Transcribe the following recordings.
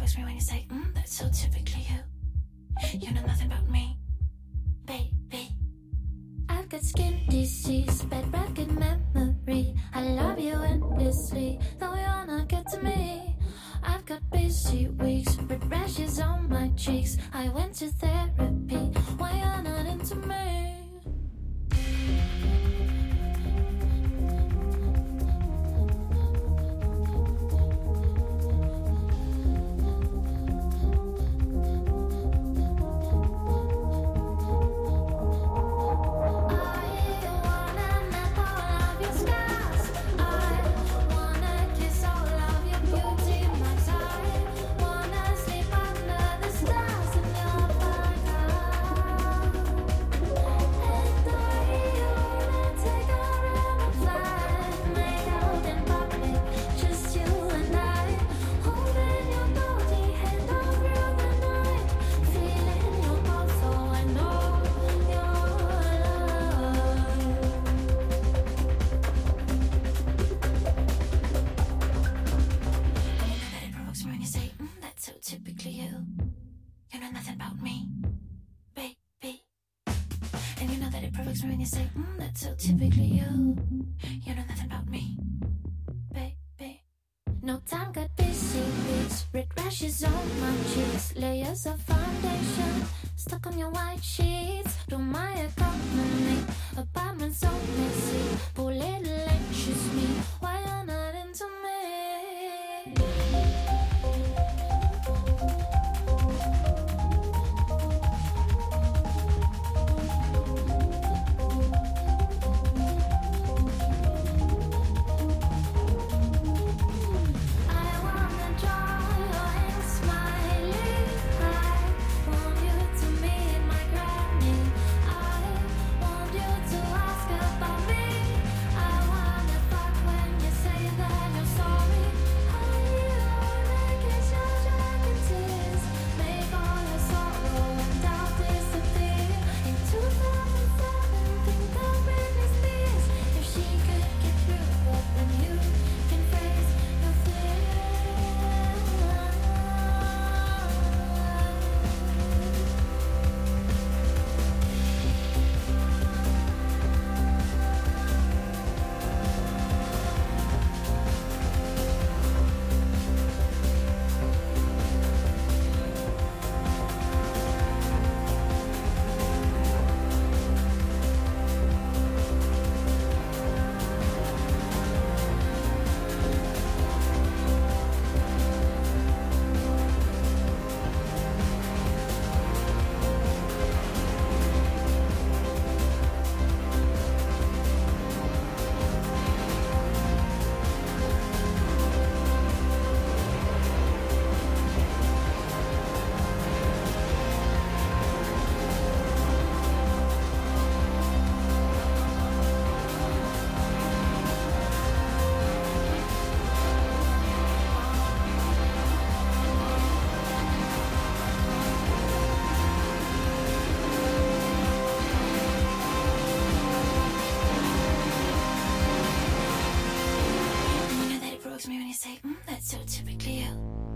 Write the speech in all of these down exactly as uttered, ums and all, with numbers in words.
provokes me when you say, mm, that's so typically you. You know nothing about me, baby. I've got skin disease, bad racket memory. I love you endlessly, though you're not good to me. I've got busy weeks, red rashes on my cheeks. I went to therapy, why you're not into me? So typically you.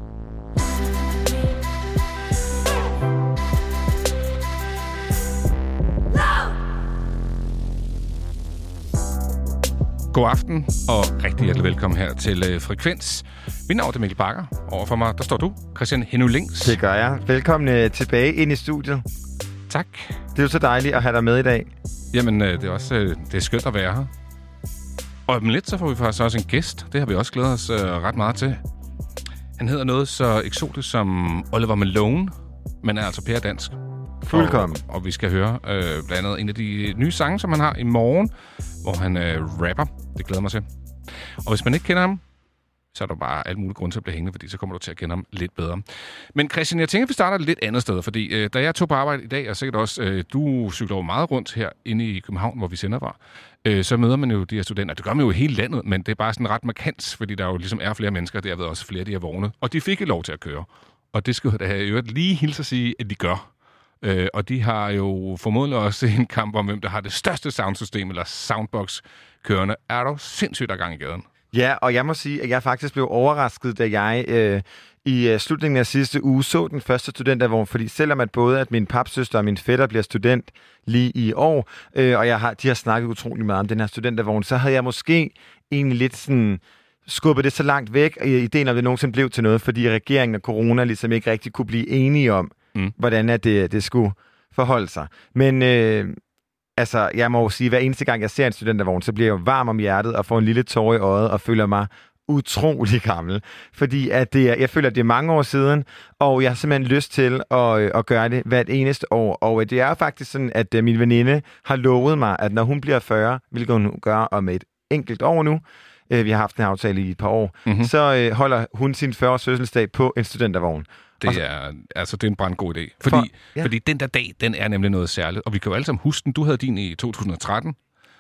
God aften og rigtig hjertelig velkommen her til uh, Frekvens. Mit navn er Mikkel Bakker. Overfor mig, der står du, Christian Henning Lings. Det gør jeg. Velkommen uh, tilbage ind i studiet. Tak. Det er jo så dejligt at have dig med i dag. Jamen, uh, det er også uh, det er skønt at være her. Og om lidt, så får vi faktisk også en gæst. Det har vi også glædet os uh, ret meget til. Han hedder noget så eksotisk som Oliver Malone, men er altså pæredansk. Fuldkommen. Og, og vi skal høre øh, blandt andet en af de nye sange, som han har i morgen, hvor han øh, rapper. Det glæder mig til. Og hvis man ikke kender ham, så er der bare alt muligt grund til at blive hængende, fordi så kommer du til at kende ham lidt bedre. Men Christian, jeg tænker, at vi starter et lidt andet sted, fordi øh, da jeg tog på arbejde i dag, og sikkert også, øh, du cykler jo meget rundt her inde i København, hvor vi sender fra, øh, så møder man jo de her studenter. Det gør man jo i hele landet, men det er bare sådan ret markant, fordi der jo ligesom er flere mennesker, der ved også flere af de her vogne, og de fik ikke lov til at køre. Og det skulle jeg da have lige hilse at sige, at de gør. Øh, og de har jo formodentlig også en kamp om, hvem der har det største soundsystem, eller soundbox kørende. Er der sindssygt der gang i gaden? Ja, og jeg må sige, at jeg faktisk blev overrasket, da jeg øh, i uh, slutningen af sidste uge så den første studentervogn, fordi selvom at både at min papsøster og min fætter bliver student lige i år, øh, og jeg har, de har snakket utrolig meget om den her studentervogn, så havde jeg måske egentlig lidt sådan skubbet det så langt væk, og ideen om det nogensinde blev til noget, fordi regeringen og corona ligesom ikke rigtig kunne blive enige om, mm. hvordan at det, det skulle forholde sig. Men øh, altså, jeg må jo sige, hver eneste gang jeg ser en studentervogn, så bliver jeg jo varm om hjertet og får en lille tår i øjet og føler mig utrolig gammel, fordi at det er, jeg føler, at det er mange år siden, og jeg har simpelthen lyst til at, at gøre det hvert eneste år. Og det er faktisk sådan, at min veninde har lovet mig, at når hun bliver fyrre, hvilket hun gør om et enkelt år nu, vi har haft en aftale i et par år, mm-hmm. så holder hun sin fyrre-års fødselsdag på en studentervogn. Det er, altså, det er en brandgod idé. Fordi, For, ja. fordi den der dag, den er nemlig noget særligt. Og vi kan jo alle sammen huske den. Du havde din i to tusind og tretten.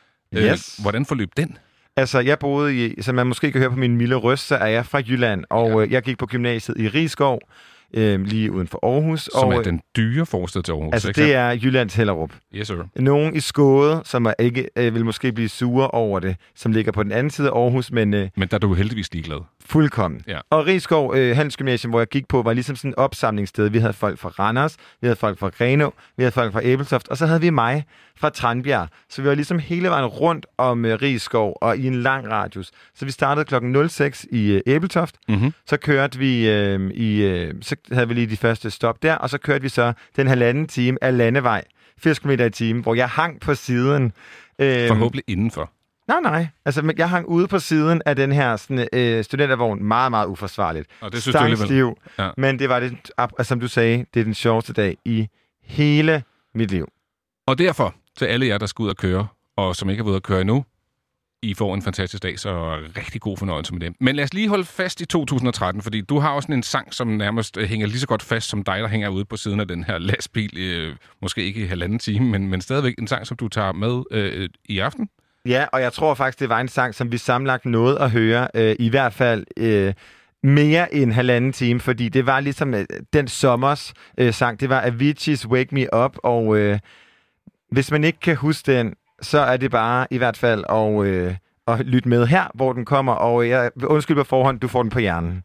Yes. Øh, hvordan forløb den? Altså, jeg boede i, som man måske kan høre på min milde røst, så er jeg fra Jylland, og ja. øh, jeg gik på gymnasiet i Risskov, øh, lige uden for Aarhus. Som og, er den dyre forstad til Aarhus. Altså, det er Jyllands Hellerup. Yes, sir. Nogen i Skåde, som er ikke øh, vil måske blive sure over det, som ligger på den anden side af Aarhus, men... Øh, men der er du heldigvis ligeglad. Fuldkommen. Ja. Og Risskov øh, Handelsgymnasium, hvor jeg gik på, var ligesom sådan et opsamlingssted. Vi havde folk fra Randers, vi havde folk fra Grenå, vi havde folk fra Ebeltoft, og så havde vi mig fra Tranbjerg. Så vi var ligesom hele vejen rundt om øh, Risskov og i en lang radius. Så vi startede klokken nul seks i øh, Ebeltoft, mm-hmm. så kørte vi øh, i, øh, så havde vi lige de første stop der, og så kørte vi så den halvanden time af landevej, firs kilometer i timen, hvor jeg hang på siden. Øh, Forhåbentlig indenfor. Nej, nej. Altså, jeg hang ude på siden af den her sådan, øh, studentervogn meget, meget uforsvarligt. Og det synes du alligevel. Ja. Men det var det, som du sagde, det er den sjoveste dag i hele mit liv. Og derfor, til alle jer, der skal ud og køre, og som ikke har været ude at køre endnu, I får en fantastisk dag, så rigtig god fornøjelse med det. Men lad os lige holde fast i to tusind og tretten, fordi du har også en sang, som nærmest hænger lige så godt fast som dig, der hænger ude på siden af den her lastbil. Øh, måske ikke i halvanden time, men, men stadigvæk en sang, som du tager med øh, i aften. Ja, og jeg tror faktisk, det var en sang, som vi sammenlagt nåede at høre, øh, i hvert fald øh, mere end halvanden time, fordi det var ligesom øh, den sommers øh, sang, det var Avicii's Wake Me Up, og øh, hvis man ikke kan huske den, så er det bare i hvert fald at, øh, at lytte med her, hvor den kommer, og jeg undskyld på forhånd, du får den på hjernen.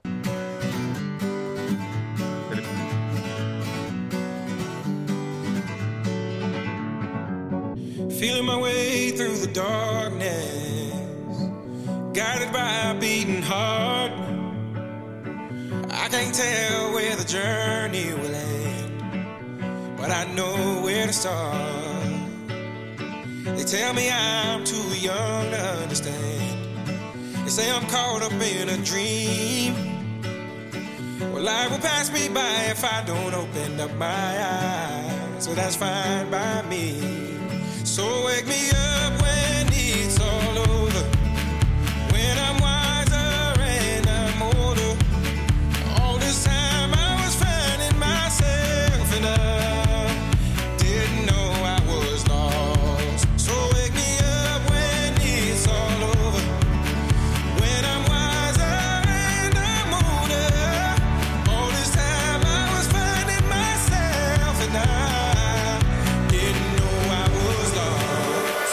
Feeling my way through the darkness, guided by a beating heart. I can't tell where the journey will end, but I know where to start. They tell me I'm too young to understand. They say I'm caught up in a dream. Well, life will pass me by if I don't open up my eyes, so that's fine by me. So wake me up when it's all over, when I'm wiser and I'm older. All this time I was finding myself and I didn't know I was lost. So wake me up when it's all over, when I'm wiser and I'm older. All this time I was finding myself and I didn't know I was lost.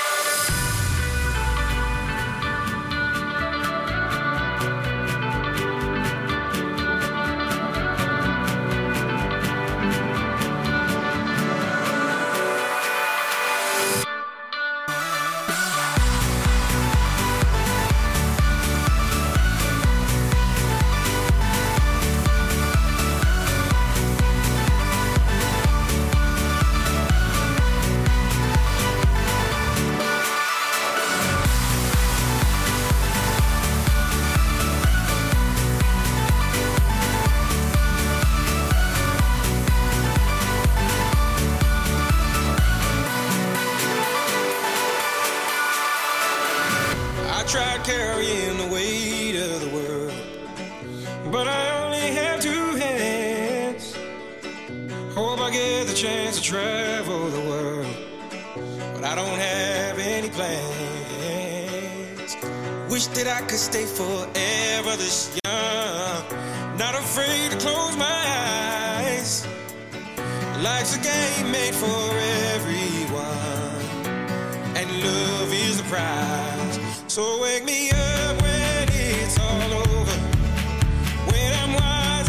I tried carrying the weight of the world, but I only have two hands. Hope I get the chance to travel the world, but I don't have any plans. Wish that I could stay forever this young, not afraid to close my eyes. Life's a game made for everyone, and love is the prize. So wake me up when it's all over, when I'm wild.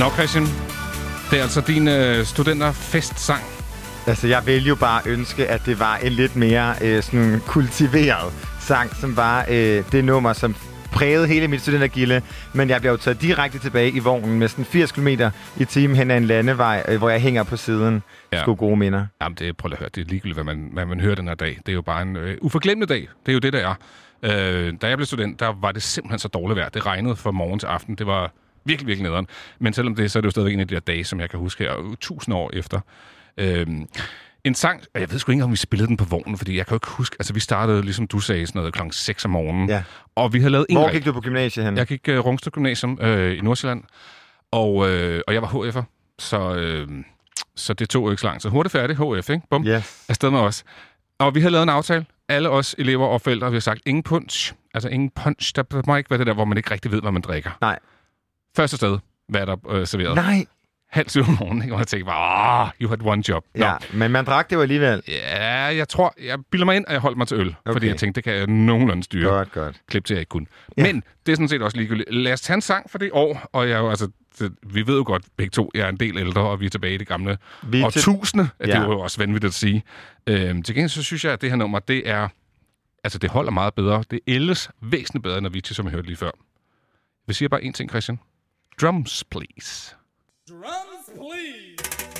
Nå, Christian. Det er altså din øh, studenterfestsang. Altså, jeg vil jo bare ønske, at det var en lidt mere øh, sådan kultiveret sang, som var øh, det nummer, som prægede hele mit studentergilde. Men jeg bliver jo taget direkte tilbage i vognen med sådan firs kilometer i timen hen ad en landevej, øh, hvor jeg hænger på siden. Ja. Sgu gode minder. Jamen, det, prøv at høre. Det er ligegyldigt, hvad man, hvad man hører den her dag. Det er jo bare en øh, uforglemmelig dag. Det er jo det, der er. Øh, da jeg blev student, der var det simpelthen så dårligt vejr. Det regnede fra morgen til aften. Det var virkelig, virkelig nederen. Men selvom det, så er det jo stadigvæk en af de der dage, som jeg kan huske her, tusind år efter. Øh, en sang, jeg ved sgu ikke, om vi spillede den på vognen, fordi jeg kan jo ikke huske, altså vi startede, ligesom du sagde, sådan noget klokken seks om morgenen. Ja. Og vi havde lavet en Hvor gik du på gymnasiet hen? Jeg gik uh, Rungsted Gymnasium øh, i Nordsjælland, og, øh, og jeg var H F'er, så, øh, så det tog jo ikke så langt. Så hurtigt færdig, H F, ikke? Bum, yes. Afsted med os. Og vi havde lavet en aftale, alle os elever og forældre, vi har sagt, ingen punch, altså ingen punch, der må ikke være det der, hvor man ikke rigtig ved, hvad man drikker. Nej. Første sted, hvad er der øh, serveret? Nej. Halv syv om morgenen, ikke? Og jeg tænkte bare, ah, you had one job. Nå. Ja, men man drak det jo alligevel. Ja, jeg tror, jeg bilder mig ind, at jeg holdt mig til øl. Okay. Fordi jeg tænkte, det kan jeg nogenlunde styre. Godt, godt. Klip til, jeg ikke kunne. Ja. Men det er sådan set også ligegyldigt. Lad os tage en sang for det år, og jeg, altså, det, vi ved jo godt begge to, jeg er en del ældre, og vi er tilbage i det gamle årtusinde. Til... Ja. Det er jo også vanvittigt at sige. Øhm, til gengæld så synes jeg, at det her nummer, det er, altså det holder meget bedre. Det ældes væsentligt bedre, end Avicii, som jeg hørte lige før. Jeg siger bare én ting, Christian. Drums, please. Drums, please.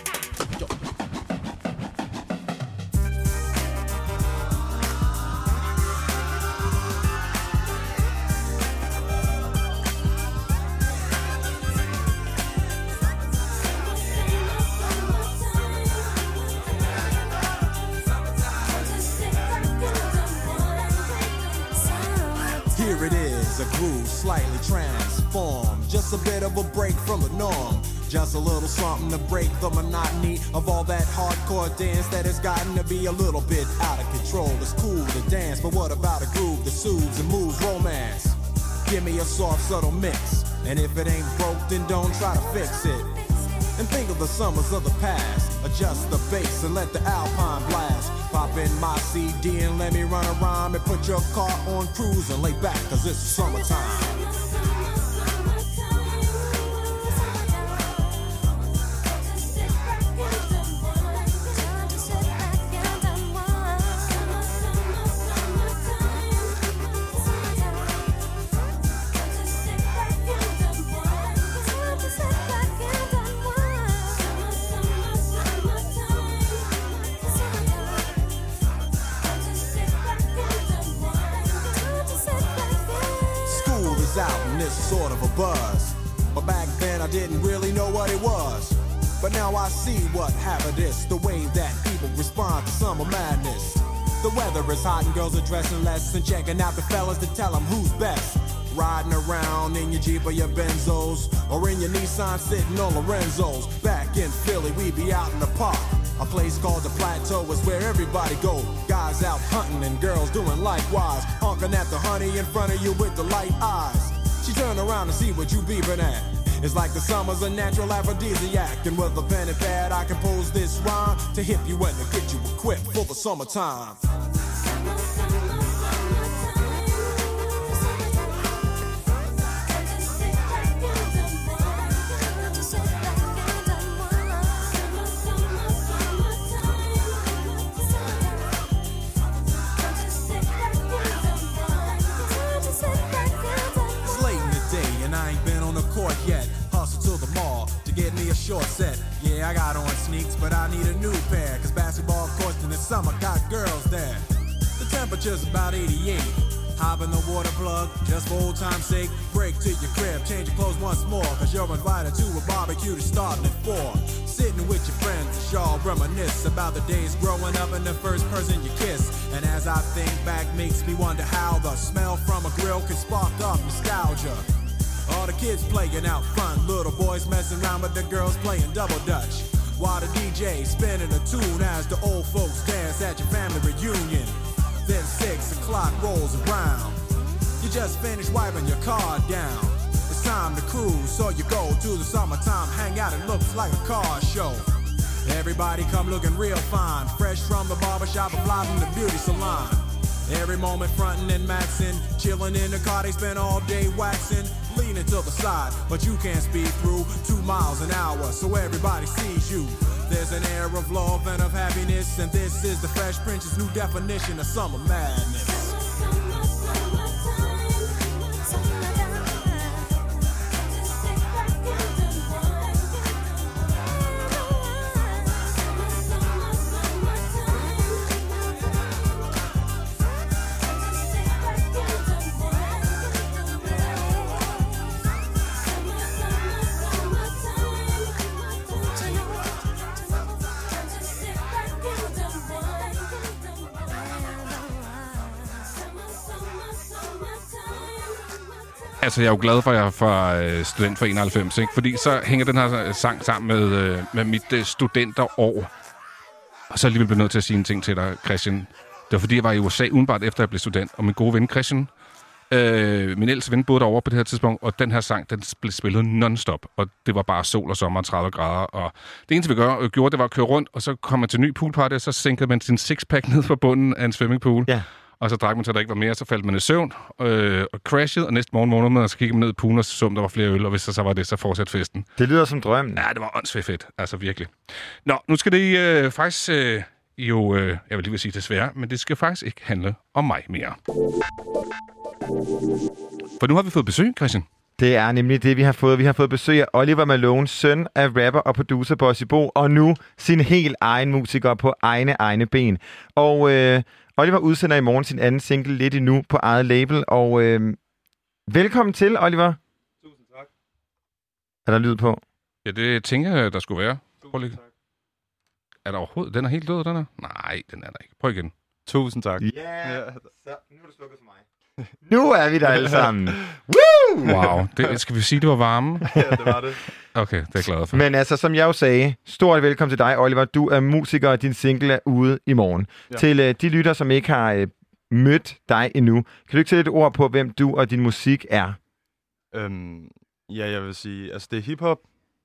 Here it is, a groove slightly transformed. Just a bit of a break from the norm. Just a little something to break the monotony of all that hardcore dance that has gotten to be a little bit out of control. It's cool to dance, but what about a groove that soothes and moves romance? Give me a soft, subtle mix, and if it ain't broke, then don't try to fix it. And think of the summers of the past. Adjust the bass and let the alpine blast. Pop in my C D and let me run around and put your car on cruise and lay back, cause it's summertime. Out in this sort of a buzz, but back then I didn't really know what it was. But now I see what happened is the way that people respond to summer madness. The weather is hot and girls are dressing less and checking out the fellas to tell them who's best. Riding around in your Jeep or your Benzos, or in your Nissan sitting on Lorenzo's. Back in Philly we be out in the park. A place called the Plateau is where everybody go. Guys out hunting and girls doing likewise. Honking at the honey in front of you with the light eyes. She turn around to see what you beeping at. It's like the summer's a natural aphrodisiac. And with a pen and pad I compose this rhyme to hip you and to get you equipped for the summertime. Yet hustle to the mall to get me a short set. Yeah, I got on sneaks, but I need a new pair, cause basketball courts in the summer got girls there. The temperature's about eighty-eight. Hop in the water plug just for old time's sake. Break to your crib, change your clothes once more, cause you're invited to a barbecue that's starting at four. Sitting with your friends, y'all reminisce about the days growing up and the first person you kiss. And as I think back, makes me wonder how the smell from a grill can spark up nostalgia. All the kids playing out front, little boys messing around with the girls playing double dutch. While the D J spinning a tune as the old folks dance at your family reunion. Then six o'clock rolls around. You just finished wiping your car down. It's time to cruise, so you go to the summertime hangout. It looks like a car show. Everybody come looking real fine, fresh from the barbershop and fly from the beauty salon. Every moment frontin' and maxin', chillin' in the car they spend all day waxin'. leaning to the side, but you can't speed through two miles an hour, so everybody sees you. There's an air of love and of happiness, and this is the Fresh Prince's new definition of summer madness. Altså, jeg er jo glad for, at jeg er fra øh, student for enoghalvfems, ikke? Fordi så hænger den her sang sammen med, øh, med mit øh, studenterår. Og så alligevel bliver jeg nødt til at sige en ting til dig, Christian. Det var fordi, jeg var i U S A umiddelbart efter, jeg blev student. Og min gode ven Christian, øh, min ældste ven, boede derovre på det her tidspunkt. Og den her sang, den blev spillet non-stop. Og det var bare sol og sommer og tredive grader. Og det eneste, vi gør, øh, gjorde, det var at køre rundt. Og så kom man til en ny poolparty, og så sænkede man sin sixpack ned fra bunden af en swimmingpool. Ja. Og så drak man til, der ikke var mere, så faldt man i søvn øh, og crashede, og næste morgen vågnede man, og så kiggede man ned i poolen, og så så der var flere øl, og hvis der så var det, så fortsatte festen. Det lyder som drømmen. Ja, det var åndssvagt fedt, altså virkelig. Nå, nu skal det øh, faktisk øh, jo, øh, jeg vil lige vil sige desværre, men det skal faktisk ikke handle om mig mere. For nu har vi fået besøg, Christian. Det er nemlig det, vi har fået. Vi har fået besøg af Oliver Malone, søn af rapper og producer Bossy Bo, og nu sin helt egen musiker på egne egne ben. Og øh, Oliver udsender i morgen sin anden single Lidt Endnu på eget label, og øh, velkommen til, Oliver. Tusind tak. Er der lyd på? Ja, det tænker jeg, der skulle være. Tusind tak. Er der overhovedet? Den er helt død, den er? Nej, den er der ikke. Prøv igen. Tusind tak. Yeah. Ja, så nu er det slukket for mig. Nu er vi der alle sammen. Woo! Wow, det, skal vi sige, det var varme? Ja, det var det. Okay, det er jeg glad for. Men altså, som jeg jo sagde, stort velkommen til dig, Oliver. Du er musiker, og din single er ude i morgen. Ja. Til uh, de lytter, som ikke har uh, mødt dig endnu, kan du ikke sætte et ord på, hvem du og din musik er? Øhm, ja, jeg vil sige, altså det er hiphop.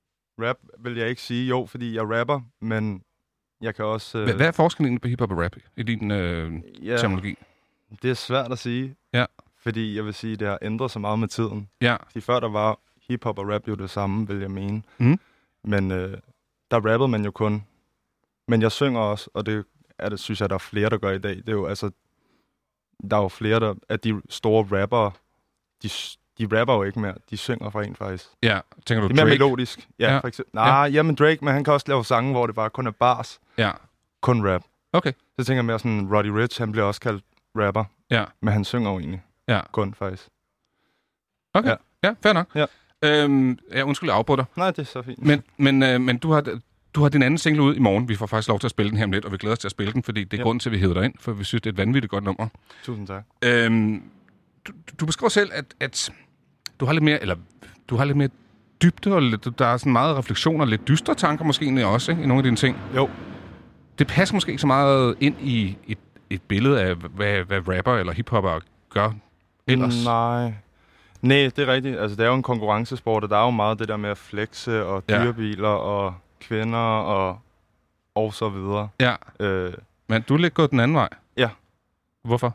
Rap vil jeg ikke sige, jo, fordi jeg rapper, men jeg kan også... Uh... Hvad er forskellen på hiphop og rap i din uh, ja, terminologi? Det er svært at sige. Ja. Fordi jeg vil sige, det har ændret så meget med tiden. Ja. Fordi før der var hiphop og rap jo det samme, vil jeg mene. Mm. Men øh, der rappede man jo kun. Men jeg synger også, og det, er det synes jeg, der er flere, der gør i dag. Det er jo altså, der er jo flere der, af de store rappere, de, de rapper jo ikke mere. De synger for en faktisk. Ja, tænker du det er mere Drake? melodisk. Ja, ja. for eksempel. Nej, ja. Jamen Drake, men han kan også lave sange, hvor det bare kun er bars. Ja. Kun rap. Okay. Så tænker jeg mere sådan, Roddy Ricch, han bliver også kaldt rapper. Ja. Men han synger jo egentlig. Ja. Kun faktisk. Okay, ja, ja fair nok. Ja. Øhm, ja, undskyld, jeg afbryder. Nej, det er så fint. Men, men, øh, men du, har, du har din anden single ud i morgen. Vi får faktisk lov til at spille den her om lidt, og vi glæder os til at spille den, fordi det er ja. grunden til, at vi hæver dig ind, for vi synes, det er et vanvittigt godt nummer. Tusind tak. Øhm, du, du beskriver selv, at, at du har lidt mere, eller du har lidt mere dybde, og lidt, der er sådan meget refleksioner, lidt dystre tanker måske egentlig også, ikke, i nogle af dine ting. Jo. Det passer måske ikke så meget ind i et, et billede af, hvad, hvad rapper eller hiphopper gør ellers. Nej. Nej, det er rigtigt. Altså, det er jo en konkurrencesport, og der er jo meget det der med at flexe, og dyrebiler, ja. og kvinder, og, og så videre. Ja. Øh. Men du er lidt gået den anden vej. Ja. Hvorfor?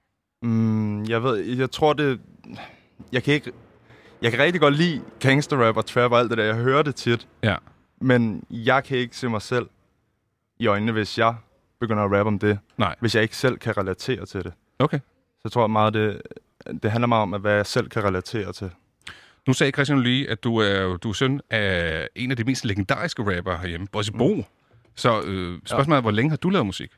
Mm, jeg ved, jeg tror det... Jeg kan ikke... Jeg kan rigtig godt lide gangsterrap og trap og alt det der. Jeg hører det tit. Ja. Men jeg kan ikke se mig selv i øjnene, hvis jeg begynder at rappe om det. Nej. Hvis jeg ikke selv kan relatere til det. Okay. Så jeg tror meget, det, det handler meget om, at hvad jeg selv kan relatere til. Nu sagde Christian lige, at du er, du er søn af en af de mest legendariske rappere herhjemme, Bossy Bo. Mm. Så øh, spørgsmålet er, ja. hvor længe har du lavet musik?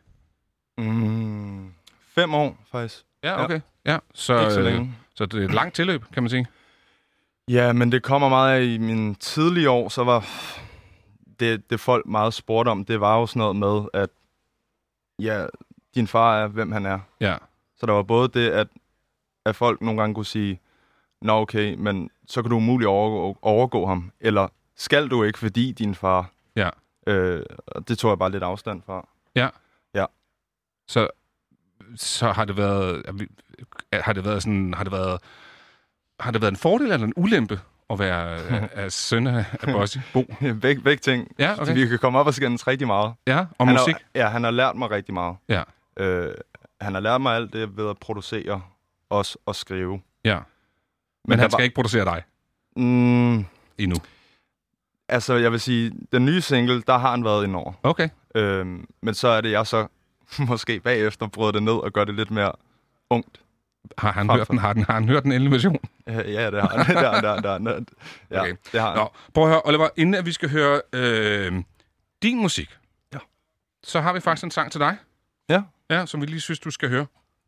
Mm, fem år, faktisk. Ja, okay. Ja. Ja, så, ikke så længe. Øh, så det er et langt tilløb, kan man sige. Ja, men det kommer meget af i mine tidlige år, så var det, det folk meget spurgte om, det var jo sådan noget med, at ja, din far er, hvem han er. Ja. Så der var både det, at, at folk nogle gange kunne sige, nå okay, men så kan du umuligt overgå, overgå ham. Eller skal du ikke, fordi din far... Ja. Øh, det tog jeg bare lidt afstand fra. Ja. Ja. Så, så har det været... Har det været sådan... Har det været, har det været en fordel eller en ulempe at være af, af søn af Bossy Bo? Begge, begge ting. Ja, okay. Så vi kan komme op og skændes rigtig meget. Ja, og han musik? Har, ja, han har lært mig rigtig meget. Ja. Øh, han har lært mig alt det ved at producere os og skrive. Ja. Men, Men han skal var... ikke producere dig? Mm, Endnu. altså, jeg vil sige, den nye single, der har han været indover. Okay. Øhm, men så er det, jeg så måske bagefter brød det ned og gør det lidt mere ungt. Har han, Frem hørt for- den, har, den, har han hørt den endelige version? Ja, ja, det har han. det har han, det har han, det har han. Ja, Okay. det har han. Nå, prøv at høre, Oliver, inden at vi skal høre øh, din musik, Ja. så har vi faktisk en sang til dig. Ja. Ja, som vi lige synes, du skal høre.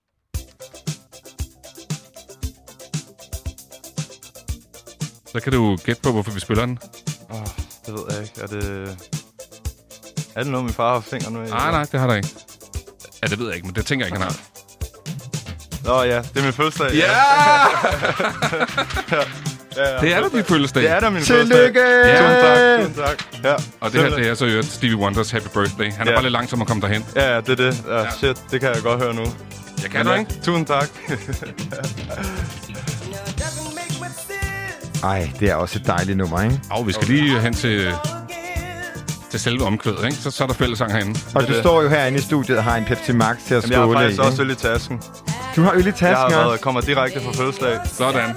Så kan du gætte på, hvorfor vi spiller den. Oh, det ved jeg ikke. Er det... Er det noget, min far har haft fingre med? Nej, nej, det har der ikke. Ja, det ved jeg ikke, men det tænker jeg ikke, han har. Nå ja, det er min fødselsdag. Ja! ja, ja, Det er da din fødselsdag. Det er da min fødselsdag. Tillykke! Tusind tak, tusind tak. Ja, Og det her, det er så øvrigt Stevie Wonders Happy Birthday. Han er Ja. bare lidt langsom at komme derhen. Ja, ja, det er det. Ja, Ja. shit, det kan jeg godt høre nu. Jeg kan Men, du, ja, ikke? Tusind tak. Ej, det er også et dejligt nummer, ikke? Og vi skal lige hen til, til selve omkvædet, ikke? Så, så er der fællesang herinde. Og du det. står jo herinde i studiet og har en Pepsi Max til at Jamen, jeg har skåle i. faktisk også ikke? øl i tasken. Du har øl i Jeg tasken har også? været, kommer direkte fra fødselsdag. Sådan.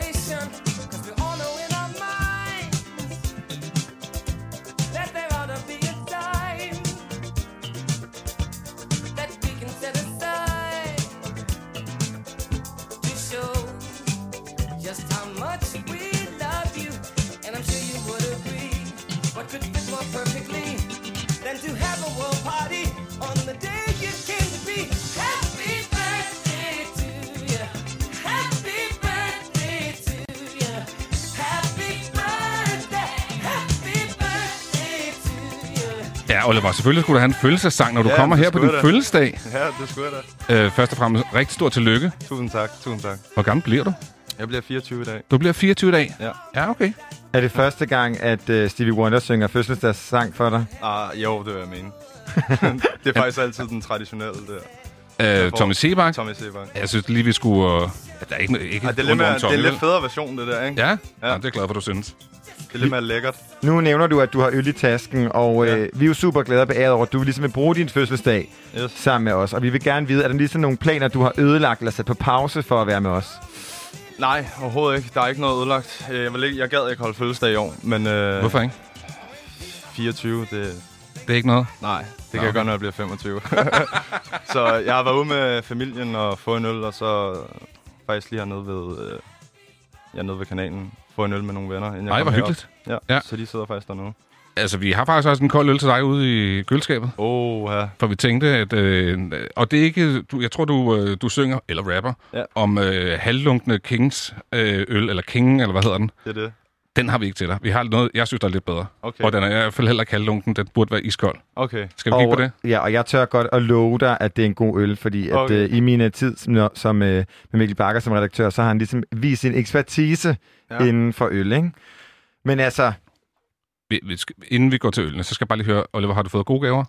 Ja, Oliver, selvfølgelig skulle du have en fødselsdagssang, når du Ja, kommer det her på skulle din jeg da. fødselsdag. Ja, det skulle jeg da. Øh, først og fremmest, rigtig stort tillykke. Tusind tak, tusind tak. Hvor gammel bliver du? Jeg bliver fireogtyve i dag. Du bliver fireogtyve i dag. Ja. Ja, okay. Er det første gang, at uh, Stevie Wonder synger fødselsdagssang for dig? Ah, jo, det vil jeg mene. det er faktisk altid den traditionelle der. Øh, Tommy Sebak. Tommy Sebak. Jeg synes lige, vi skulle... Uh, der er ikke, ikke Ah, det er lidt, mere, det er en lidt vel? federe version, det der, ikke? Ja? Ja. Ja. ja, det er jeg glad for, du synes. Det er lidt mere lækkert. Nu nævner du, at du har øl i tasken, og Ja. øh, vi er jo super glade og beæret over, at du ligesom vil bruge din fødselsdag Yes. sammen med os. Og vi vil gerne vide, er der ligesom nogle planer, du har ødelagt eller sat på pause for at være med os? Nej, overhovedet ikke. Der er ikke noget ødelagt. Øh, Jeg, vil ikke, jeg gad ikke holde fødselsdag i år, men... Øh, Hvorfor ikke? fireogtyve, det... Det er ikke noget. Nej, det kan Nå, jeg okay. gøre, når jeg bliver femogtyve. så jeg har været ude med familien og få en øl, og så faktisk lige hernede ved... Øh, jeg er nede ved kanalen. Få en øl med nogle venner, inden jeg Nej, kom hvor herop. hyggeligt. Ja, Ja. ja, så de sidder faktisk dernede. Altså, vi har faktisk også en kold øl til dig ude i køleskabet. Åh, ja. For vi tænkte, at... Øh, og det er ikke... Du, jeg tror, du, øh, du synger, eller rapper, Ja. om øh, halvlunkne Kings øh, øl, eller King, eller hvad hedder den. Det er det. Den har vi ikke til dig. Vi har noget, jeg synes, der er lidt bedre. Okay. Og den er i hvert fald heller ikke halvlunken. Den burde være iskold. Okay. Skal vi kigge og, på det? Ja, og jeg tør godt at love dig, at det er en god øl, fordi at, Okay. øh, i min tid som, som øh, med Mikkel Bakker som redaktør, så har han ligesom vist sin ekspertise ja. Ja. inden for øl, ikke? Men altså, Vi, vi skal, inden vi går til ølene, så skal jeg bare lige høre, Oliver, har du fået gode gaver?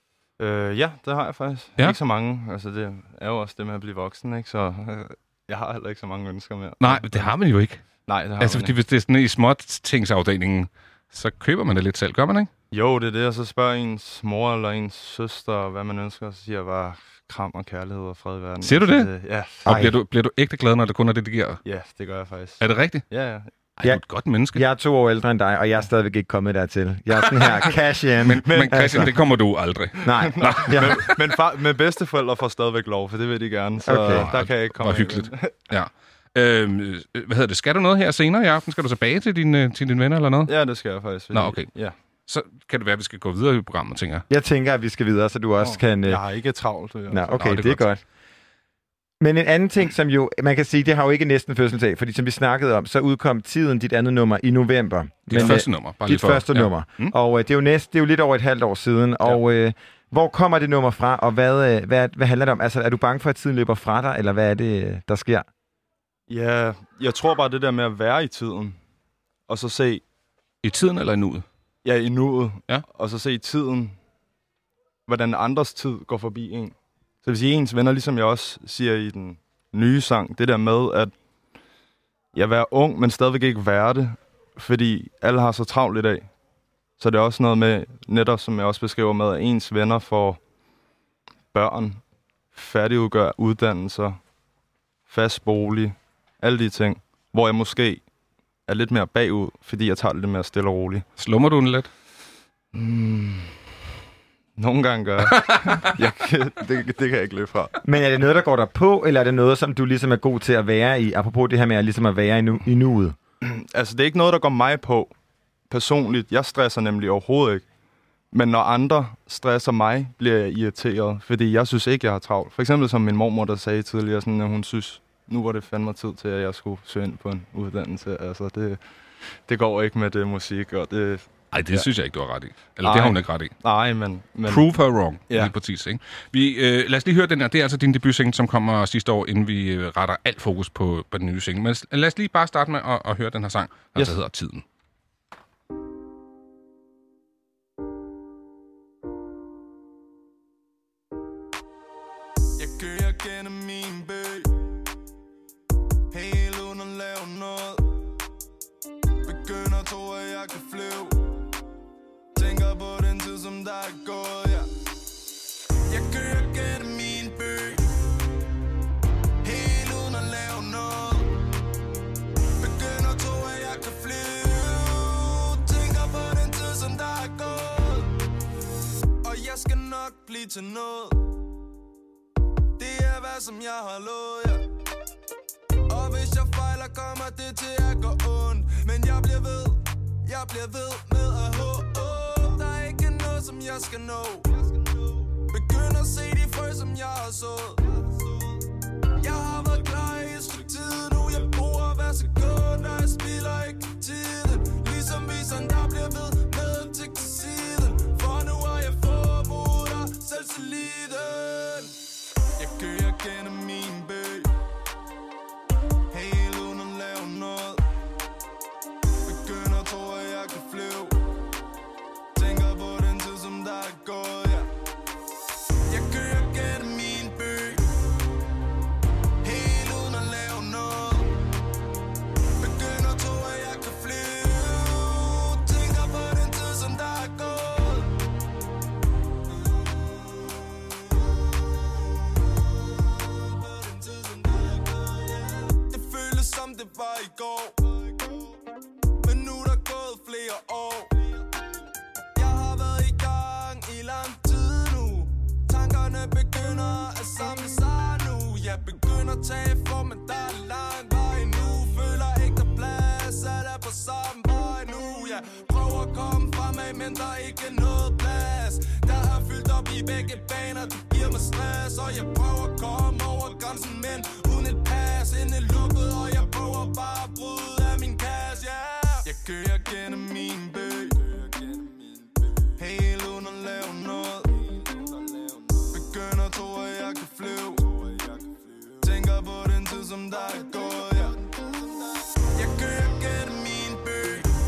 Øh, ja, det har jeg faktisk. Ja. Ikke så mange. Altså, det er jo også det med at blive voksen, ikke? Så øh, jeg har heller ikke så mange ønsker mere. Nej, det har man jo ikke. Nej, det har Altså, man fordi ikke. hvis det er sådan i småtingsafdelingen, så køber man det lidt selv, gør man ikke? Jo, det er det, og så spørger ens mor eller ens søster, hvad man ønsker, og så siger jeg bare kram og kærlighed og fred i verden. Siger du Altså, det? Ja, Og Ej. bliver du, bliver du ægte glad, når det kun er det, det giver? ja, det gør jeg faktisk. Er det rigtigt? Ja, ja. Ej, Ja. du er et godt menneske. jeg er to år ældre end dig, og jeg er stadigvæk ikke kommet dertil. Jeg er sådan her, cash in. Men, men Christian, altså, det kommer du aldrig. Nej, ja. Men, men, far, men bedsteforældre får stadigvæk lov, for det vil de gerne, så Okay. okay. der kan jeg ikke komme Hvor hyggeligt. Ja. Øhm, øh, hvad hedder det? Skal du noget her senere i aften? Skal du tilbage til dine, til dine venner eller noget? Ja, det skal jeg faktisk. Nå, okay. Ja. Så kan det være, at vi skal gå videre i programmet, tænker jeg. Jeg tænker, at vi skal videre, så du også Nå, kan... Øh... Jeg har ikke travlt. øh, Nå, okay, Nå, det det er, er det er godt. Men en anden ting, som jo, man kan sige, det har jo ikke næsten fødselsdag, fordi som vi snakkede om, så udkom Tiden, dit andet nummer, i november. Dit Men, første øh, nummer. Bare Dit lige for, første ja. nummer. Mm. Og øh, det, er jo næst, det er jo lidt over et halvt år siden, og øh, hvor kommer det nummer fra, og hvad, øh, hvad, hvad handler det om? Altså, er du bange for, at tiden løber fra dig, eller hvad er det, øh, der sker? Ja, jeg tror bare det der med at være i tiden, og så se, I tiden eller i nuet? ja, i nuet, Ja. og så se i tiden, hvordan andres tid går forbi en. Så det vil sige, ens venner, ligesom jeg også siger i den nye sang, det der med, at jeg er ung, men stadigvæk ikke være det, fordi alle har så travlt i dag. Så det er også noget med, netop som jeg også beskriver med, at ens venner får børn, færdigudgør uddannelser, fast bolig, alle de ting, hvor jeg måske er lidt mere bagud, fordi jeg tager det lidt mere stille og roligt. Slummer du den lidt? Mm. Nogle gange gør jeg. jeg det, det kan jeg ikke løbe fra. Men er det noget, der går der på, eller er det noget, som du ligesom er god til at være i? Apropos det her med at, ligesom at være i, nu, i nuet. Altså, det er ikke noget, der går mig på personligt. Jeg stresser nemlig overhovedet ikke. Men når andre stresser mig, bliver jeg irriteret, fordi jeg synes ikke, jeg har travlt. For eksempel som min mormor, der sagde tidligere, sådan, at hun synes, nu var det fandme tid til, at jeg skulle søge ind på en uddannelse. Altså, det, det går ikke med det musik, og det... Nej, det ja. synes jeg ikke, du har ret i. Eller Ej. det har hun ikke ret i. Nej, men... men... Prove her wrong. Ja. Lige præcis, ikke? Vi, øh, lad os lige høre den her. Det er altså din debutsingle, som kommer sidste år, inden vi øh, retter alt fokus på, på den nye single. Men lad os lige bare starte med at, at høre den her sang, der yes. hedder Tiden. Jeg kører gennem min by, helt uden at lave noget. Begynder at tro, at jeg kan flyve. Tænker på den tid, som der er gået, ja. Jeg kører gennem min by, helt uden at lave noget. Begynder at tro, at jeg kan flyve. Tænker på den tid, som der er gået. Og jeg skal nok blive til noget. Det er hvad som jeg har lovet, ja. Og hvis jeg fejler, kommer det til at gå ondt. Men jeg bliver ved, jeg bliver ved med at håbe. Der er ikke noget, som jeg skal nå. Begynder at se de frø, som jeg har sået. Jeg har været klar i et stykke tid nu. Jeg bruger hver sekund, og jeg spilder ikke tiden. Ligesom viseren, der bliver ved med at tække til siden. For nu har jeg formod og selvtilliden. Jeg kører gennem min by, helt uden at lave noget. Begynder at tro, at jeg kan flyve. Tænker på den tid, som der er gået, ja. Jeg kører gennem min by, helt uden at lave noget. Begynder at tro, at jeg kan flyve. Tænker på den tid, som der er gået. Det føles som det var i går, men nu er der gået flere år. Jeg har været i gang i lang tid nu. Tankerne begynder at samle sig nu. Jeg begynder at tage for, men der er lang vej nu. Føler ikke der plads, alle er på samme vej nu. Jeg prøver at komme fremad, men der er ikke noget plads. Der er fyldt op i begge baner, det giver mig stress. Og jeg prøver at komme over grænsen, men uden et pas. Inde lukket, og jeg prøver bare at bryde af min kasse, yeah. Jeg kører gennem min by, helt uden at lave noget. Begynder at tro, at jeg kan flyve. Tænker på den tid, som der er gået, ja. Jeg kører gennem min by,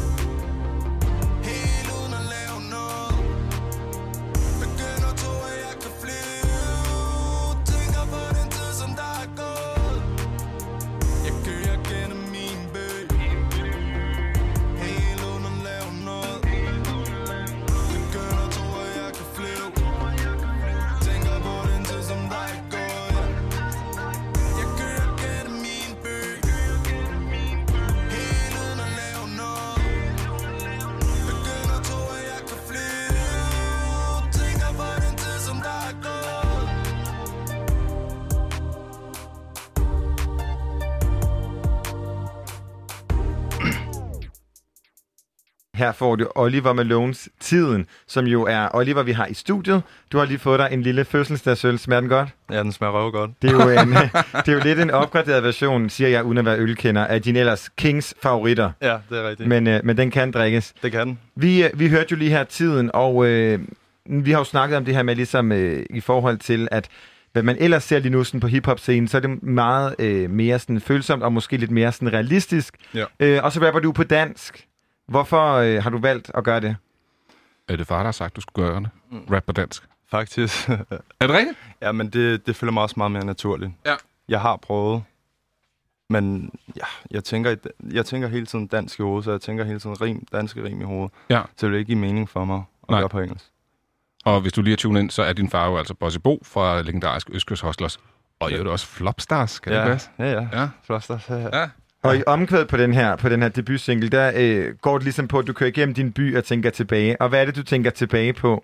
helt uden at lave noget. Begynder at tro, at jeg kan flyve. Tænker på den tid, som der er gået. Jeg kører gennem min by, helt uden at lave noget. Begynder at tro, at jeg kan flyve. Tænker på den tid, som der er gået, ja. Jeg kører gennem min by, helt uden at lave noget. Begynder at tro, at jeg kan flyve. Tænker på den tid, som der er gået. Her får du Oliver Malones Tiden, som jo er Oliver, vi har i studiet. Du har lige fået dig en lille fødselsdagsøl. Smager den godt? Ja, den smager røv godt. Det er jo, en, det er jo lidt en opgraderet version, siger jeg, uden at være ølkender, af din ellers Kings favoritter. Ja, det er rigtigt. Men, øh, men den kan drikkes. Det kan den. Vi, øh, vi hørte jo lige her Tiden, og øh, vi har jo snakket om det her med, ligesom øh, i forhold til, at hvad man ellers ser lige nu sådan på hiphop-scenen, så er det meget øh, mere sådan følsomt, og måske lidt mere sådan realistisk. Ja. Øh, og så rapper du på dansk. Hvorfor øh, har du valgt at gøre det? Er det far, der har sagt, du skulle gøre det? Rap på dansk. Faktisk. Er det rigtigt? Ja, men det, det føler mig også meget mere naturligt. Ja. Jeg har prøvet, men ja, jeg, tænker, jeg tænker hele tiden dansk i hovedet, så jeg tænker hele tiden rim, danske rim i hovedet. Ja. Så det vil ikke give mening for mig at Nej. gøre på engelsk. Og hvis du lige er tunet ind, så er din far jo altså Bossy Bo fra legendarisk Østkyst Hustlers. Og jo, det er også Flopstars, kan ja. det passe? Ja, ja. Ja. Flopstars, ja, ja. Ja. Og i omkvædet på den her, på den her debutsingle, der øh, går det ligesom på, at du kører igennem din by og tænker tilbage. Og hvad er det, du tænker tilbage på?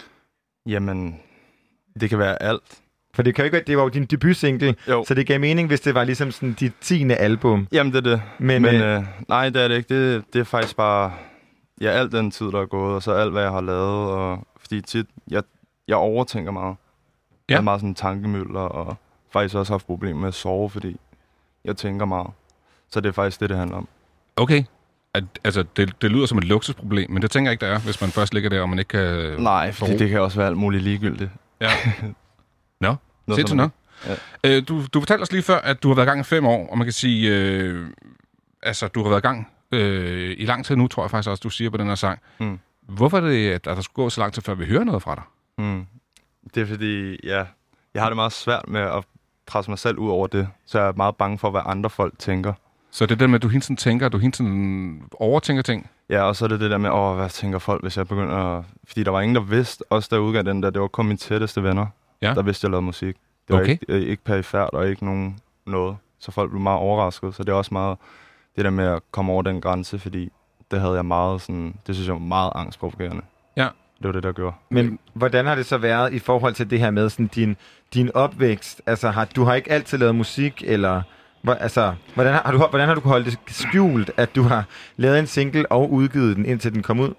Jamen, det kan være alt. For det kan jo ikke være, det var jo din debutsingle, Jo. så det gav mening, hvis det var ligesom sådan dit tiende album. Jamen, det er det. Men, Men øh, øh, nej, det er det ikke. Det, det er faktisk bare, ja, alt den tid, der er gået, og så alt, hvad jeg har lavet. Og, fordi tit, jeg, jeg overtænker meget. Ja. Jeg er meget sådan tankemøller, og faktisk også haft problemer med at sove, fordi jeg tænker meget. Så det er faktisk det, det handler om. Okay. At, altså, det, det lyder som et luksusproblem, men det tænker jeg ikke, der er, hvis man først ligger der, og man ikke kan... Nej, fordi det kan også være alt muligt ligegyldigt. Ja. Nå, Noget sindssygt nok. Ja. Øh, du, du fortalte os lige før, at du har været i gang i fem år, og man kan sige, øh, altså, du har været i gang øh, i lang tid nu, tror jeg faktisk også, du siger på den her sang. Mm. Hvorfor er det, at der skulle gå så lang tid, før vi hører noget fra dig? Mm. Det er fordi, ja, jeg har det meget svært med at presse mig selv ud over det, så jeg er meget bange for, hvad andre folk tænker. Så det er det med, at du hele tiden tænker, at du hele tiden overtænker ting? Ja, og så er det det der med, åh, hvad tænker folk, hvis jeg begynder at... Fordi der var ingen, der vidste, også der udgav den der, det var kun mine tætteste venner, Ja. der vidste, jeg lavede musik. Det var Okay. ikke, øh, ikke perifært og ikke nogen noget, så folk blev meget overrasket. Så det er også meget det der med at komme over den grænse, fordi det havde jeg meget sådan... Det synes jeg var meget angstprovokerende. Ja. Det var det, der gjorde. Men hvordan har det så været i forhold til det her med sådan din, din opvækst? Altså, har, du har ikke altid lavet musik, eller... Hvor, altså, hvordan har, har du, hvordan har du kunnet holde det skjult, at du har lavet en single og udgivet den, indtil den kom ud?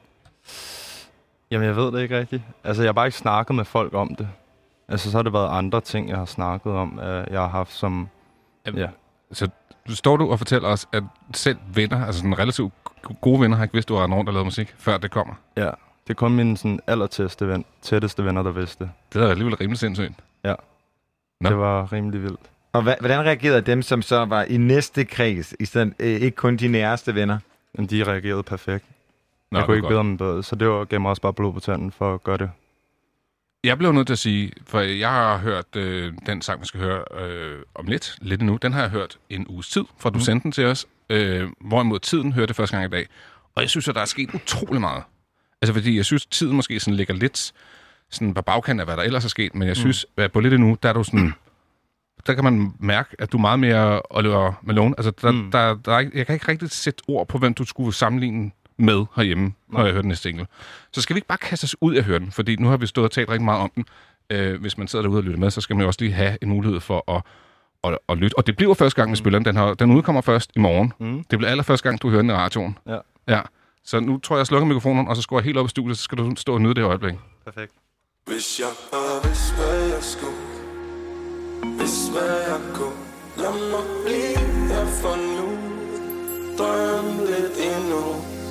Jamen, jeg ved det ikke rigtigt. Altså, jeg har bare ikke snakket med folk om det. Altså, så har det været andre ting, jeg har snakket om, øh, jeg har haft som... Ja. Så står du og fortæller os, at selv venner, altså sådan relativt gode venner, har ikke vidst, du har nogen, der lavet musik, før det kommer? Ja, det er kun mine sådan, allertætteste ven, tætteste venner, der vidste det. Det er alligevel rimelig sindssygt. Ja, Nå. det var rimelig vildt. Og hva, hvordan reagerede dem, som så var i næste kreds, i stedet, øh, ikke kun de næreste venner? Men de reagerede perfekt. Nå, Jeg kunne det ikke er bedre dem bedre, så det var gav mig også bare blod på tanden for at gøre det. Jeg blev nødt til at sige, for jeg har hørt øh, den sang, vi skal høre øh, om lidt, lidt endnu, den har jeg hørt en uges tid, fra du mm. sendte den til os, øh, hvorimod tiden hørte det første gang i dag. Og jeg synes, at der er sket utrolig meget. Altså fordi jeg synes, tiden måske sådan ligger lidt sådan på bagkanten af, hvad der ellers er sket, men jeg synes, mm. at på lidt endnu, der er du sådan... Der kan man mærke, at du er meget mere Oliver Malone. Altså, der, mm. der, der er ikke, jeg kan ikke rigtig sætte ord på, hvem du skulle sammenligne med herhjemme, når jeg hører den næste single. Så skal vi ikke bare kaste os ud af at høre den, fordi nu har vi stået og talt rigtig meget om den. Øh, hvis man sidder derude og lytter med, så skal man jo også lige have en mulighed for at, at, at lytte. Og det bliver første gang, vi spiller den. Den, her, den udkommer først i morgen. Mm. Det bliver allerførste gang, du hører den i radioen. Ja. Ja. Så nu tror jeg, jeg slukker mikrofonen, og så går jeg helt op i studiet, så skal du stå og nyde det her øjeblik. Perfekt. Hvis jeg bare vidste, hvad jeg skulle, hvis hvad jeg kunne, lad mig blive her for nu, drøm lidt endnu.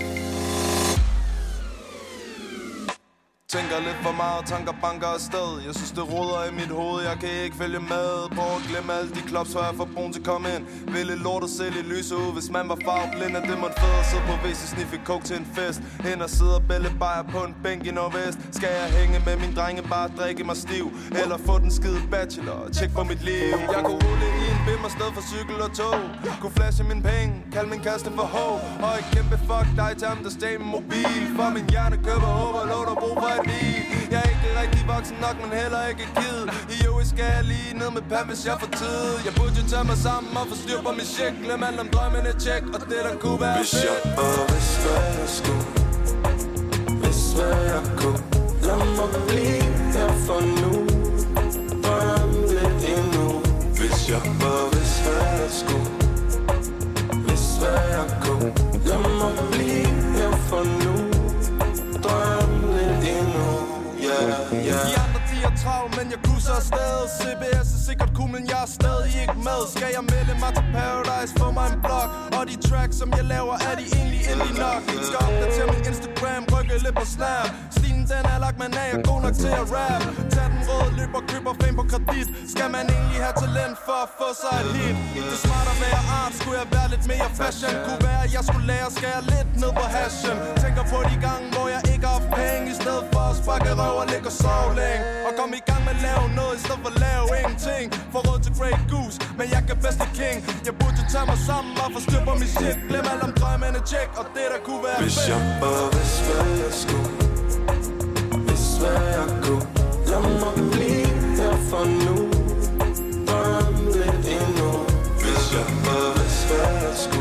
Tænker lidt for meget, tanker banker afsted. Jeg synes det roder i mit hoved, jeg kan ikke følge med. Prøv at glemme alle de klops, så jeg får brun til at komme ind. Ville lortet selv i lyse ud, hvis man var farveblind. Er det måtte federe sidde på V C, sniffe coke til en fest. Hen og sidde og bælle bajer på en bænk i Nordvest. Skal jeg hænge med min drenge, bare drikke mig stiv, eller få den skide bachelor og tjek på mit liv. Jeg kunne rulle i en bimmer sted for cykel og tog. Kunne flashe min penge, kalde min kaste for hov. Og et kæmpe fuck dig til ham, der steg min mobil. For min hjerne køber overload og brug for et liv. Jeg er ikke rigtig voksen nok, men heller ikke kid. I øvrigt skal jeg lige ned med pam, hvis jeg får tid. Jeg burde jo tage mig sammen og få styr på min shit. Glem alt om drømmene, tjek, og det der kunne være hvis fedt. Hvis jeg bare vidste, hvad jeg skulle, hvis hvad jeg kunne, lad mig blive her for nu, drøm lidt endnu. Hvis jeg bare vidste, hvad jeg skulle, hvis hvad jeg kunne, lad mig blive her for nu, drøm lidt endnu. Yeah, yeah. De andre de er travlt, men jeg cruiser afsted. C B S er sikkert cool, men jeg er stadig ikke med. Skal jeg melde mig til Paradise, få mig en blog. Og de tracks, som jeg laver, er de egentlig indie nok. Skal opdatere min Instagram, rykke lidt på snap. Stilen den er lagt, man af, jeg er god nok til at rap. Tag den røde, løb og køber fame på kredit. Skal man egentlig have talent for at få sig et hit? Det er smart at være art, skulle jeg være lidt mere fashion. Kunne være, at jeg skulle lære, skal jeg lidt ned på hashen. Tænker på de gange, hvor jeg ikke har haft penge. I stedet for at sparke røv og ligge og sove længe. Og kom i gang med at lave noget, i stedet for at lave ingenting. For råd til Grey Goose, men jeg kan bedst lide King. Jeg burde jo tage mig sammen og få styr på min shit. Glem alt om drømmene, tjek, og det der kunne være fedt. Hvis jeg bare vidste, hvad jeg skulle, hvis hvad jeg kunne, lad mig blive her for nu, drøm lidt endnu. Hvis jeg bare vidste, hvad jeg skulle.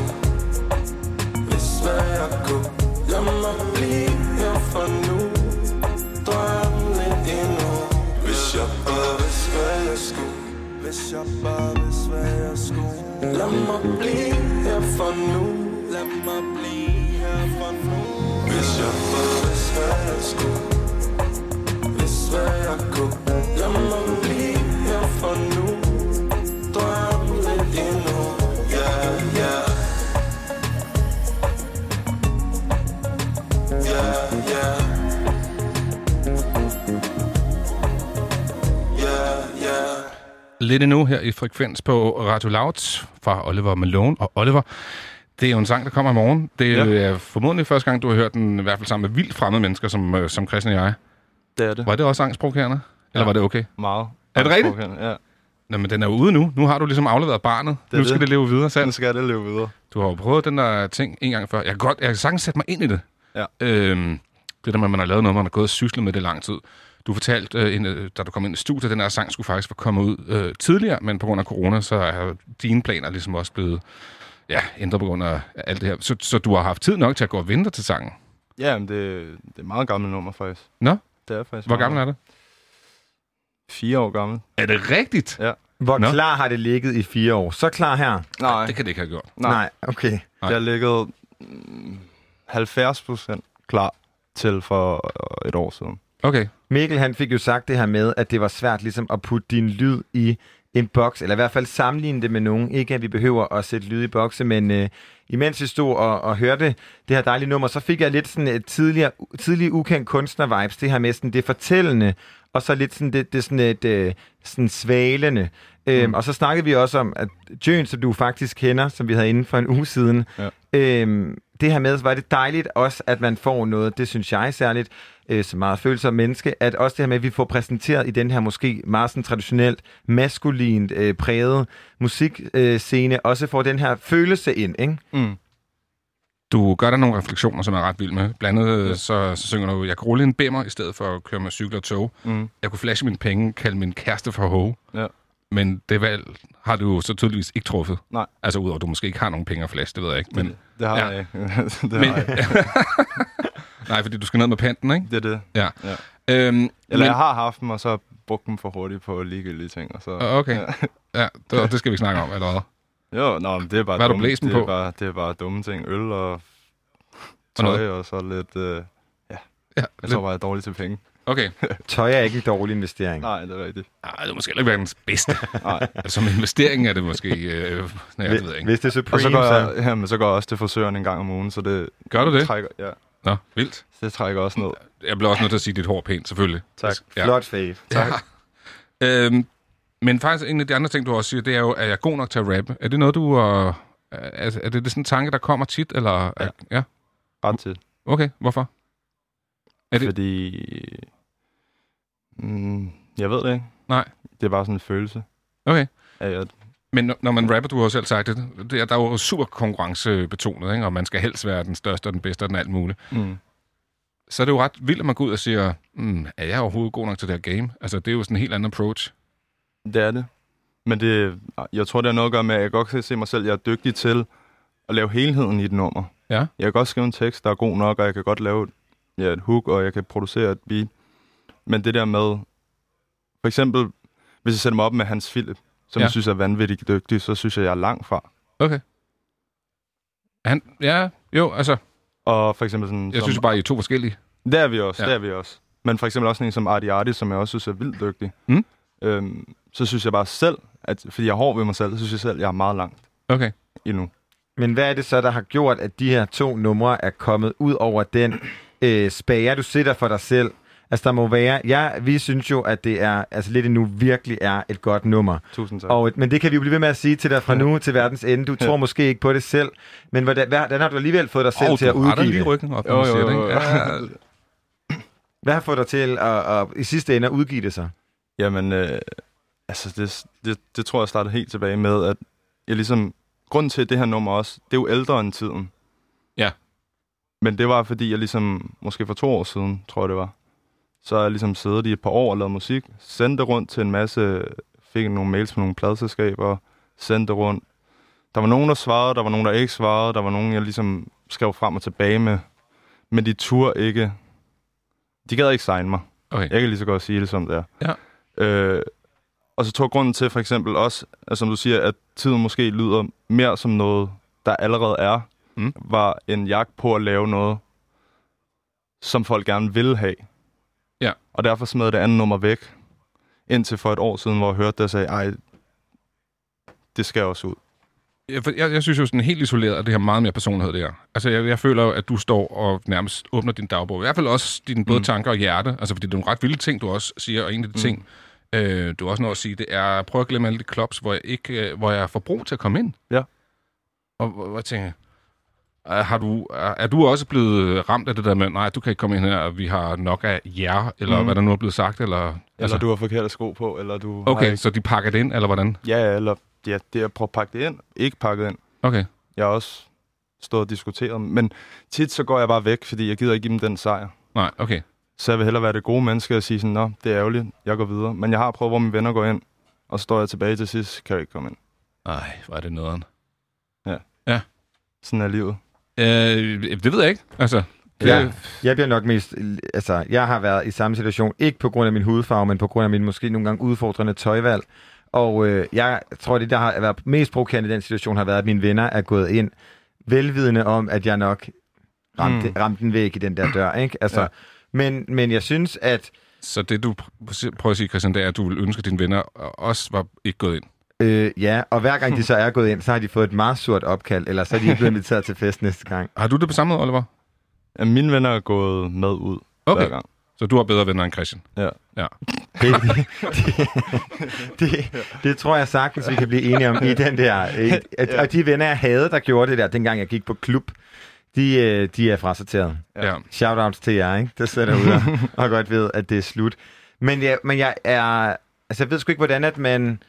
jeg gå. Lad mig blive her for nu. Drøm lidt endnu. Hvis jeg bare vidste, hvad jeg skulle. Hvis jeg bare vidste, hvad jeg skulle. Lad mig blive her for nu. Lad mig blive her for nu. Hvis jeg bare vidste, hvad jeg skulle. Hvis hvad jeg kunne. Lad mig blive her for nu. Drøm lidt endnu. Yeah, yeah. Yeah, yeah. Yeah, yeah. Lidt endnu her i Frekvens på Radio Loud fra Oliver Malone. Og Oliver, det er jo en sang, der kommer i morgen. Det er ja. formodentlig første gang, du har hørt den, i hvert fald sammen med vildt fremmede mennesker, som, som Christian og jeg. Det er det. Var det også angstprovokerende? Eller ja. var det okay? Meget. Er det rigtigt? Ja. Nå, men den er jo ude nu. Nu har du ligesom afleveret barnet. Det nu skal det. det leve videre selv. Nu skal det leve videre. Du har jo prøvet den der ting en gang før. Jeg kan godt, jeg kan sagtens sætte mig ind i det. Ja. Øhm, det der med, at man har lavet noget, man har gået og syslet med det lang tid. Du fortalte, øh, en, da du kom ind i studiet, at den her sang skulle faktisk være kommet ud øh, tidligere, men på grund af corona, så er dine planer ligesom også blevet ja, ændret på grund af alt det her. Så, så du har haft tid nok til at gå og vente til sangen? Ja, men det, det er meget gammelt nummer, faktisk. Nå? Det er faktisk. Hvor gammel er det? Fire år gammel. Er det rigtigt? Ja. Hvor Nå. klar har det ligget i fire år? Så klar her? Nej. Det kan det ikke have gjort. Nej, Nej okay. Nej. Det har ligget mm, halvfjerds procent klar til for et år siden. Okay. Mikkel, han fik jo sagt det her med, at det var svært ligesom at putte din lyd i en boks, eller i hvert fald sammenligne det med nogen. Ikke at vi behøver at sætte lyd i bokse, men øh, imens vi stod og, og hørte det her dejlige nummer, så fik jeg lidt sådan et tidligere, tidlig ukendt kunstner-vibes. Det her med sådan det fortællende, og så lidt sådan det, det sådan et øh, sådan svalende. Mm. Øhm, og så snakkede vi også om, at Jøen, som du faktisk kender, som vi havde inden for en uge siden, ja. øhm, det her med, så var det dejligt også, at man får noget, det synes jeg særligt, øh, som meget følsom menneske, at også det her med, at vi får præsenteret i den her måske meget sådan traditionelt, maskulint øh, præget musikscene, øh, også får den her følelse ind, ikke? Mm. Du gør der nogle refleksioner, som er ret vild med. Blandt andet ja. så, så synger du, jeg kan rulle en bimmer, i stedet for at køre med cykler og tog. Mm. Jeg kunne flashe mine penge, kalde min kæreste for ho. Ja. Men det valg har du så tydeligvis ikke truffet. Nej. Altså udover, at du måske ikke har nogen penge at flashe, det ved jeg ikke. Men, det, det har ja. jeg ikke. det men, har jeg. Nej, fordi du skal ned med panten, ikke? Det er det. Ja. ja. Øhm, Eller men, jeg har haft dem, og så brugt dem for hurtigt på ligegyldige ting. Og så, okay. Ja, ja det, det skal vi ikke snakke om, eller hvad? Jo, nå, men det er bare Hvad dumme, du blæst dem det er på? Bare, det er bare dumme ting. Øl og tøj, og, og så lidt... Øh, ja, ja jeg tror bare, jeg er dårlig til penge. Okay. Tøj er ikke en dårlig investering. Nej, det er rigtigt. Nej, det er måske heller ikke verdens bedste. Nej. Altså, som investering er det måske... Øh, nej, det ved jeg ikke. Hvis det er Supreme, og så går, jeg, så... ja, men så går jeg også til frisøren en gang om ugen, så det... Gør du det? Trækker, ja. Nå, vildt. Det trækker også ned. Jeg bliver også nødt til at sige dit hår pænt, selvfølgelig. Tak. Ja. Flot fave. Tak. Ja. Øhm, men faktisk en af de andre ting, du også siger, det er jo, er jeg god nok til at rappe? Er det noget, du... Øh, er, er det sådan en tanke, der kommer tit, eller... Ja. Er, ja? Ret tit. Okay, hvorfor? Er det... Fordi... Mm, jeg ved det ikke. Nej. Det er bare sådan en følelse. Okay. Af, at... Men når, når man rapper, du har jo selv sagt det, det er, der er jo super konkurrencebetonet, ikke? Og man skal helst være den største og den bedste og den alt muligt. Mm. Så er det jo ret vildt, at man går ud og siger, mm, er jeg overhovedet god nok til det her game? Altså, det er jo sådan en helt anden approach. Det er det. Men det, jeg tror, det har noget at gøre med, at jeg godt kan se mig selv, at jeg er dygtig til at lave helheden i et nummer. Ja. Jeg kan godt skrive en tekst, der er god nok, og jeg kan godt lave ja, et hook, og jeg kan producere et beat. Men det der med, for eksempel, hvis jeg sætter mig op med Hans Philip, som ja. jeg synes er vanvittigt dygtig, så synes jeg, jeg er langt fra. Okay. Han, ja, jo, altså... Og for eksempel sådan... Jeg som, synes bare, I er to forskellige. Det er vi også, ja. det er vi også. Men for eksempel også en som Arti Arti, som jeg også synes er vildt dygtig. Mm. Øhm, så synes jeg bare selv, at fordi jeg er hård ved mig selv, så synes jeg selv, at jeg er meget langt. Okay. Endnu. Men hvad er det så, der har gjort, at de her to numre er kommet ud over den øh, spære, du sætter for dig selv? Altså, der må være... Ja, vi synes jo, at det er... Altså, lidt endnu virkelig er et godt nummer. Tusind tak. Og, men det kan vi jo blive ved med at sige til dig fra nu til verdens ende. Du tror måske ikke på det selv. Men hvordan, hvordan har du alligevel fået dig selv oh, til at udgive det? lige ryggen op, jo, jo, jo, jo. Ja. Hvad har fået dig til at, at, at i sidste ende at udgive det så? Jamen, øh, altså, det, det, det tror jeg startede helt tilbage med, at jeg ligesom... Grunden til det her nummer også, det er jo ældre end tiden. Ja. Men det var, fordi jeg ligesom... Måske for to år siden, tror jeg det var. Så har jeg ligesom siddet i et par år og lavet musik. Sendte rundt til en masse... Fik nogle mails fra nogle pladeselskaber. Sendte rundt. Der var nogen, der svarede. Der var nogen, der ikke svarede. Der var nogen, jeg ligesom skrev frem og tilbage med, men de turde ikke, de gad ikke signe mig. Okay. Jeg kan lige så godt sige det, som det er. Ja. Øh, og så tog grunden til for eksempel også, at, som du siger, at tiden måske lyder mere som noget, der allerede er, mm. var en jagt på at lave noget, som folk gerne ville have. Ja. Og derfor smed det andet nummer væk, indtil for et år siden, hvor jeg hørte det og sagde, ej, det skal også ud. Jeg, jeg, jeg synes jo sådan helt isoleret, at det har meget mere personlighed, det her. Altså, jeg, jeg føler jo, at du står og nærmest åbner din dagbog. I hvert fald også dine både mm. tanker og hjerte. Altså, fordi det er nogle ret vilde ting, du også siger, og en af de mm. ting, øh, du også når at sige, det er, prøv at glemme alle de klops, hvor jeg, ikke, hvor jeg får brug til at komme ind. Ja. Og hvad tænker jeg? Har du, er, er du også blevet ramt af det der med, nej, du kan ikke komme ind her, og vi har nok af jer, eller mm. hvad der nu er blevet sagt, eller... Eller altså, du har forkerte sko på, eller du... Okay, har... så de pakker det ind, eller hvordan? Ja, eller ja, det er at prøve at pakke det ind, ikke pakket ind. Okay. Jeg har også stået og diskuteret, men tit så går jeg bare væk, fordi jeg gider ikke give dem den sejr. Nej, okay. Så jeg vil hellere være det gode menneske og sige sådan, nå, det er ærgerligt, jeg går videre. Men jeg har prøvet, hvor mine venner går ind, og så står jeg tilbage til sidst, kan jeg ikke komme ind. Nej, hvor er det nederen. Ja. Ja. Sådan er livet. Øh, det ved jeg ikke. Altså, det... ja, jeg bliver nok mest... Altså, jeg har været i samme situation, ikke på grund af min hudfarve, men på grund af min måske nogle gange udfordrende tøjvalg. Og øh, jeg tror, det der har været mest provokerende i den situation, har været, at mine venner er gået ind, velvidende om, at jeg nok ramte, mm. ramte en væg i den der dør, ikke? Altså, ja. men, men jeg synes, at... Så det, du prøver at sige, Christian, det er, at du vil ønske, at dine venner også var ikke gået ind? Øh, ja, og hver gang de så er gået ind, så har de fået et meget surt opkald, eller så er de blevet inviteret til fest næste gang. Har du det på samme måde, Oliver? Ja, mine venner er gået med ud okay. hver gang. Så du har bedre venner end Christian? Ja. ja. Det, det, det, det, det tror jeg sagtens, vi kan blive enige om i den der. At, og de venner, jeg havde, der gjorde det der, dengang jeg gik på klub, de, de er frasorteret. Ja. Shoutouts til jer, ikke? Der sidder derude og, og godt ved, at det er slut. Men jeg, men jeg er... Altså, jeg ved sgu ikke, hvordan at man...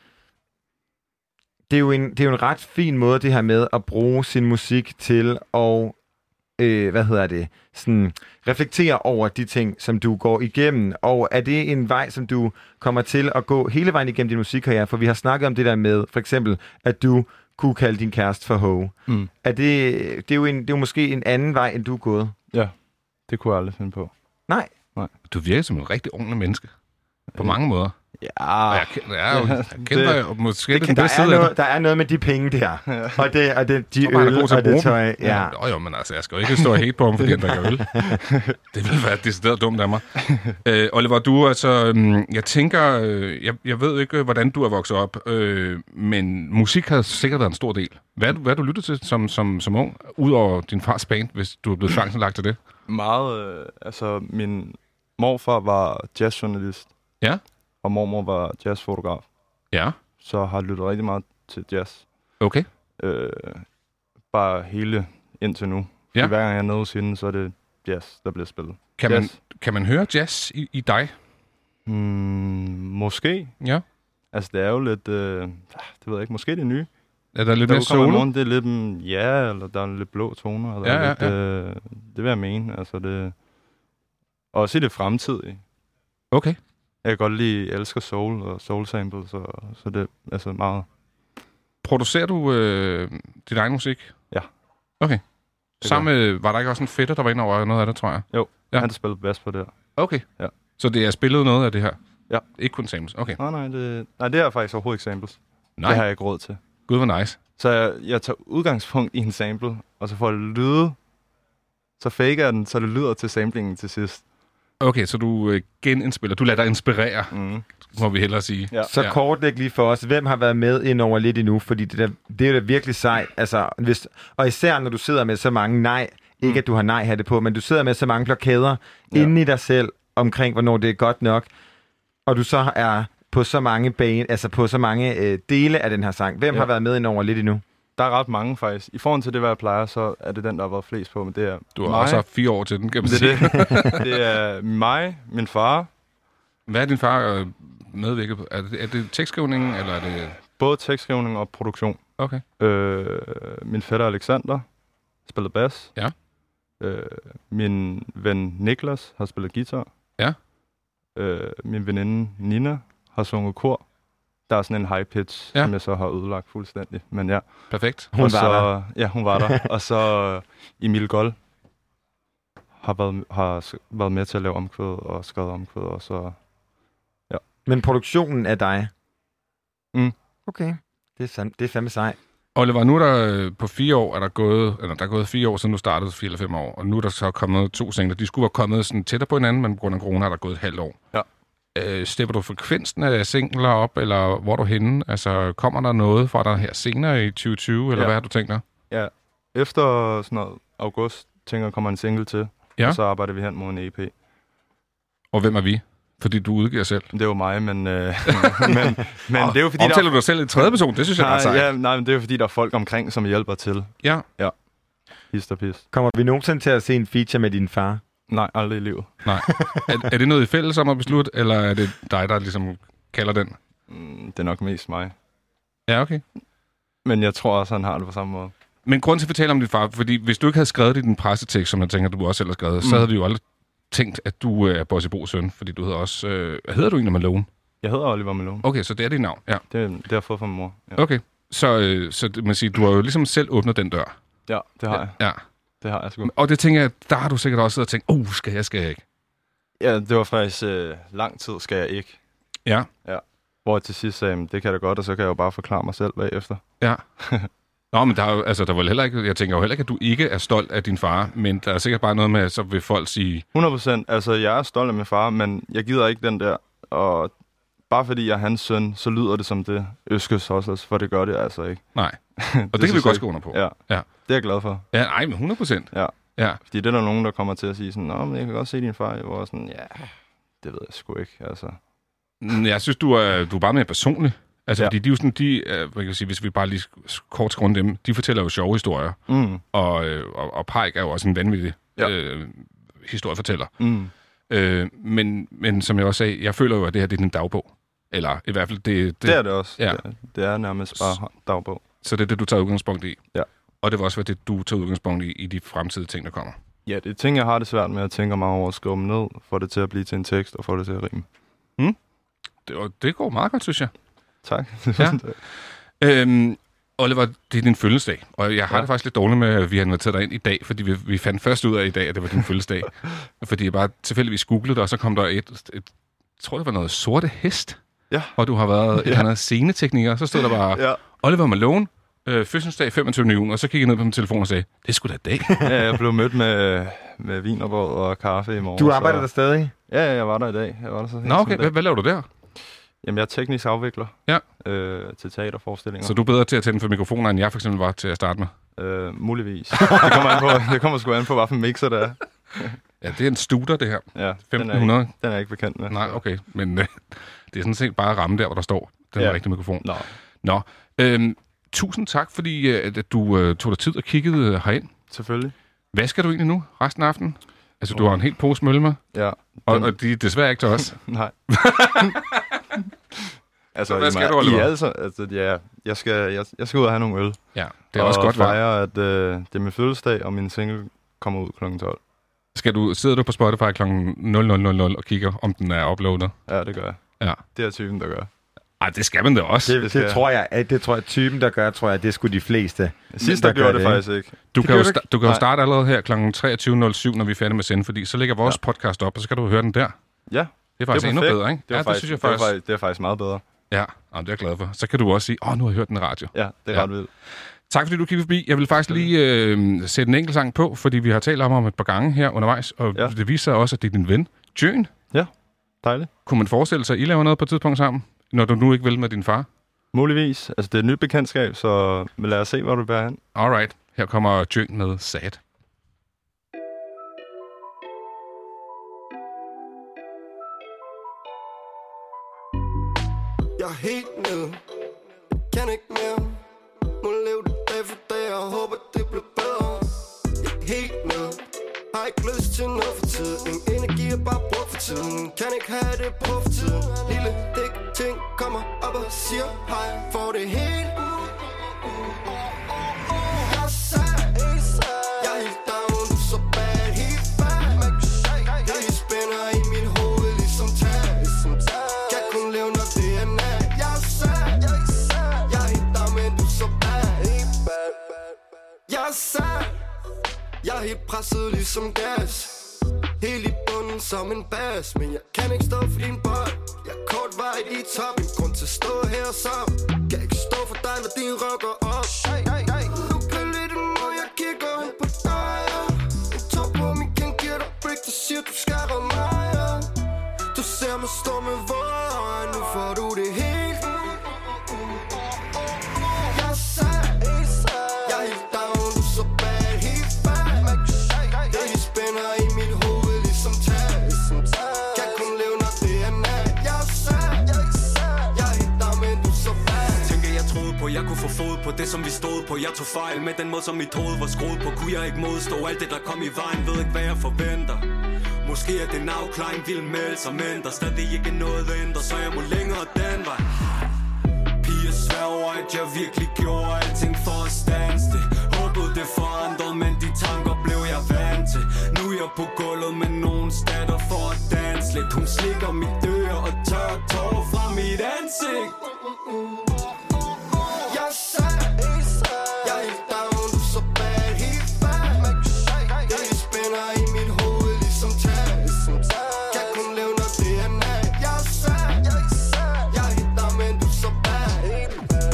Det er, jo en, det er jo en ret fin måde, det her med at bruge sin musik til at, øh, hvad hedder det, sådan, reflektere over de ting, som du går igennem. Og er det en vej, som du kommer til at gå hele vejen igennem din musikkarriere? For vi har snakket om det der med, for eksempel, at du kunne kalde din kæreste for Ho. Mm. Er det, det, er jo en, det er jo måske en anden vej, end du er gået. Ja, det kunne jeg aldrig finde på. Nej. Nej. Du virker som en rigtig ordentlig menneske. På mange måder. Ja, og jeg, jeg, jeg, jeg kender dig måske det, det, der, er noget, der er noget med de penge der. Og det, og det, de øl og det tøj. Ja. Ja. Jo, jo, men altså, jeg skal jo ikke stå og hate på ham, fordi han drikker øl. Det ville være decideret dumt af mig. Øh, Oliver, du altså, jeg tænker, øh, jeg, jeg ved ikke, hvordan du er vokset op, øh, men musik har sikkert været en stor del. Hvad, hvad har du lyttet til som, som, som ung, udover din fars band, hvis du er blevet tvangslagt til det? Meget, øh, altså min morfar var jazzjournalist. Ja. Og mormor var jazzfotograf. Ja. Så har lyttet rigtig meget til jazz. Okay. Øh, bare hele indtil nu. Ja. Hver gang jeg er nede hos hende, så er det jazz, der bliver spillet. Kan, jazz. man, kan man høre jazz i, i dig? Hmm, måske. Ja. Altså, det er jo lidt... Øh, det ved jeg ikke. Måske det nye. Er der lidt der mere solo? Morgen, det er lidt... Mm, ja, eller der er lidt blå toner. Eller ja, ja, lidt, ja. Øh, det vil jeg mene. Altså, det... Også i det fremtidige. Okay. Jeg kan godt lide, jeg elsker soul og soul samples, og, så det er altså meget... Producerer du øh, din egen musik? Ja. Okay. Sammen med, var der ikke også en fætter, der var inde over noget af det, tror jeg? Jo, ja. Han spillede bass på det her. Okay. Ja. Så det er spillet noget af det her? Ja. Ikke kun samples? Okay. Nej, nej, det, nej, det er faktisk overhovedet ikke samples. Nej. Det har jeg ikke råd til. Gud, hvor nice. Så jeg, jeg tager udgangspunkt i en sample, og så får det lyde, så faker jeg den, så det lyder til samplingen til sidst. Okay, så du øh, genindspiller. Du lader dig inspirere, mm. må vi hellere sige. Ja. Så ja. Kortlæg lige for os, hvem har været med ind over lidt endnu, fordi det, der, det er jo da virkelig sejt. Altså, hvis, og især når du sidder med så mange nej, ikke mm. at du har nej-hatte på, men du sidder med så mange blokader ja. inde i dig selv, omkring hvornår det er godt nok, og du så er på så mange bane, altså på så mange øh, dele af den her sang. Hvem ja. har været med ind over lidt endnu? Der er ret mange, faktisk. I forhold til det, hvad jeg plejer, så er det den, der har været flest på, men det er Du har mig. også haft fire år til den, kan man det, sige. Det, det er mig, min far. Hvad er din far øh, medvirket på? Er det, er det tekstskrivningen, eller er det... Både tekstskrivning og produktion. Okay. Øh, min fætter Alexander spiller bass. Ja. Øh, min ven Niklas har spillet guitar. Ja. Øh, min veninde Nina har sunget kor. Der er sådan en high pitch, Ja. som jeg så har ødelagt fuldstændig. Men ja. Perfekt. Hun og var så, der. Ja, hun var der. Og så Emil Gold har været, har s- været med til at lave omkvædet og skrevet omkvædet. Og så, Men produktionen er dig? Mm. Okay. Det er, sam- det er fandme sej. Oliver, nu er der øh, på fire år, er der gået, eller der er gået fire år, siden du startede, fire eller fem år, og nu er der så kommet to singler. De skulle være kommet sådan tættere på hinanden, men på grund af corona er der gået et halvt år. Ja. Øh, stepper du frekvensen af singler op, eller hvor er du henne? Altså, kommer der noget fra dig her senere i tyve tyve, eller Ja. hvad har du tænkt dig? ja, efter sådan noget august, tænker jeg, kommer en single til. Ja. Og så arbejder vi hen mod en E P. Og hvem er vi? Fordi du udgiver selv. Det er jo mig, men, øh, men, men Og det er jo fordi, omtaler der, du dig selv i tredje person? Det synes jeg er ret nej, sejt. ja, nej, men det er jo fordi, der er folk omkring, som hjælper til. Ja. Hist og pis. Kommer vi nogensinde til at se en feature med din far? Nej, aldrig i livet. Nej. Er, er det noget, I fælles om at beslutte, eller er det dig, der ligesom kalder den? Mm, det er nok mest mig. Ja, okay. Men jeg tror også, han har det på samme måde. Men grunden til at fortælle om din far, fordi hvis du ikke havde skrevet det i din pressetekst, som jeg tænker, du også selv har skrevet, mm. så havde vi jo aldrig tænkt, at du er Bossy Bo's søn, fordi du hedder også... Øh, hedder du egentlig Malone? Jeg hedder Oliver Malone. Okay, så det er dit navn, ja. Det, det har jeg fået fra min mor. Ja, Okay, så, øh, så det- man siger, du har jo ligesom selv åbnet den dør. ja det har jeg. Ja. Det har jeg sgu. Og det tænker jeg, der har du sikkert også siddet og tænkt, oh, skal jeg, skal jeg ikke? Ja, det var faktisk øh, lang tid, skal jeg ikke. Ja, Hvor jeg til sidst sagde, det kan jeg da godt, og så kan jeg jo bare forklare mig selv bagefter. ja. Nå, men der er jo, altså, der var heller ikke, jeg tænker jo heller ikke, at du ikke er stolt af din far, men der er sikkert bare noget med, så vil folk sige, hundrede procent. Altså, jeg er stolt af min far, men jeg gider ikke den der. Og bare fordi jeg er hans søn, så lyder det som det øskes også, for det gør det altså ikke. nej. Og det, det kan synes vi jeg godt ikke. skrive under på. Ja. Ja. Det er jeg glad for. Ja, nej, men hundrede procent. Ja. Ja. Fordi det er der nogen, der kommer til at sige sådan, nå, men jeg kan godt se din far. Hvor sådan, ja, det ved jeg sgu ikke, altså. Mm, Jeg synes, du er, du er bare mere personlig. Altså, ja. Ja. Fordi de er jo sådan, de, øh, hvad kan jeg sige, hvis vi bare lige sk- kort skal runde dem, de fortæller jo sjove historier. Mm. Og, øh, og, og Pike er jo også en vanvittig Ja. øh, historiefortæller. Mm. Øh, men, men som jeg også sagde, jeg føler jo, at det her det er din dagbog. Eller i hvert fald, det, det, Det er det også. Ja. Det, er, det er nærmest bare dagbog. så det er det, du tager udgangspunkt i. Ja. Og det vil også være det, du tager udgangspunkt i, i de fremtidige ting, der kommer. Ja, det er ting, jeg har det svært med at tænke mig over at skrive dem ned, få det til at blive til en tekst og få det til at rime. Det, og det går meget godt, synes jeg. Tak. Ja. Øhm, Oliver, det er din fødselsdag, og jeg har ja. Ja. det faktisk lidt dårligt med, at vi har inviteret dig ind i dag, fordi vi, vi fandt først ud af i dag, at det var din fødselsdag. Fordi jeg bare tilfældigvis googlede det, og så kom der et, et, et jeg tror, det var noget sorte hest, Ja. hvor du har været et Ja. eller andet scenetekniker, så stod der bare, Ja. Oliver Malone, øh, fødselsdag femogtyvende juni, og så kiggede jeg ned på min telefon og sagde, det er sgu da i dag. Ja, jeg blev mødt med, med vinerbrød og kaffe i morgen. Du arbejder så... der stadig? Ja, ja, jeg var der i dag. Jeg var der så Nå, okay, hvad, hvad laver du der? Jamen, jeg er teknisk afvikler Ja. øh, til teaterforestillinger. Så du er bedre til at tænde for mikrofoner, end jeg for eksempel var til at starte med? Øh, muligvis. Det kommer, an på, det kommer sgu an på, hvad for en mixer det er. Ja, det er en Studer, det her. Ja, femten Den er, hundrede. ikke, den er jeg ikke bekendt med. Nej, okay, men øh, det er sådan set bare at ramme der, hvor der står den Ja. rigtige mikrofon. Nå, Nå, øhm, tusind tak, fordi øh, at du øh, tog dig tid og kiggede øh, herind. selvfølgelig. Hvad skal du egentlig nu resten af aftenen? Altså, du Åh. har en helt pose mølle med, Ja. og, Den- og de er desværre ikke til os. Nej. altså, Så hvad i skal mig- du, Oliver? I altså, altså, ja, jeg skal, jeg, jeg skal ud og have nogle øl. Ja, det er også godt vejr. fejre, at øh, det er min fødselsdag, og min single kommer ud klokken tolv. Skal du, sidder du på Spotify klokken nul nul nul nul og kigger, om den er uploadet? Ja, det gør jeg. Ja. Det er typen, der gør. Ej, det skal man da også. Det, Det det, skal tror jeg, at det tror jeg, typen, der gør, tror jeg, det er sgu de fleste. Sidst der der gjorde gør det, det, faktisk ikke. Du Det kan, jo gør du sta- du kan jo Nej. starte allerede her klokken treogtyve nul syv, når vi er færdige med sende, fordi så ligger vores ja. podcast op, og så kan du høre den der. Ja, Det er faktisk det endnu perfekt. bedre, ikke? Det, var ja, faktisk, det synes jeg det, var faktisk. faktisk, det er faktisk meget bedre. Ja, jamen, det er jeg glad for. Så kan du også sige, åh, nu har jeg hørt den i radio. Ja, det er Ja. ret vildt. Tak fordi du kiggede forbi. Jeg vil faktisk lige øh, sætte en enkelt sang på, fordi vi har talt om ham et par gange her undervejs, og ja. Ja. det viser sig også, at det er din ven, Jøen. Dejligt. Kunne man forestille sig, at I laver noget på et tidspunkt sammen, når du nu ikke vil med din far? Muligvis. Altså, det er et nyt bekendtskab, så lad os se, hvor du bærer hen. Alright, her kommer Jøen med Sad. Jeg er helt nede, kan ikke mere. Må leve det dag for dag, og håber det bliver bedre. Jeg er helt nede, har ikke lyst til noget for tiden. Min energi er bare brugt for tiden, kan ikke have det på for tiden. Lille dik ting kommer op og siger hej, får det helt. Jeg er sad, jeg er helt down, du så bad, helt bad. Det spænder i mit hoved ligesom tag. Kan kun leve, når det er nat. Jeg er sad, er helt presset ligesom gas. Helt i bunden som en bas. Men jeg kan ikke stå for din bold. Jeg er kort vej i top. En grund til at stå her så. Kan ikke stå for dig, når din rocker op. Du kan lidt imod, jeg kigger hen på dig. En top på min kan give dig break. Du siger, du skal ramme mig. Du ser mig stå med våde øjne. Nu får du det helt. Jeg sagde, jeg er helt down. Du så bad, helt bad. Det er spænder i mit hoved ligesom tag. Kan kun leve når det er nat. Jeg sagde, jeg er helt down, men du så bad. Tænker jeg troede på, jeg kunne få fod på det som vi stod på. Jeg tog fejl med den måde som mit hoved var skruet på. Kunne jeg ikke modstå alt det der kom i vejen. Ved ikke hvad jeg forventer. Måske er det en afklaring, vil melde sig, men der stadig ikke noget ændre, så jeg må længere den vej. Piger sværger, at jeg virkelig gjorde alting for at stands det. Håbede det forandrede, men de tanker blev jeg vant til. Nu er jeg på gulvet med nogen statter for at danse lidt. Hun slikker mit øre og tør tårer fra mit ansigt. Jeg sagde, jeg er helt down, du så bad, helt bad. Det spænder i mit hoved ligesom tag. Kan kun leve når det er nat. Jeg sagde, jeg er helt down, men du så bad, helt bad.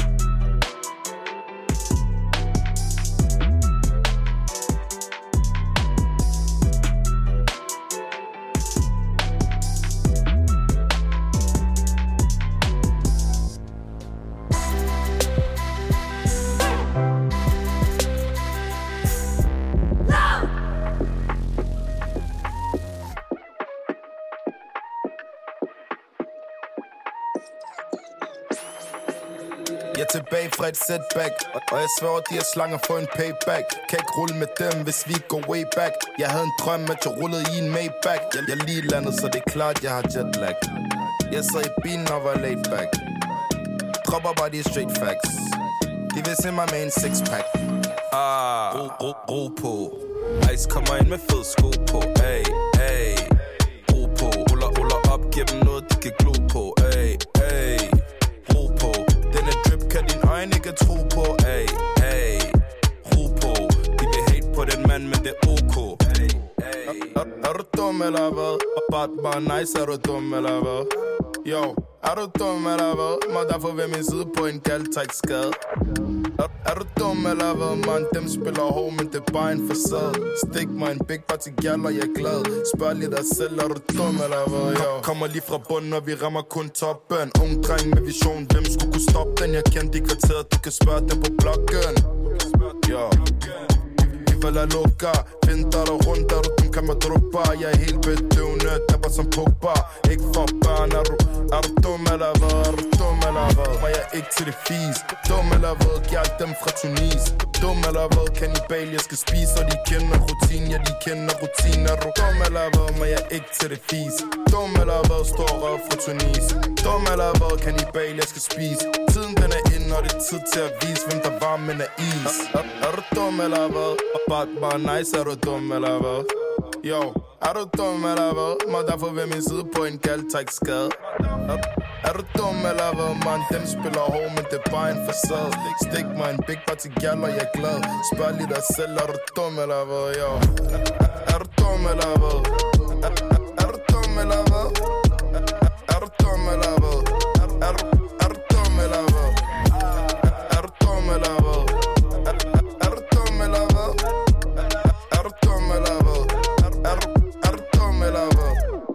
Jeg er tilbage fra et setback, og jeg sværger, de her slanger for en payback. Kan ikke rulle med dem, hvis vi går way back. Jeg havde en drøm, at jeg rullede i en Maybach. Jeg, jeg lige landet, så det er klart, jeg har jetlag. Jeg sad i bilen og var laid back. Dropper bare de straight facts. De vil se mig med en sixpack. Ah, ro, ro, ro på. Ice kommer ind med fed sko på. Ay, ay, ro på. Ruller, ruller op, giver dem noget, de kan glo på. Ay, ay, ro på. Denne drip kan din øjne ikke tro på. Ay, ay, ro på. De vil hate på den mand, men det er ok. Ay, ay. Er, er du dum eller hvad? Bare, bare nice, er du dum eller hvad? Yo, er du dum eller hvad? Må derfor ved min side på en kald tight skade. Er, er du dum eller hvad, man? Dem spiller hård, men det er bare en facade. Stik mig en big party gal, og jeg er glad. Spørg lige dig selv, er du dum eller hvad? Yo. Kommer lige fra bunden, og vi rammer kun toppen. Ung dreng med vision, hvem skulle kunne stoppe den? Jeg kendte i kvarteret, du kan spørge dem på bloggen. Yo. Eller lukker, vinter der rundt, er du dum, kan man drukke. Jeg er helt bedøvende, dabber som Pogba. Ikke for børn, er du, er du dum eller hvad, er du dum eller hvad? Var jeg ikke til det fis, dum eller hvad, giver alt dem fra Tunis. Dum eller hvad, kannibal, jeg skal spise, og de kender rutin, ja de kender rutin. Er du dum eller hvad, var jeg ikke til det fis. Dum eller hvad, stor røv fra Tunis. Dum eller hvad, kannibal, jeg skal spise. Tiden den er inde, og det er tid til at vise, hvem der var, men er is. Er, er, er du dum eller hvad? Bare, bare nice, er du dum eller hvad? Yo, er du dum eller hvad? Må derfor ved min side på en kald tight skade. Er, er du dum eller hvad, man? Dem spiller hård, men det er bare en facade. Stik mig en big party gal, og jeg er glad. Spørg lige dig selv, er du dum eller hvad? Yo, er, er du dum eller hvad? Er, er, er du dum eller hvad? Er, er du dum eller hvad? Er, er, du, er du dum eller hvad? Er, er du dum eller hvad? Er, er du dum eller hvad? Er du dum eller hvad? Er, er, du, er du dum eller hvad?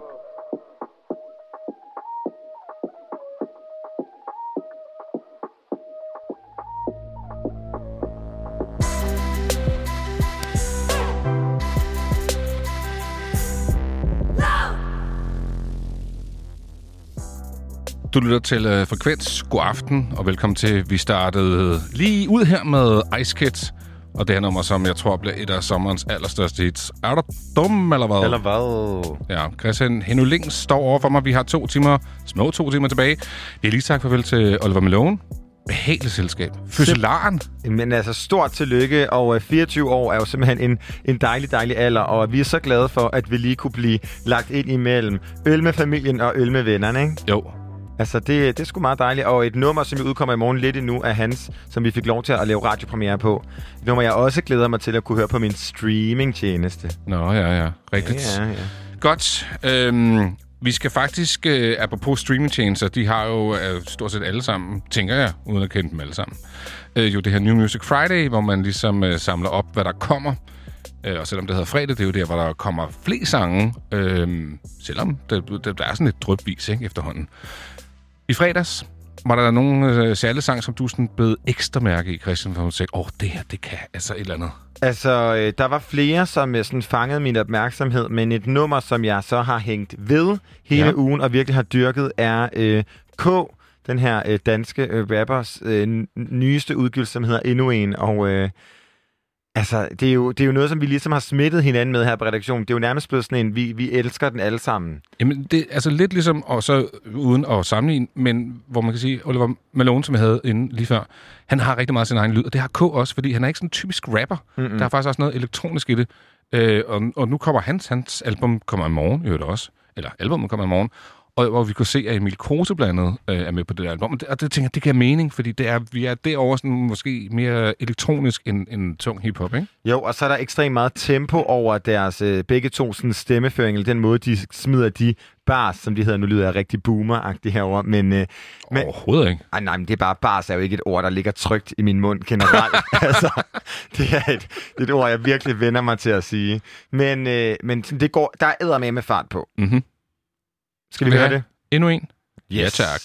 Du lytter til uh, Frekvens. God aften, og velkommen til. Vi startede lige ud her med Ice Kids, og det her nummer, som jeg tror bliver et af sommerens allerstørste hits. Er du dum, eller hvad? Eller hvad? Ja, Christian Henulings står over for mig. Vi har to timer, små to timer tilbage. Vi har lige sagt farvel til Oliver Malone. Behageligt selskab. Fødselaren. Men altså, stort tillykke, og fireogtyve år er jo simpelthen en, en dejlig, dejlig alder, og vi er så glade for, at vi lige kunne blive lagt ind imellem øl med familien og øl med vennerne, ikke? Jo. Altså, det, det er sgu meget dejligt. Og et nummer, som udkommer i morgen lidt endnu, er hans, som vi fik lov til at lave radiopremiere på. Et nummer, jeg også glæder mig til at kunne høre på min streamingtjeneste. Nå, ja, ja. Rigtigt. Ja, ja, ja. Godt. Øhm, vi skal faktisk, øh, apropos streamingtjenester, de har jo øh, stort set alle sammen, tænker jeg, uden at kende dem alle sammen, øh, jo det her New Music Friday, hvor man ligesom øh, samler op, hvad der kommer. Øh, og selvom det hedder fredag, det er jo der, hvor der kommer flest sange, øh, selvom der, der, der er sådan et drypvis, ikke, efterhånden. I fredags var der nogle øh, særlige sang, som du sådan blev ekstra mærke i, Christian, hvor du sagde, åh, oh, det her, det kan altså et eller andet. Altså, øh, der var flere, som øh, sådan fangede min opmærksomhed, men et nummer, som jeg så har hængt ved hele ja. ugen og virkelig har dyrket, er øh, K, den her øh, danske øh, rappers øh, nyeste udgivelse, som hedder Endnu En, og øh, altså, det er, jo, det er jo noget, som vi ligesom har smittet hinanden med her på redaktionen. Det er jo nærmest blevet sådan en, vi, vi elsker den alle sammen. Jamen, det er altså lidt ligesom, og så uden at sammenligne, men hvor man kan sige, Oliver Malone, som jeg havde inde lige før, han har rigtig meget sin egen lyd, og det har K også, fordi han er ikke sådan en typisk rapper. Mm-hmm. Der er faktisk også noget elektronisk i det. Øh, og, og nu kommer hans, hans album kommer i morgen, jo det også. Eller albumet kommer i morgen. Og hvor vi kunne se, at Emil Kruse blandt andet øh, er med på det der album. Og det, og det tænker jeg, det giver mening, fordi det er, vi er derovre sådan måske mere elektronisk end, end tung hiphop, ikke? Jo, og så er der ekstremt meget tempo over deres øh, begge to sådan stemmeføring, eller den måde, de smider de bars, som de hedder. Nu lyder jeg rigtig boomer-agtigt herovre, men... Øh, men overhovedet ikke. Ej, nej, men det er bare, bars er jo ikke et ord, der ligger trygt i min mund generelt. altså, det er et, det er et ord, jeg virkelig vender mig til at sige. Men, øh, men det går, der er eddermame med fart på. Mhm. Skal vi, vi høre det? Endnu en? Yes. Ja, tak.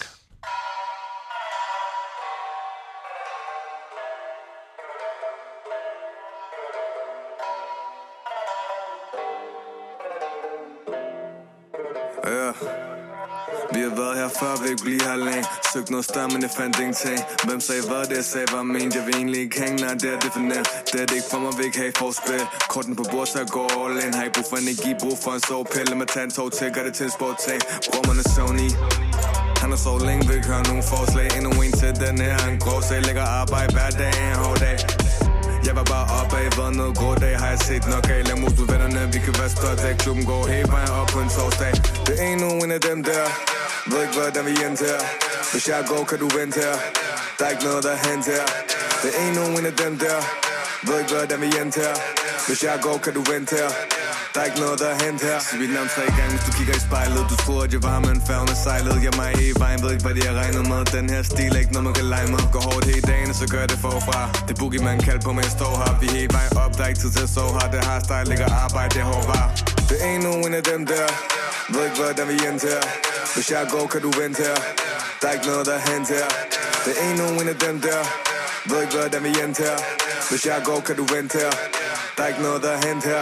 Ja. Vi har været her før, vi ikke blive her længe. Søgt noget større, men jeg fandt ingenting. Hvem sagde hvad, det jeg sagde var ment. Jeg vil egentlig ikke hænge, nej, det er defineret. Det er det ikke for mig, vi ikke have for spil. Korten på bord, så jeg går all in. Har ikke brug for energi, brug for en sovepille. Med tage en tog til, gør det til en sportting. Bror, man er Sony. Han har så længe, vil ikke høre nogen forslag. Endnu en til den her, en grov sag. Lægger arbejde hver dag, en hård dag. Jeg var bare opad, været noget god dag. Har jeg set nok af, lad mus med vennerne. Vi kan være stolt af, klubben går hele vejen op på en torsdag. Det er endnu en af dem der. Ved ikke, hvordan vi endte her. Hvis jeg går, kan du vente her. Der er ikke noget, der er hent her. Det er endnu en af dem der. Ved ikke, hvordan vi endte her. Hvis jeg går, kan du vente her. Der er ikke noget, der er hent her. Sig mit navn tre gange, hvis du kigger i spejlet. Du troede, at jeg var med en færgen og sejlede. Jeg mig i vejen, ved ikke, hvad de har regnet med. Den her stil er ikke noget, man kan lege med. Går hårdt hele dagen, så gør det forfra. Det er boogie, man kalder på, men jeg står her. Vi er hele vejen op, der er ikke tid til at sove her. Det har style, ligger arbejde, det er hård var. Det er endnu en af dem der. Ved ikke, hvordan vi endte her. Hvis jeg går, kan du vente her. Der er ikke noget, der er hent her. Det er endnu en af dem der. Ved ikke, hvordan vi endte her. Hvis jeg går, kan du vente her. Der er ikke noget, der er hent her.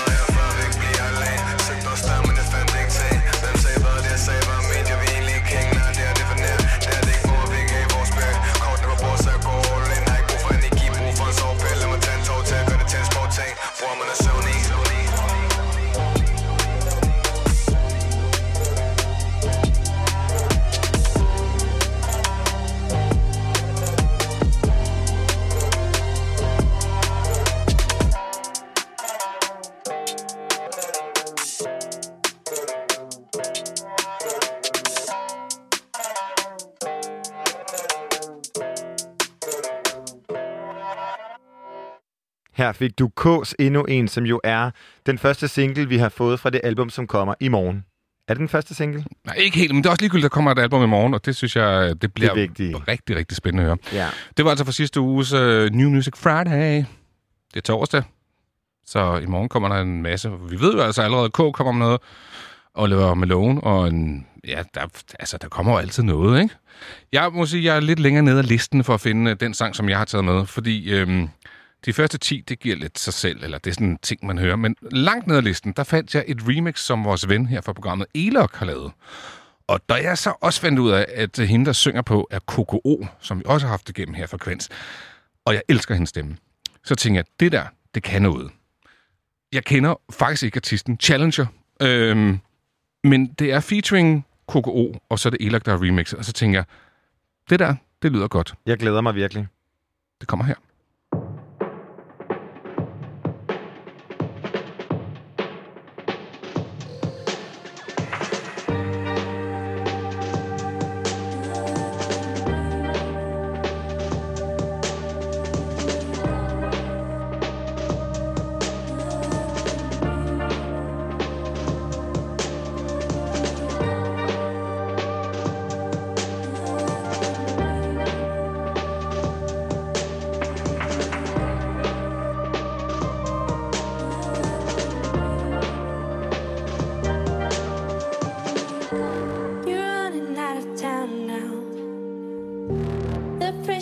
Her fik du K's Endnu En, som jo er den første single, vi har fået fra det album, som kommer i morgen. Er det den første single? Nej, ikke helt, men det er også ligegyldigt, der kommer et album i morgen, og det synes jeg, det bliver det rigtig, rigtig spændende at høre. Ja. Det var altså fra sidste uges uh, New Music Friday. Det er torsdag, så i morgen kommer der en masse. Vi ved jo altså allerede, at K kommer med noget, Oliver Malone, og en, ja, der, altså, der kommer jo altid noget, ikke? Jeg må sige, jeg er lidt længere nede af listen for at finde den sang, som jeg har taget med, fordi øhm, de første ti, det giver lidt sig selv, eller det er sådan en ting, man hører. Men langt ned ad listen, der fandt jeg et remix, som vores ven her fra programmet Elok har lavet. Og da jeg så også fandt ud af, at hende, der synger på, er K K O, som vi også har haft igennem her Frekvens, og jeg elsker hendes stemme, så tænker jeg, det der, det kan noget. Jeg kender faktisk ikke artisten Challenger, øhm, men det er featuring K K O, og så er det Elok, der er remixet. Og så tænker jeg, det der, det lyder godt. Jeg glæder mig virkelig. Det kommer her.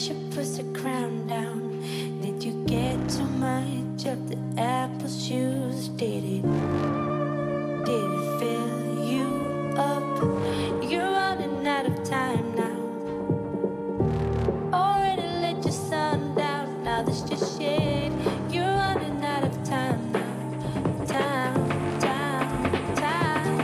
pressure puts a crown down. Did you get too much of the apple juice? Did it, did it fill you up? You're running out of time now. Already let your sun down, now there's just shade. You're running out of time now. Time, time, time.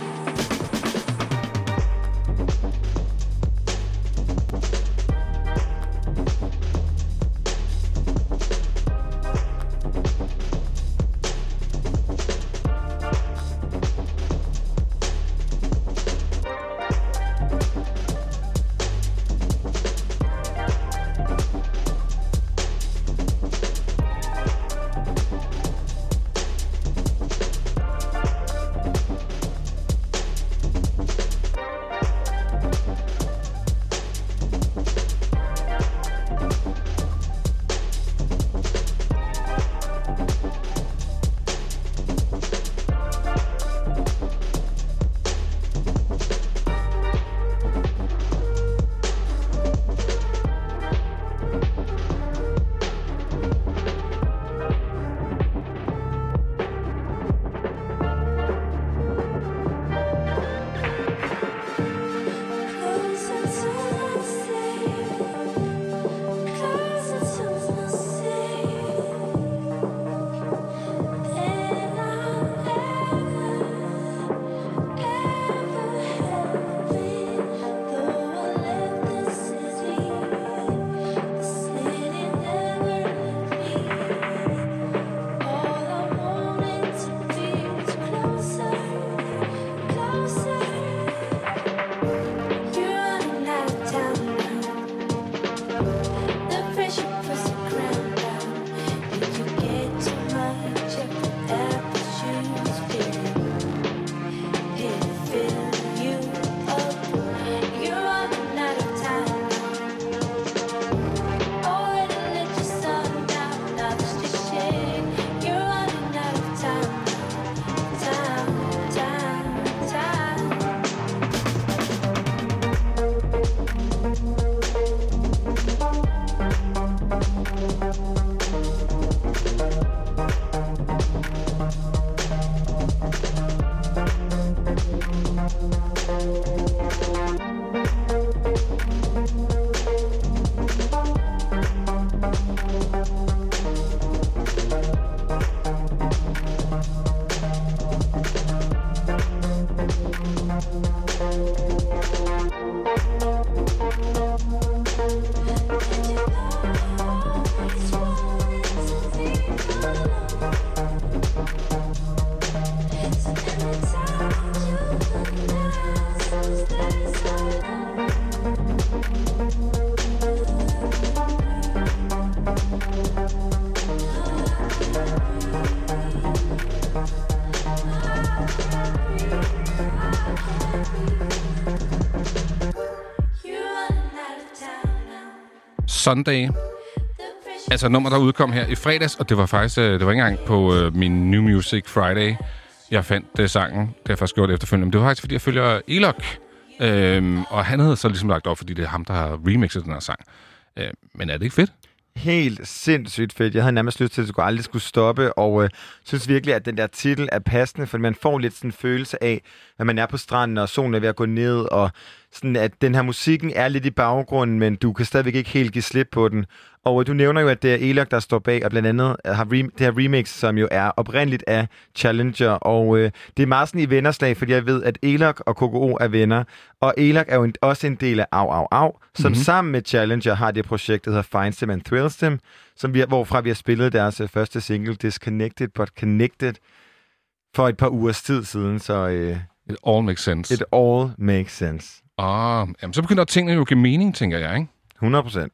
Sunday. Altså nummer, der udkom her i fredags, og det var faktisk, det var ikke engang på uh, min New Music Friday, jeg fandt uh, sangen. Det har jeg først gjort efterfølgende. Men det var faktisk, fordi jeg følger Elok. Øhm, og han havde så ligesom lagt op, fordi det er ham, der har remixet den her sang. Øh, men er det ikke fedt? Helt sindssygt fedt. Jeg havde nærmest lyst til, at det skulle aldrig skulle stoppe, og øh, synes virkelig, at den der titel er passende, for man får lidt sådan en følelse af, at man er på stranden, og solen er ved at gå ned, og sådan, at den her musikken er lidt i baggrunden, men du kan stadigvæk ikke helt give slip på den. Og du nævner jo, at det er Elok, der står bag, og blandt andet har rem- det her remix, som jo er oprindeligt af Challenger, og øh, det er meget sådan i vennerslag, fordi jeg ved, at Elok og K K O er venner, og Elok er jo en, også en del af Au Au Au, som mm-hmm. sammen med Challenger har det projekt, der hedder Finds Them and Thrills Them, som vi, hvorfra vi har spillet deres øh, første single, Disconnected But Connected, for et par ugers tid siden, så... Øh, It all makes sense. It all makes sense. Ah, jamen, så begynder tingene jo at give mening, tænker jeg, ikke? hundrede procent.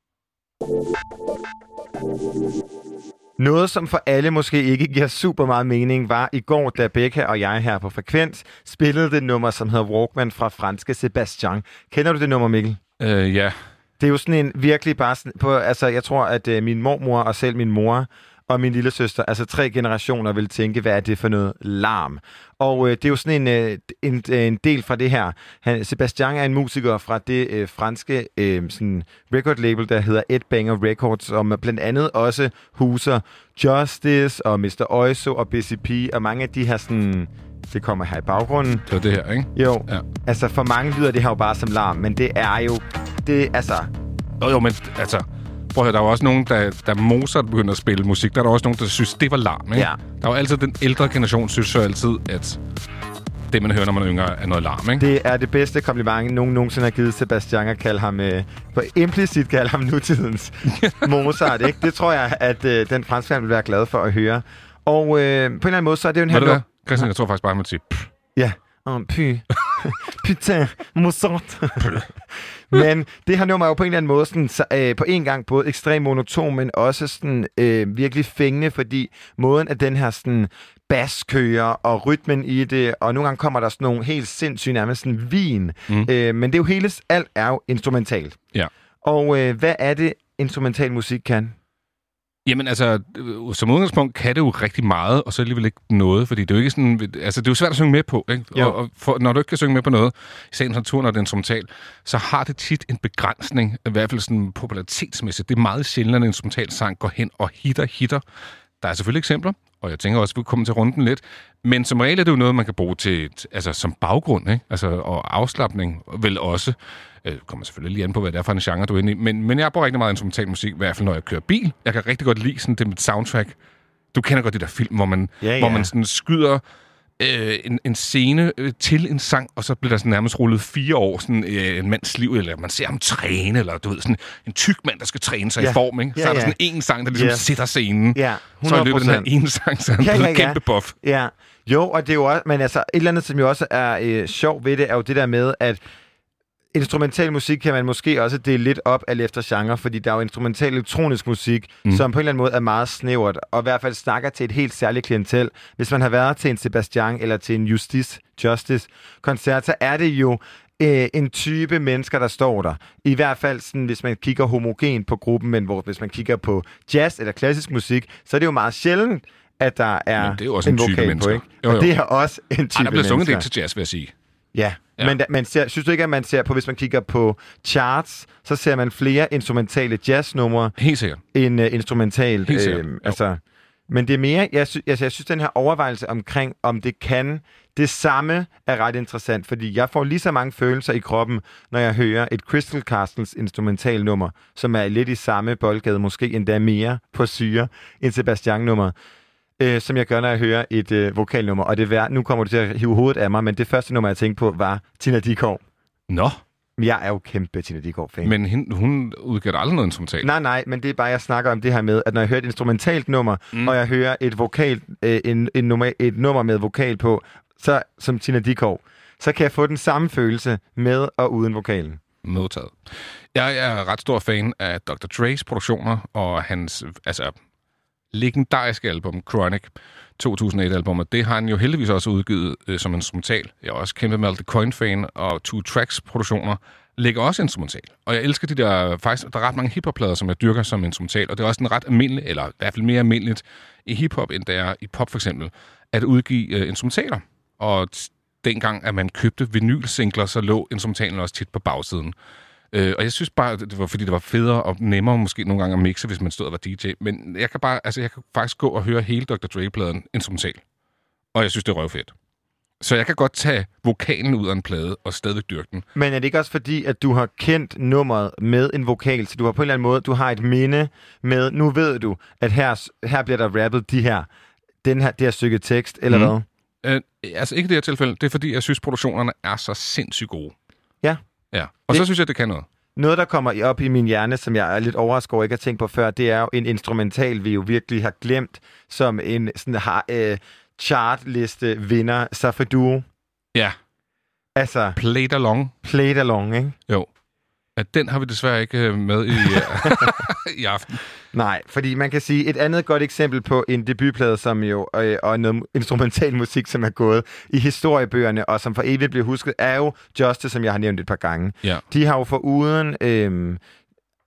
Noget, som for alle måske ikke giver super meget mening, var i går, da Becca og jeg her på Frekvens spillede det nummer, som hedder Walkman fra franske Sebastian. Kender du det nummer, Mikkel? Øh, ja. Det er jo sådan en virkelig bare sådan, på, altså jeg tror, at øh, min mormor og selv min mor og min lille søster, altså tre generationer, vil tænke, hvad er det for noget larm? Og øh, det er jo sådan en, øh, en, en del fra det her. Han, Sebastian er en musiker fra det øh, franske øh, sådan record label, der hedder Ed Banger Records, som blandt andet også huser Justice og mister Oizo og B C P og mange af de her sådan... Det kommer her i baggrunden. Det er det her, ikke? Jo. Ja. Altså, for mange lyder det her jo bare som larm, men det er jo... Det altså... Jo, jo, men altså... Prøv at høre, der var også nogen, der, da Mozart begyndte at spille musik, der er der også nogen, der synes, det var larm, ikke? Ja. Der var altid den ældre generation, synes så altid, at det, man hører, når man er yngre, er noget larm, ikke? Det er det bedste kompliment, nogen nogensinde har givet Sebastian at kalde ham... Øh, på implicit kalde ham nutidens Mozart, ikke? Det tror jeg, at øh, den franskmand vil være glad for at høre. Og øh, på en eller anden måde, så er det jo en her... Hvad? Christian, jeg tror faktisk bare, man siger... Pff. Ja. Oh, py. Putain, Mozart. Men det her nummer er jo på en eller anden måde sådan, så, øh, på en gang både ekstremt monoton, men også sådan, øh, virkelig fængende, fordi måden at den her sådan, bass kører og rytmen i det, og nogle gange kommer der sådan nogle helt sindssyge, nærmest sådan vin. Mm. Øh, men det er jo hele, alt er jo instrumentalt. Ja. Og øh, hvad er det, instrumental musik kan? Jamen altså, som udgangspunkt kan det jo rigtig meget, og så alligevel ikke noget, fordi det er jo ikke sådan, altså det er jo svært at synge med på, ikke? Og, og for, når du ikke kan synge med på noget, i sagens natur, når det er instrumental, så har det tit en begrænsning, i hvert fald sådan popularitetsmæssigt. Det er meget sjældent, at en instrumental sang går hen og hitter, hitter. Der er selvfølgelig eksempler, og jeg tænker også, at vi kommer til runden lidt, men som regel er det jo noget, man kan bruge til, altså som baggrund, ikke? Altså, og afslapning vel også. Det kommer selvfølgelig lige an på, hvad det er for en genre, du er inde i. Men, men jeg bruger rigtig meget instrumental musik, i hvert fald når jeg kører bil. Jeg kan rigtig godt lide sådan det med soundtrack. Du kender godt de der film, hvor man, ja, ja. Hvor man sådan skyder øh, en, en scene øh, til en sang, og så bliver der sådan nærmest rullet fire år sådan øh, en mands liv, eller man ser ham træne, eller du ved, sådan en tyk mand, der skal træne sig ja. i form, ikke? Så ja, er der ja. sådan en sang, der ligesom yeah. sætter scenen. Ja, så i løbet af den her ene sang, så er han ja, blevet ja, ja. kæmpe buff. Ja, jo, og det er jo også, men altså, et eller andet, som jo også er øh, sjov ved det, er jo det der med, at instrumental musik kan man måske også dele lidt op alt efter genre, fordi der er jo instrumental elektronisk musik, mm. som på en eller anden måde er meget snævert, og i hvert fald snakker til et helt særligt klientel. Hvis man har været til en Sebastian eller til en Justice, Justice koncert, så er det jo øh, en type mennesker, der står der. I hvert fald, sådan, hvis man kigger homogen på gruppen, men hvor, hvis man kigger på jazz eller klassisk musik, så er det jo meget sjældent, at der er, men det er jo også en, en type vokal mennesker. på, ikke? Jo, jo. Og det er også en type mennesker. Der bliver sunget det til jazz, vil jeg sige. Ja, ja. Men da, man ser, synes du ikke, at man ser på, hvis man kigger på charts, så ser man flere instrumentale jazznumre Helt sikkert. end uh, instrumentalt. Helt sikkert. Øh, altså, men det er mere, jeg, sy- altså, jeg synes, den her overvejelse omkring, om det kan, det samme er ret interessant, fordi jeg får lige så mange følelser i kroppen, når jeg hører et Crystal Castles instrumentalnummer, som er lidt i samme boldgade, måske endda mere på syre, end Sebastian-nummer. Øh, som jeg gør, når jeg hører et øh, vokalnummer. Og det er, nu kommer du til at hive hovedet af mig, men det første nummer, jeg tænkte på, var Tina Dickow. Nå. Jeg er jo kæmpe Tina Dickow-fan. Men hun, hun udgiver aldrig noget instrumentalt. Nej, nej, men det er bare, jeg snakker om det her med, at når jeg hører et instrumentalt nummer, mm. og jeg hører et, vokal, øh, en, en nummer, et nummer med vokal på, så som Tina Dickow, så kan jeg få den samme følelse med og uden vokalen. Modtaget. Jeg er ret stor fan af doktor Dre's produktioner, og hans, altså... legendariske album, Chronic, to tusind og et-albummet, det har han jo heldigvis også udgivet øh, som instrumental. Jeg er også kæmpe Mal The Coin-fan, og Two Tracks-produktioner ligger også instrumental. Og jeg elsker de der, faktisk, der er ret mange hiphop-plader, som jeg dyrker som instrumental, og det er også en ret almindelig, eller i hvert fald mere almindeligt i hiphop, end der er i pop for eksempel, at udgive øh, instrumentaler. Og dengang, at man købte vinylsingler, så lå instrumentalen også tit på bagsiden. Øh, og jeg synes bare, det var fordi det var federe og nemmere måske nogle gange at mixe, hvis man stod og var D J. Men jeg kan bare, altså jeg kan faktisk gå og høre hele doktor Dre-pladen instrumental. Og jeg synes, det er røvfedt. Så jeg kan godt tage vokalen ud af en plade og stadig dyrke den. Men er det ikke også fordi, at du har kendt nummeret med en vokal, så du har på en eller anden måde, du har et minde med, nu ved du, at her, her bliver der rappet de her, den her, det her stykke tekst, eller mm. hvad? Øh, altså ikke i det her tilfælde. Det er fordi, jeg synes, produktionerne er så sindssygt gode. Ja. Ja, og det, så synes jeg, det kan noget. Noget, der kommer op i min hjerne, som jeg er lidt overrasket over, ikke har tænkt på før, det er jo en instrumental, vi jo virkelig har glemt, som en sådan har øh, chartliste vinder, Safa Duo. Ja. Altså... Play It Along. Play It Along, ikke? Jo. At den har vi desværre ikke med i, uh, i aften. Nej, fordi man kan sige, et andet godt eksempel på en debutplade, som jo, øh, og noget instrumental musik, som er gået i historiebøgerne, og som for evigt bliver husket, er jo Justice, som jeg har nævnt et par gange. Ja. De har jo foruden øh,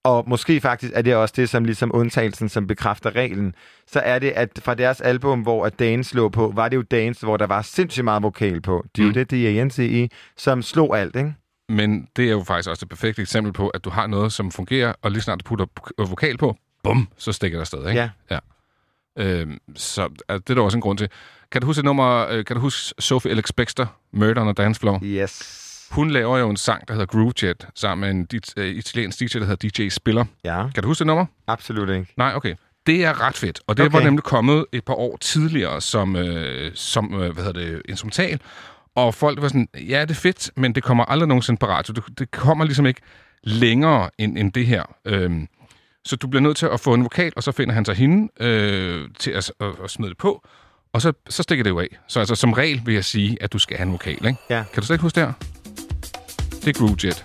og måske faktisk er det også det, som ligesom undtagelsen, som bekræfter reglen, så er det, at fra deres album, hvor at Dance lå på, var det jo Dance, hvor der var sindssygt meget vokal på. Det er mm. jo det, D A N C E, som slog alt, ikke? Men det er jo faktisk også et perfekt eksempel på, at du har noget, som fungerer, og lige snart du putter vokal på, bum, så stikker der afsted, ikke? Ja. ja. Øhm, så altså, det er der også en grund til. Kan du huske et nummer, øh, kan du huske Sophie Ellis Bextor, Murder on the Dance Floor? Yes. Hun laver jo en sang, der hedder Groove Jet, sammen med en uh, italiensk D J, der hedder D J Spiller. Ja. Kan du huske det nummer? Absolut ikke. Nej, okay. Det er ret fedt, og det okay. var nemlig kommet et par år tidligere som, øh, som øh, hvad hedder det, instrumental. Og folk var sådan, ja, det er fedt, men det kommer aldrig nogensinde på radio. Det, det kommer ligesom ikke længere end, end det her. Øhm, så du bliver nødt til at få en vokal, og så finder han sig hende øh, til at, at, at smide det på. Og så, så stikker det jo af. Så altså, som regel vil jeg sige, at du skal have en vokal, ikke? Ja. Kan du slet ikke huske det her? Det er Groove Jet.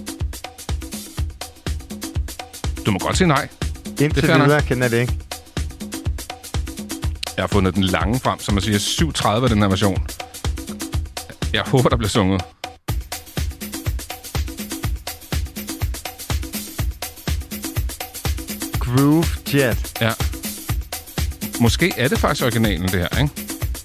Du må godt sige nej. Indtil videre kender det ikke. Jeg har fundet den lange frem, som man siger syv tredive af den her version. Jeg håber, der bliver sunget. Groove Jet. Ja. Måske er det faktisk originalen, det her, ikke?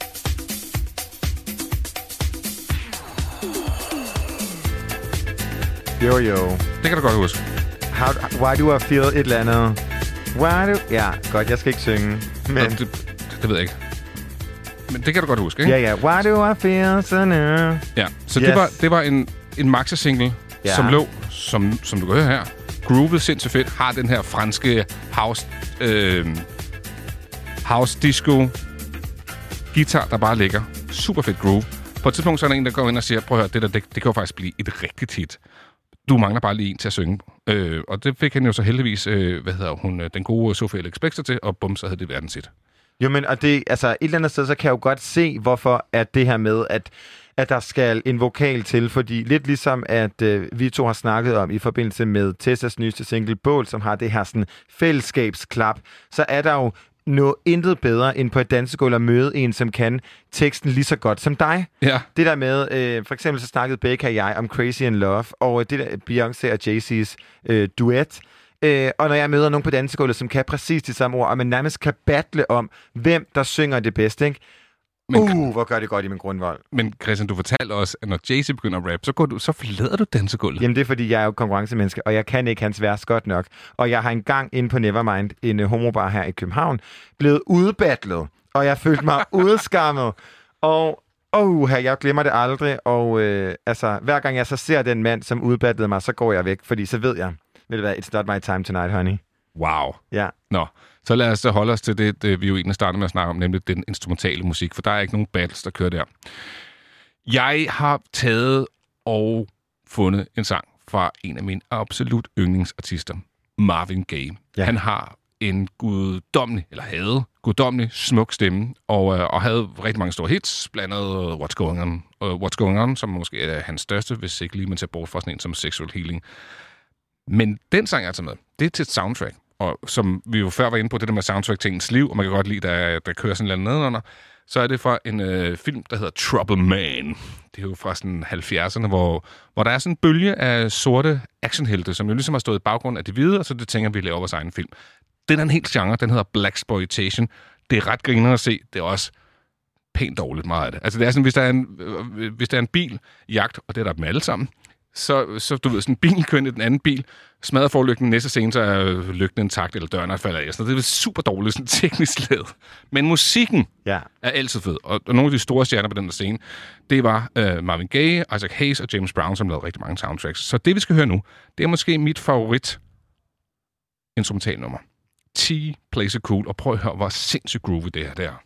Jo, jo. Det kan du godt huske. How, why do I feel et eller andet? Why do... Ja, godt, jeg skal ikke synge. Men... Nå, det, det ved jeg ikke. Men det kan du godt huske, ikke? Ja, ja. Why do I feel so new? Ja, så yes. det var, det var en, en maxi-single, ja. som lå, som, som du kan høre her. Groovet sindssygt fedt. Har den her franske house... Øh, house disco guitar, der bare ligger. Super fedt groove. På et tidspunkt så er der en, der går ind og siger, prøv at høre, det der, det, det kan jo faktisk blive et rigtigt hit. Du mangler bare lige en til at synge. Øh, og det fik han jo så heldigvis, øh, hvad hedder hun, den gode Sophie Ellis Bextor til, og bum, så havde det verdens hit. Jo, men og det, altså et eller andet sted, så kan jeg jo godt se, hvorfor at det her med, at, at der skal en vokal til, fordi lidt ligesom, at øh, vi to har snakket om i forbindelse med Tessas nyeste single Bål, som har det her sådan fællesskabsklap, så er der jo noget intet bedre end på et dansegulv at møde en, som kan teksten lige så godt som dig. Ja. Det der med, øh, for eksempel så snakkede Becca og jeg om Crazy in Love, og det der Beyoncé og Jay-Z's øh, duet. Øh, og når jeg møder nogen på dansegulvet, som kan præcis de samme ord, og man nærmest kan battle om, hvem der synger det bedste, ikke? Men, uh, hvor gør det godt i min grundvold. Men Christian, du fortalte også, at når Jay-Z begynder at rap, så, går du, så forlader du dansegulvet. Jamen det er, fordi jeg er jo konkurrencemenneske, og jeg kan ikke hans vers godt nok. Og jeg har engang inde på Nevermind, en uh, homobar her i København, blevet udbattlet, og jeg følte mig udskammet. Og oh, jeg glemmer det aldrig, og øh, altså, hver gang jeg så ser den mand, som udbattlede mig, så går jeg væk, fordi så ved jeg, ved du hvad, it's not my time tonight, honey. Wow. Ja. Nå, så lad os holde os til det, det vi jo egentlig startede med at snakke om, nemlig den instrumentale musik, for der er ikke nogen battles, der kører der. Jeg har taget og fundet en sang fra en af mine absolut yndlingsartister, Marvin Gaye. Ja. Han har en guddommelig, eller havde guddommelig smuk stemme, og, øh, og havde rigtig mange store hits, blandt andet What's Going On, uh, What's Going On, som måske er hans største, hvis ikke lige man ser bort fra sådan en som Sexual Healing. Men den sang, jeg tager med, det er til et soundtrack. Og som vi jo før var inde på, det der med soundtrack-tingens liv, og man kan godt lide, der, der kører sådan noget nedenunder, så er det fra en øh, film, der hedder Trouble Man. Det er jo fra sådan halvfjerdserne, hvor, hvor der er sådan en bølge af sorte actionhelte, som jo ligesom har stået i baggrund af de hvide, og så det tænker vi laver vores egen film. Den er en helt genre, den hedder Blaxploitation. Det er ret griner at se, det er også pænt dårligt meget af det. Altså det er sådan, hvis der er en, øh, hvis der er en bil i jagt, og det er der dem alle sammen, Så, så du ved, sådan en bil kører i den anden bil, smadrer forlygten, næste scene, så er lygten intakt, eller døren er faldet af. Så det er super dårligt, sådan teknisk lavet. Men musikken ja. er altid fed. Og, og nogle af de store stjerner på den der scene, det var uh, Marvin Gaye, Isaac Hayes og James Brown, som lavede rigtig mange soundtracks. Så det, vi skal høre nu, det er måske mit favorit instrumentalnummer. T Plays It Cool, og prøv at høre, hvor sindssygt groovy det her der.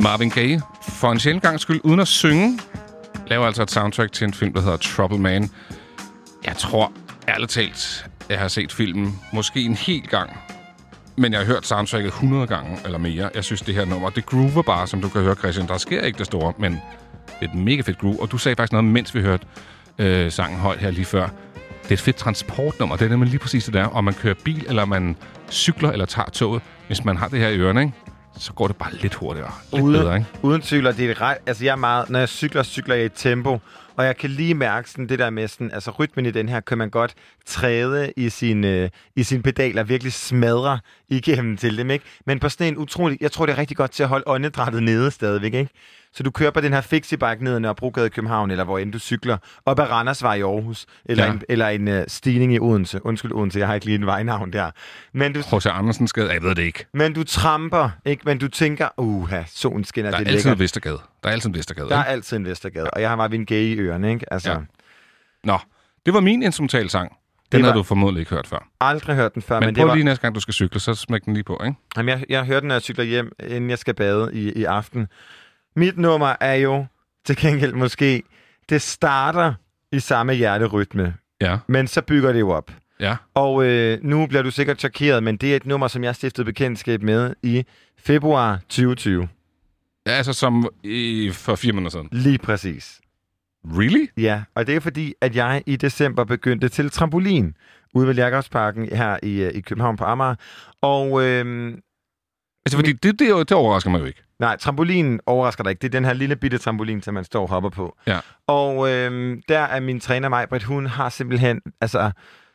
Marvin Gaye, for en sjældent gang skyld, uden at synge, laver altså et soundtrack til en film, der hedder Trouble Man. Jeg tror, ærligt talt, jeg har set filmen måske en hel gang. Men jeg har hørt soundtracket hundrede gange eller mere. Jeg synes, det her nummer, det groover bare, som du kan høre, Christian. Der sker ikke det store, men det er et mega fedt groove. Og du sagde faktisk noget, mens vi hørte øh, sangen højt her lige før. Det er et fedt transportnummer. Det er nemlig lige præcis det der. Om man kører bil, eller man cykler, eller tager toget. Hvis man har det her i ørerne, ikke? Så går det bare lidt hurtigere. Lidt uden, bedre, ikke? Uden tvivl, det er ret... Altså, jeg er meget... Når jeg cykler, cykler jeg i tempo. Og jeg kan lige mærke sådan det der med sådan... Altså, rytmen i den her kan man godt træde i sine, i sine pedaler. Virkelig smadre igennem til dem, ikke? Men på sådan en utrolig... Jeg tror, det er rigtig godt til at holde åndedrættet nede stadigvæk, ikke? Så du kører på den her fixie-bike ned ad Nørrebrogade i København, eller hvor end du cykler, op ad Randersvej i Aarhus, eller ja. en, eller en uh, stigning i Odense. Undskyld, Odense, jeg har ikke lige en vejnavn der. Men du... H C Andersens Gade, jeg ved det ikke. Men du tramper, ikke? Men du tænker, uha, solen skinner, det er altid en Vestergade. Der er altid en Vestergade, Der er ikke? altid en Vestergade, ja. Og jeg har Marvin Gaye i ørerne, ikke? Altså... Ja. Nå, det var min instrumental sang. Den var... har du formodentlig ikke hørt før. Aldrig hørt den før, men, men prøv det var... lige næste gang, du skal cykle, så smæk den lige på, ikke? Jamen, jeg, jeg hørte den, når jeg cykler hjem, inden jeg skal bade i, i aften. Mit nummer er jo til gengæld måske, det starter i samme hjerterytme, ja. Men så bygger det jo op. Ja. Og øh, nu bliver du sikkert chokeret, men det er et nummer, som jeg stiftede bekendtskab med i februar tyve tyve. Ja, altså som i, for fire måneder siden? Lige præcis. Really? Ja, og det er fordi, at jeg i december begyndte til trampolin ude ved Lærgårdsparken her i, i København på Amager. Og... Øh, altså, fordi det, det, det overrasker mig jo ikke. Nej, trampolinen overrasker dig ikke. Det er den her lille bitte trampolin, som man står og hopper på. Ja. Og øh, der er min træner, Majbrit, hun har simpelthen altså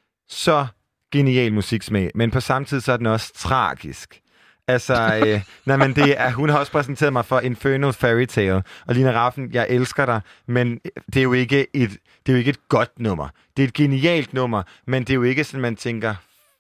så genial musiksmag, men på samme tid så er den også tragisk. Altså, øh, nej, men det er, hun har også præsenteret mig for Infernal Fairy Tale, og Lina Raffen, jeg elsker dig, men det er jo ikke et, det er jo ikke et godt nummer. Det er et genialt nummer, men det er jo ikke sådan, man tænker,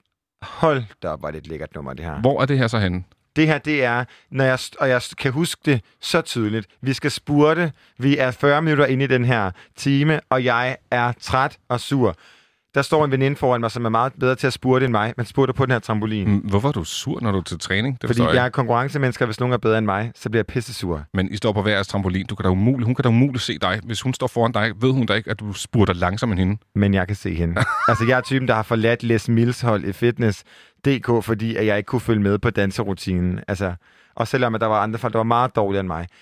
hold da op, hvor er det et lækkert nummer, det her. Hvor er det her så henne? Det her, det er, når jeg, og jeg kan huske det så tydeligt. Vi skal spurte. Vi er fyrre minutter inde i den her time, og jeg er træt og sur. Der står en veninde foran mig, som er meget bedre til at spurte end mig, men spurter på den her trampolin. Hvorfor er du sur, når du er til træning? Det Fordi jeg. jeg jeg er konkurrencemennesker, hvis nogen er bedre end mig, så bliver jeg pissesur. Men I står på hver jeres trampolin. Du kan da umuligt, hun kan da umuligt se dig. Hvis hun står foran dig, ved hun da ikke, at du spurter langsomt end hende. Men jeg kan se hende. Altså, jeg er typen, der har forladt Les Mills hold i fitness punktum d k, fordi at jeg ikke kunne følge med på danserutinen. Altså, og selvom at der var andre folk, der var meget dårligere end mig.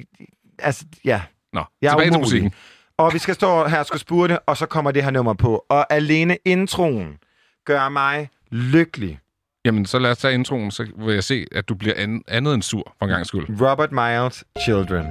Altså, ja. Nå, jeg tilbage til musikken. Og vi skal stå her og skal spurte, og så kommer det her nummer på. Og alene introen gør mig lykkelig. Jamen, så lad os tage introen, så vil jeg se, at du bliver an- andet end sur for en gang skyld. Robert Miles, Children.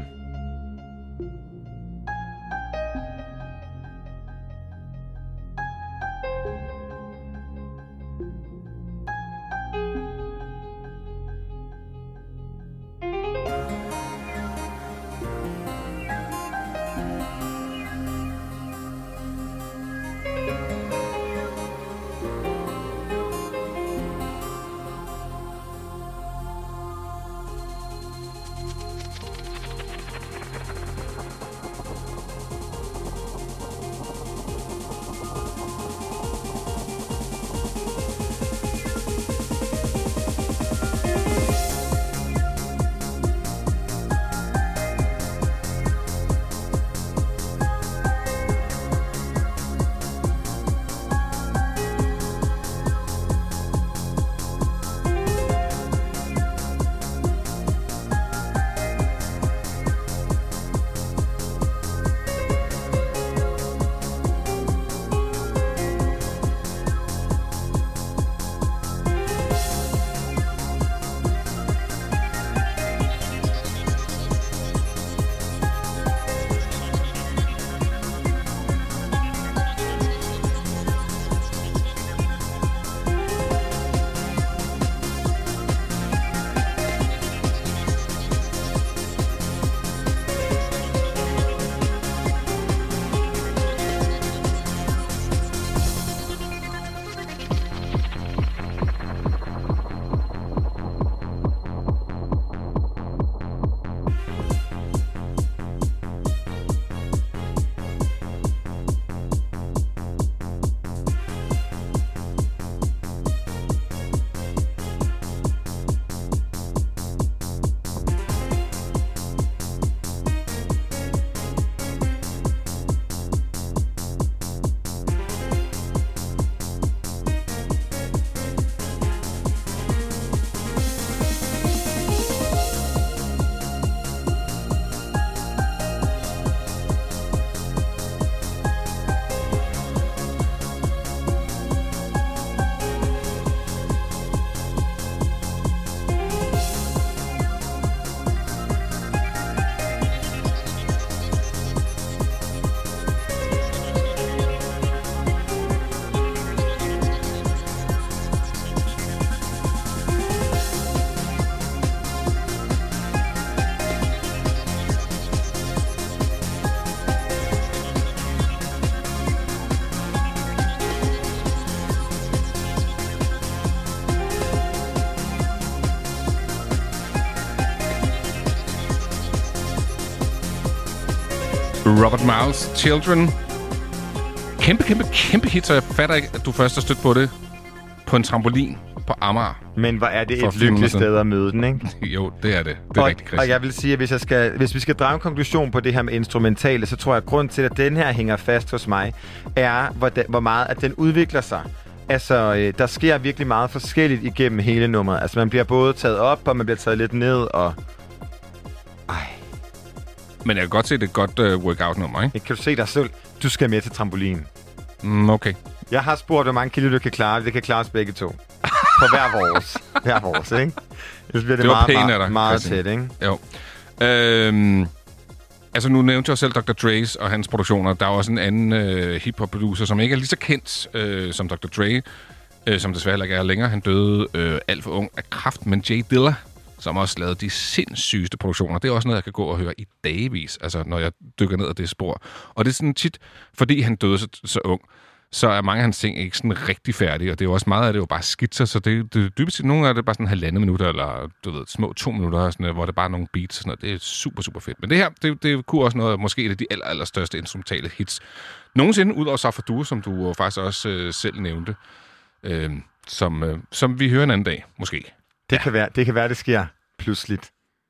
Robert Miles, Children. Kæmpe, kæmpe, kæmpe hit, så jeg fatter ikke, at du først har stødt på det på en trampolin på Amager. Men hvor er det et lykkeligt sted at møde den, ikke? Jo, det er det. Det er og, rigtig kristent. Og jeg vil sige, at hvis, jeg skal, hvis vi skal drage en konklusion på det her med instrumentale, så tror jeg, at grund til, at den her hænger fast hos mig, er, hvor, den, hvor meget at den udvikler sig. Altså, øh, der sker virkelig meget forskelligt igennem hele nummeret. Altså, man bliver både taget op, og man bliver taget lidt ned, og... Ej. Men jeg kan godt se, det er et godt uh, workout-nummer, ikke? Kan du se dig selv? Du skal med til trampolinen. Mm, okay. Jeg har spurgt, hvor mange kilo du kan klare. Det kan klare os begge to. På hver vores. Hver vores, ikke? Ellers bliver det, det meget, pænt, meget, meget tæt, ikke? Jo. Øhm, altså, nu nævnte jeg selv doktor Dre's og hans produktioner. Der er også en anden øh, hip-hop-producer, som ikke er lige så kendt øh, som doktor Dre, øh, som desværre ikke er længere. Han døde øh, alt for ung af kræft, men Jay Dilla, som også lavede de sindssygeste produktioner. Det er også noget, jeg kan gå og høre i dagevis, altså når jeg dykker ned ad det spor. Og det er sådan tit, fordi han døde så, så ung, så er mange af hans ting ikke sådan rigtig færdige, og det er jo også meget af det jo bare skitser, så det, det dybest set nogle af det er bare sådan halvandet minutter, eller du ved, små to minutter, sådan, hvor det bare er nogle beats og sådan noget. Det er super, super fedt. Men det her, det, det kunne også noget, måske et af de aller, aller største instrumentale hits nogensinde, ud over Safra Duo, som du faktisk også øh, selv nævnte, øh, som, øh, som vi hører en anden dag, måske. Det, ja. kan være, det kan være, det sker pludseligt.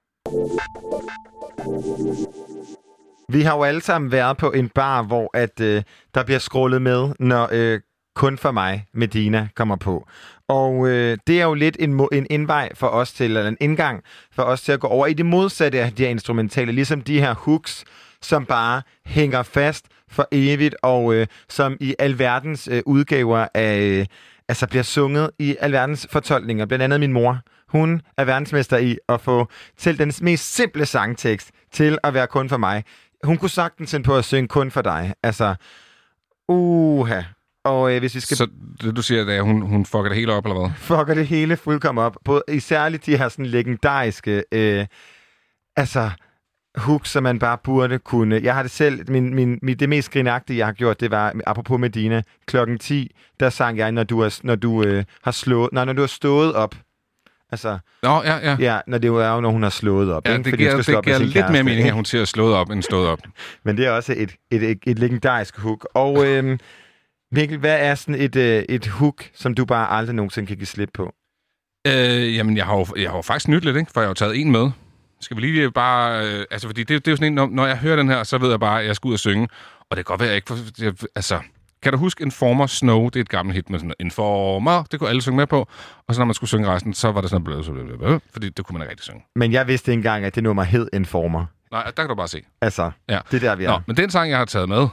Vi har jo alle sammen været på en bar, hvor at, øh, der bliver scrollet med, når øh, Kun for mig, Medina, kommer på. Og øh, det er jo lidt en, mo- en indvej for os til, eller en indgang for os til at gå over i det modsatte af de her instrumentale, ligesom de her hooks, som bare hænger fast for evigt, og øh, som i alverdens øh, udgaver af, øh, altså bliver sunget i alverdens fortolkninger. Blandt andet min mor. Hun er verdensmester i at få til den mest simple sangtekst til at være kun for mig. Hun kunne sagtens sende på at synge kun for dig. Altså, uha. Og øh, hvis vi skal... Så det, du siger, det er, at hun, hun fucker det hele op, eller hvad? Fucker det hele fuldkommen op. Både, isærligt de her sådan legendariske... Øh, altså... hooks, som man bare burde kunne. Jeg har det selv, min, min, min, det mest grinagtige, jeg har gjort, det var, apropos Medina, klokken ti, der sang jeg, når du, er, når du øh, har slået, nej, når du har stået op. Altså, Nå, ja, ja. Ja, når det jo er, når hun har slået op. Ja, ikke? det Fordi giver, det giver lidt kæreste, mere mening, at hun siger slået op, end stået op. Men det er også et, et, et, et legendarisk hook. Og øh, Mikkel, hvad er sådan et, øh, et hook, som du bare aldrig nogensinde kan give slip på? Øh, jamen, jeg har, jo, jeg har jo faktisk nyt lidt, ikke? For jeg har jo taget en med. Skal vi lige bare... Øh, altså, fordi det, det er jo sådan en, når, når jeg hører den her, så ved jeg bare, at jeg skal ud og synge. Og det kan godt være, jeg ikke... For, jeg, altså, kan du huske Informer Snow? Det er et gammelt hit med sådan Informer. Det kunne alle synge med på. Og så når man skulle synge resten, så var det sådan noget... Fordi det kunne man ikke rigtig synge. Men jeg vidste ikke engang, at det nummer hed Informer. Nej, der kan du bare se. Altså, ja. Det er der, vi er. Nå, men den sang, jeg har taget med...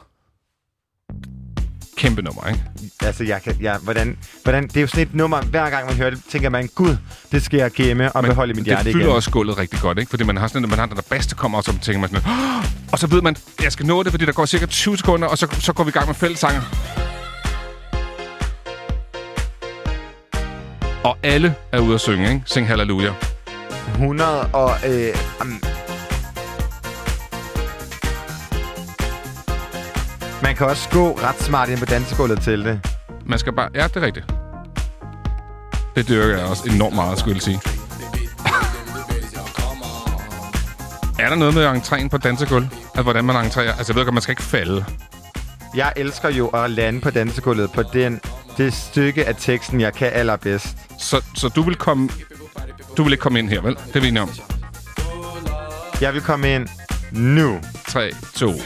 Kæmpe nummer, ikke? Altså, jeg kan, jeg, hvordan, hvordan, det er jo sådan et nummer, hver gang man hører det, tænker man, gud, det skal jeg gemme og men beholde i mit hjerte igen. Det fylder også gulvet rigtig godt, ikke? Fordi man har sådan, man har den der bedste kommer, og så tænker man sådan, oh! Og så ved man, jeg skal nå det, fordi der går cirka tyve sekunder, og så, så går vi i gang med fællessanger. Og alle er ude at synge, ikke? Sing halleluja. hundrede og... Øh, um, man kan også gå ret smart ind på dansegulvet til det. Man skal bare... Ja, det er rigtigt. Det dyrker jeg også enormt meget, skulle jeg sige. Er der noget med entréen på dansegulv? Altså, hvordan man entrerer? Altså, jeg ved godt, man skal ikke falde. Jeg elsker jo at lande på dansegulvet på den, det stykke af teksten, jeg kan allerbedst. Så, så du vil komme... Du vil ikke komme ind her, vel? Det er vi enige om. Jeg vil komme ind nu. tre, to, et.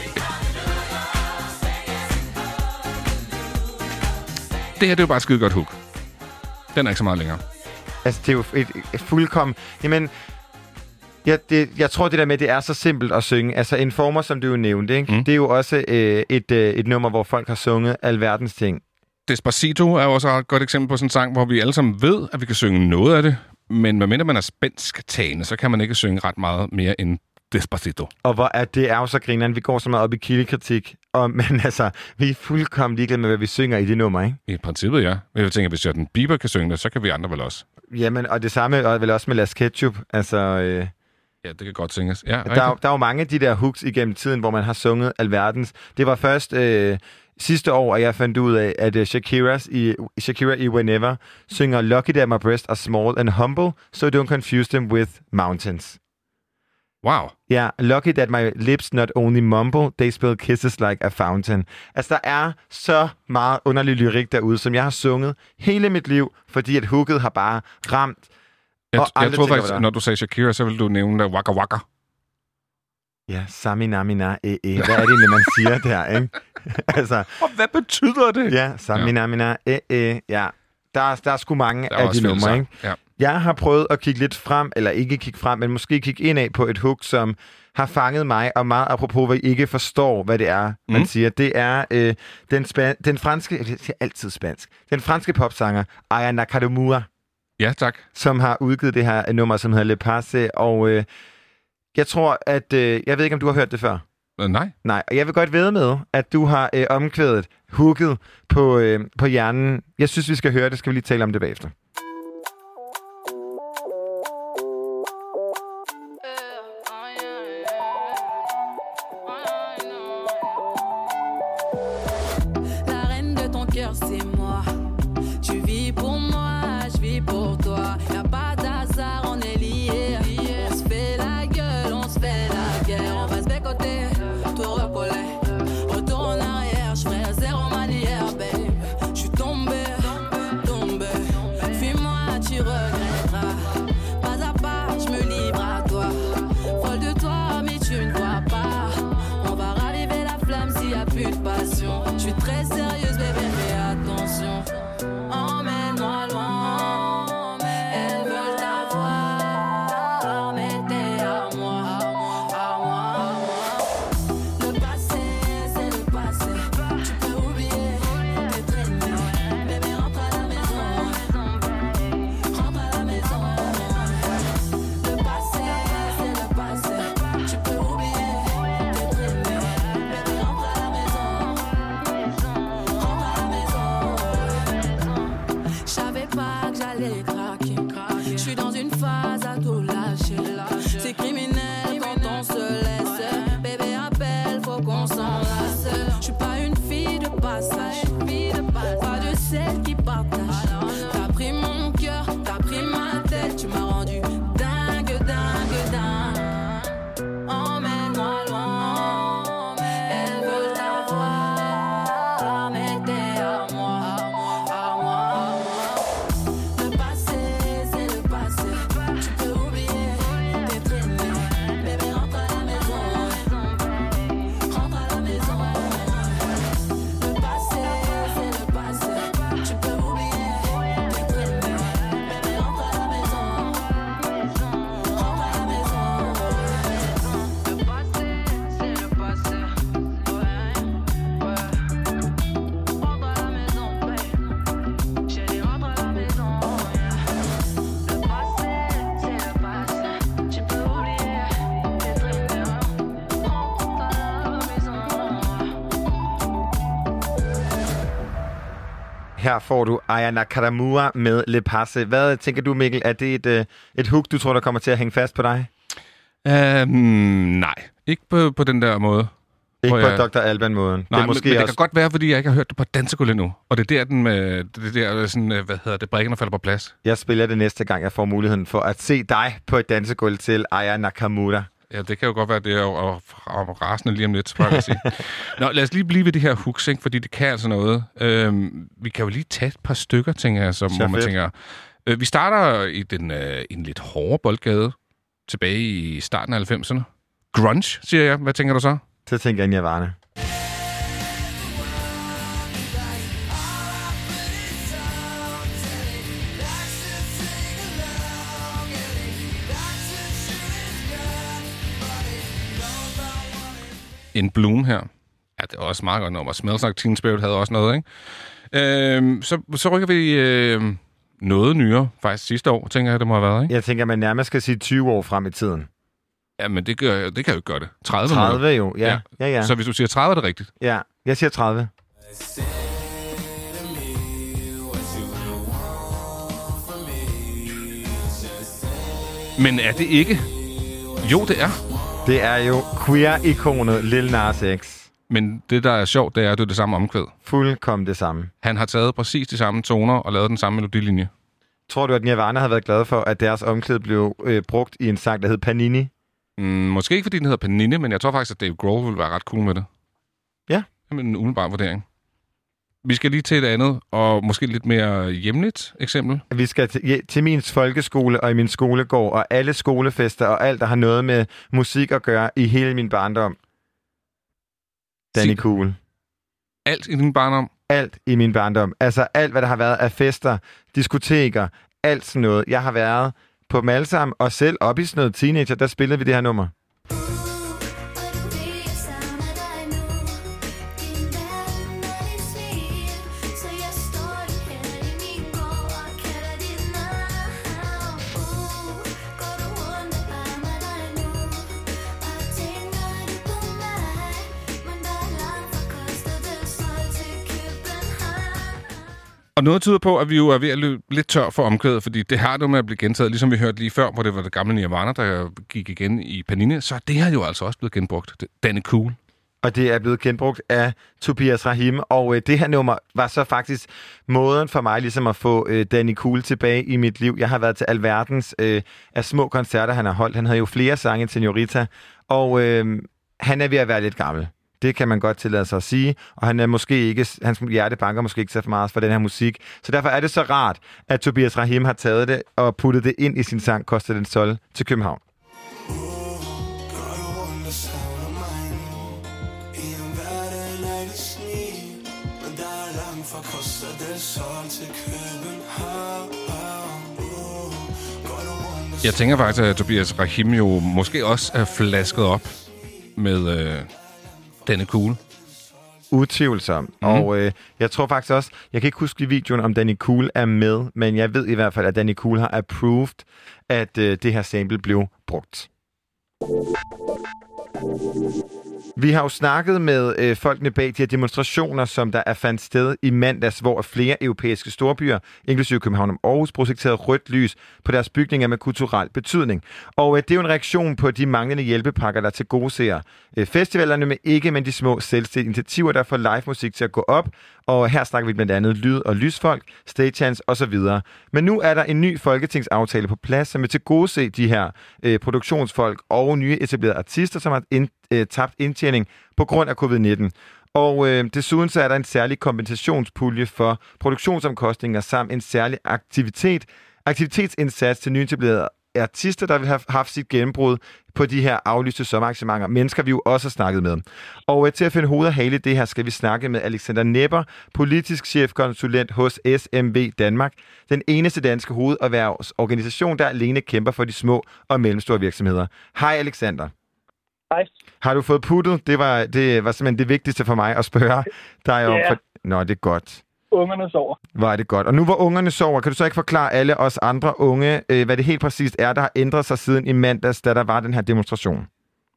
Det her, det er jo bare et skide godt hook. Den er ikke så meget længere. Altså, det er jo et, et fuldkommen... Jamen, ja, det, jeg tror, det der med, det er så simpelt at synge. Altså, Informer, som du jo nævnte, ikke? Mm. Det er jo også øh, et, øh, et nummer, hvor folk har sunget alverdens ting. Despacito er jo også et godt eksempel på sådan en sang, hvor vi alle sammen ved, at vi kan synge noget af det. Men medmindre man er spansk-talende, så kan man ikke synge ret meget mere end Despacito. Og hvor er det er jo så grineren. Vi går så meget op i kildekritik. Og, men altså, vi er fuldkommen ligeglade med, hvad vi synger i det nummer, ikke? I princippet, ja. Men jeg tænker, hvis Justin Bieber kan synge det, så kan vi andre vel også. Jamen, og det samme og vel også med Las Ketchup. Altså... Øh... Ja, det kan godt synges. Ja, der, er, der er jo mange af de der hooks igennem tiden, hvor man har sunget alverdens. Det var først øh, sidste år, at jeg fandt ud af, at uh, Shakira's i, Shakira i Whenever synger Lucky that my breasts are small and humble, so don't confuse them with mountains. Wow. Ja, lucky that my lips not only mumble, they spill kisses like a fountain. Altså, der er så meget underlig lyrik derude, som jeg har sunget hele mit liv, fordi at hooket har bare ramt. Jeg, og jeg troede faktisk, når du sagde Shakira, så ville du nævne der Waka Waka. Ja, Samina Mina e e. Hvad er det egentlig, man siger der, ikke? altså, og hvad betyder det? Ja, Samina Mina e e. Ja, der, der er sgu mange der af de numre, ikke? Ja. Jeg har prøvet at kigge lidt frem, eller ikke kigge frem, men måske kigge indad på et hook, som har fanget mig, og meget apropos, hvad I ikke forstår, hvad det er, man mm. siger. Det er øh, den, span- den franske, jeg siger altid spansk, den franske popsanger Aya Nakamura. Ja, tak. Som har udgivet det her nummer, som hedder Le Passe, og øh, jeg tror, at, øh, jeg ved ikke, om du har hørt det før? Øh, nej. Nej, og jeg vil godt vædde med, at du har øh, omkvædet, hooket på, øh, på hjernen. Jeg synes, vi skal høre det, skal vi lige tale om det bagefter. C'est moi, tu vis pour moi, je vis pour toi. Y'a pas d'hasard, on est liés. On se fait la gueule, on se fait la guerre. On va se bécoter, tout recoller. Retour en arrière, je ferai zéro manière, babe. Je suis tombé, tombé. Fuis-moi, tu regretteras. Pas à pas, je me livre à toi. Folle de toi, mais tu ne vois pas. On va raviver la flamme s'il y a plus de passion. Je suis très sérieuse, bébé. Emmène-moi loin, elles veulent t'avoir, mais t'es à moi, à moi, à moi. Le passé, c'est le passé, tu peux oublier tes traînées. Bébé, rentre à la maison, rentre à la maison. Le passé, c'est le passé, tu peux oublier tes traînées. Bébé, rentre à la maison, rentre à la maison. Je savais pas que j'allais craquer. Je suis dans une phase à tout lâcher. C'est criminel quand on se laisse. Bébé appelle, faut qu'on s'enlace. Je suis pas une fille de passage, pas de celle qui partage. T'as pris mon cœur, t'as pris ma tête. Tu m'as rendu dingue, dingue, dingue. Emmène-moi loin, elles veulent t'avoir, mais t'es à moi, à moi. Le passé, c'est le passé. Tu peux oublier tes traînées. Bébé, rentre à la maison. Rentre à la maison. Le passé, c'est le passé. Tu peux oublier tes traînées. Bébé, rentre à la maison. Rentre à la maison. Le passé, c'est le passé. Ouais, ouais. Rentre à la maison, babe. Chérie, rentre à la maison. Le passé, c'est le passé. Tu peux oublier tes traînées. Rentre à la maison. Her får du Aya Nakamura med Le Passe. Hvad tænker du, Mikkel? Er det et, øh, et hook, du tror, der kommer til at hænge fast på dig? Um, nej, ikke på, på den der måde. Ikke på jeg... doktor Alban-måden. Nej, det er måske men, men også... det kan godt være, fordi jeg ikke har hørt det på dansegulv endnu. Og det er der, den med, det der, sådan, hvad hedder det, brækkerne falder på plads. Jeg spiller det næste gang, jeg får muligheden for at se dig på et dansegulv til Aya Nakamura. Ja, det kan jo godt være, det er jo og, og rasende lige om lidt, så jeg sige. Nå, lad os lige blive ved det her hooks, ikke? Fordi det kan altså noget. Øhm, vi kan jo lige tage et par stykker, tænker jeg, som, hvor man tænker... Øh, vi starter i den, øh, en lidt hårde boldgade, tilbage i starten af halvfemserne. Grunge, siger jeg. Hvad tænker du så? Så tænker jeg Nirvana. En Bloom her. Ja, det er også meget godt nummer. Smells Like Teen Spirit havde også noget, ikke? Øhm, så, så rykker vi øh, noget nyere, faktisk sidste år, tænker jeg, det må have været, ikke? Jeg tænker, man nærmest skal sige tyve år frem i tiden. Ja, men det, gør, det kan jo ikke gøre det. tredive, tredive jo, ja. Ja. Ja, ja. Så hvis du siger tredive, er det rigtigt? Ja, jeg siger tredive. Men er det ikke? Jo, det er. Det er jo queer-ikonet Lil Nas X. Men det, der er sjovt, det er, at det er det samme omkvæd. Fuldkommen det samme. Han har taget præcis de samme toner og lavet den samme melodilinje. Tror du, at Nirvana havde været glad for, at deres omkvæd blev øh, brugt i en sang, der hed Panini? Mm, måske ikke, fordi den hedder Pernille, men jeg tror faktisk, at Dave Grohl ville være ret cool med det. Ja. Jamen, en umiddelbar vurdering. Vi skal lige til et andet, og måske lidt mere hjemligt eksempel. Vi skal til, til min folkeskole og i min skolegård, og alle skolefester, og alt, der har noget med musik at gøre i hele min barndom. Danny Cool. Alt i din barndom? Alt i min barndom. Altså alt, hvad der har været af fester, diskoteker, alt sådan noget. Jeg har været på dem alle sammen, og selv op i sådan noget teenager, der spillede vi det her nummer. Og noget tyder på, at vi jo er ved at løbe lidt tør for omkvædet, fordi det har det med at blive gentaget, ligesom vi hørte lige før, hvor det var det gamle Nirvana, der gik igen i Pernille, så det har jo altså også blevet genbrugt. Danny Cool. Og det er blevet genbrugt af Tobias Rahim, og øh, det her nummer var så faktisk måden for mig ligesom at få øh, Danny Cool tilbage i mit liv. Jeg har været til alverdens øh, af små koncerter, han har holdt. Han havde jo flere sange end Senorita, og øh, han er ved at være lidt gammel. Det kan man godt tillade sig at sige, og han er måske ikke, hans hjerte banker måske ikke så for meget for den her musik. Så derfor er det så rart, at Tobias Rahim har taget det og puttet det ind i sin sang Costa del Sol til København. Jeg tænker faktisk, at Tobias Rahim jo måske også er flasket op med øh, Danny Cool. Utvivlsomt. Mm. Og øh, jeg tror faktisk også, jeg kan ikke huske i videoen, om Danny Cool er med, men jeg ved i hvert fald, at Danny Cool har approved, at øh, det her sample blev brugt. Vi har jo snakket med øh, folkene bag de her demonstrationer, som der er fandt sted i mandags, hvor flere europæiske storbyer, inklusive København og Aarhus, projekterede rødt lys på deres bygninger med kulturel betydning. Og øh, det er jo en reaktion på de manglende hjælpepakker, der tilgodeser øh, festivalerne, med ikke men de små selvstændige initiativer, der får live musik til at gå op. Og her snakker vi blandt andet lyd- og lysfolk, stagehands osv. Men nu er der en ny folketingsaftale på plads, som vil tilgodese de her øh, produktionsfolk og nye etablerede artister, som har ind, øh, tabt indtjening på grund af covid nitten. Og øh, desuden så er der en særlig kompensationspulje for produktionsomkostninger samt en særlig aktivitet, aktivitetsindsats til nye etablerede artister, der vil have haft sit gennembrud på de her aflyste sommerarrangementer. Mennesker, vi jo også har snakket med. Og øh, til at finde hoved og hale det her, skal vi snakke med Alexander Nepper, politisk chefkonsulent hos S M V Danmark. Den eneste danske hovederhvervsorganisation, der alene kæmper for de små og mellemstore virksomheder. Hej Alexander. Hej. Har du fået puttet? Det var, det var simpelthen det vigtigste for mig at spørge dig om. Ja. For... Nå, det er godt. Ungerne sover. Var det godt. Og nu hvor ungerne sover, kan du så ikke forklare alle os andre unge, øh, hvad det helt præcist er, der har ændret sig siden i mandags, da der var den her demonstration?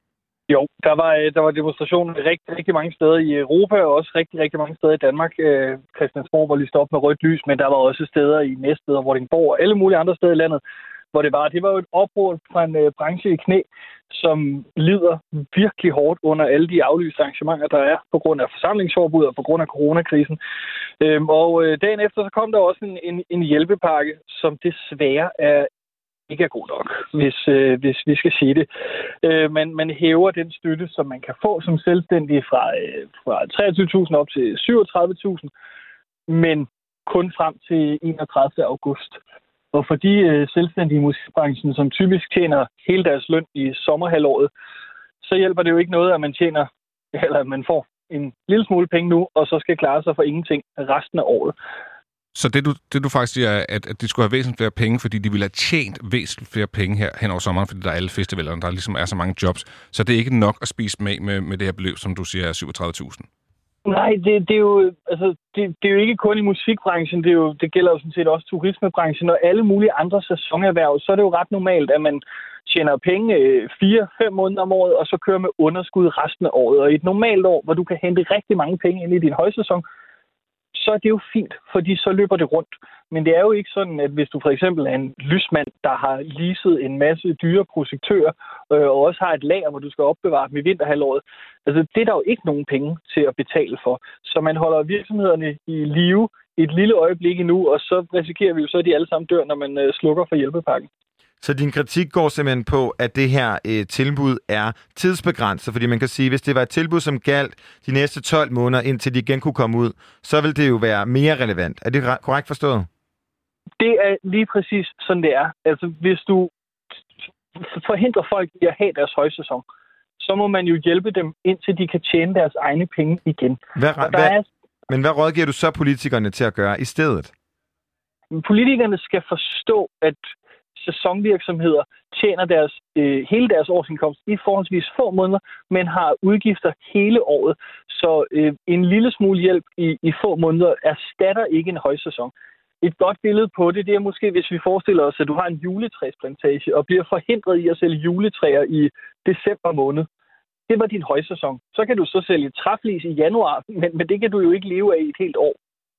Jo, der var, der var demonstrationer rigtig, rigtig mange steder i Europa, og også rigtig, rigtig mange steder i Danmark. Øh, Christiansborg var lige stoppet med rødt lys, men der var også steder i Næstved og Vordingborg og alle mulige andre steder i landet, hvor det var. Det var jo et opråb fra en øh, branche i knæ, som lider virkelig hårdt under alle de aflyste arrangementer, der er på grund af forsamlingsforbud og på grund af coronakrisen. Øhm, og øh, dagen efter så kom der også en, en, en hjælpepakke, som desværre er ikke er god nok, hvis, øh, hvis vi skal sige det. Øh, man, man hæver den støtte, som man kan få som selvstændig fra, øh, fra treogtyve tusind op til syvogtredive tusind, men kun frem til enogtredivte august. Og for de øh, selvstændige i musikbranchen, som typisk tjener hele deres løn i sommerhalvåret, så hjælper det jo ikke noget, at man tjener, eller at man får en lille smule penge nu, og så skal klare sig for ingenting resten af året. Så det du, det du faktisk siger, er, at, at de skulle have væsentligt flere penge, fordi de ville have tjent væsentligt flere penge her hen over sommeren, fordi der er alle festivalerne, der ligesom er så mange jobs. Så det er ikke nok at spise med med, med det her beløb, som du siger er syvogtredive tusind. Nej, det, det er jo altså det, det er jo ikke kun i musikbranchen, det er jo det gælder jo sådan set også turismebranchen og alle mulige andre sæsonerhverv. Så er det jo ret normalt, at man tjener penge fire fem måneder om året, og så kører med underskud resten af året. Og i et normalt år, hvor du kan hente rigtig mange penge ind i din højsæson, så er det jo fint, fordi så løber det rundt. Men det er jo ikke sådan, at hvis du for eksempel er en lysmand, der har leaset en masse dyre projektører, øh, og også har et lager, hvor du skal opbevare dem i vinterhalvåret, altså det er der jo ikke nogen penge til at betale for. Så man holder virksomhederne i live et lille øjeblik endnu, og så risikerer vi jo så, at de alle sammen dør, når man øh, slukker for hjælpepakken. Så din kritik går simpelthen på, at det her øh, tilbud er tidsbegrænset, fordi man kan sige, at hvis det var et tilbud, som galt de næste tolv måneder, indtil de igen kunne komme ud, så vil det jo være mere relevant. Er det korrekt forstået? Det er lige præcis sådan, det er. Altså, hvis du forhindrer folk i at have deres højsæson, så må man jo hjælpe dem, indtil de kan tjene deres egne penge igen. Hvad, hvad, er... Men hvad rådgiver du så politikerne til at gøre i stedet? Politikerne skal forstå, at sæsonvirksomheder tjener deres, øh, hele deres årsindkomst i forholdsvis få måneder, men har udgifter hele året. Så øh, en lille smule hjælp i, i få måneder erstatter ikke en højsæson. Et godt billede på det, det er måske, hvis vi forestiller os, at du har en juletræsplantage og bliver forhindret i at sælge juletræer i december måned. Det var din højsæson. Så kan du så sælge træflis i januar, men, men det kan du jo ikke leve af i et helt år.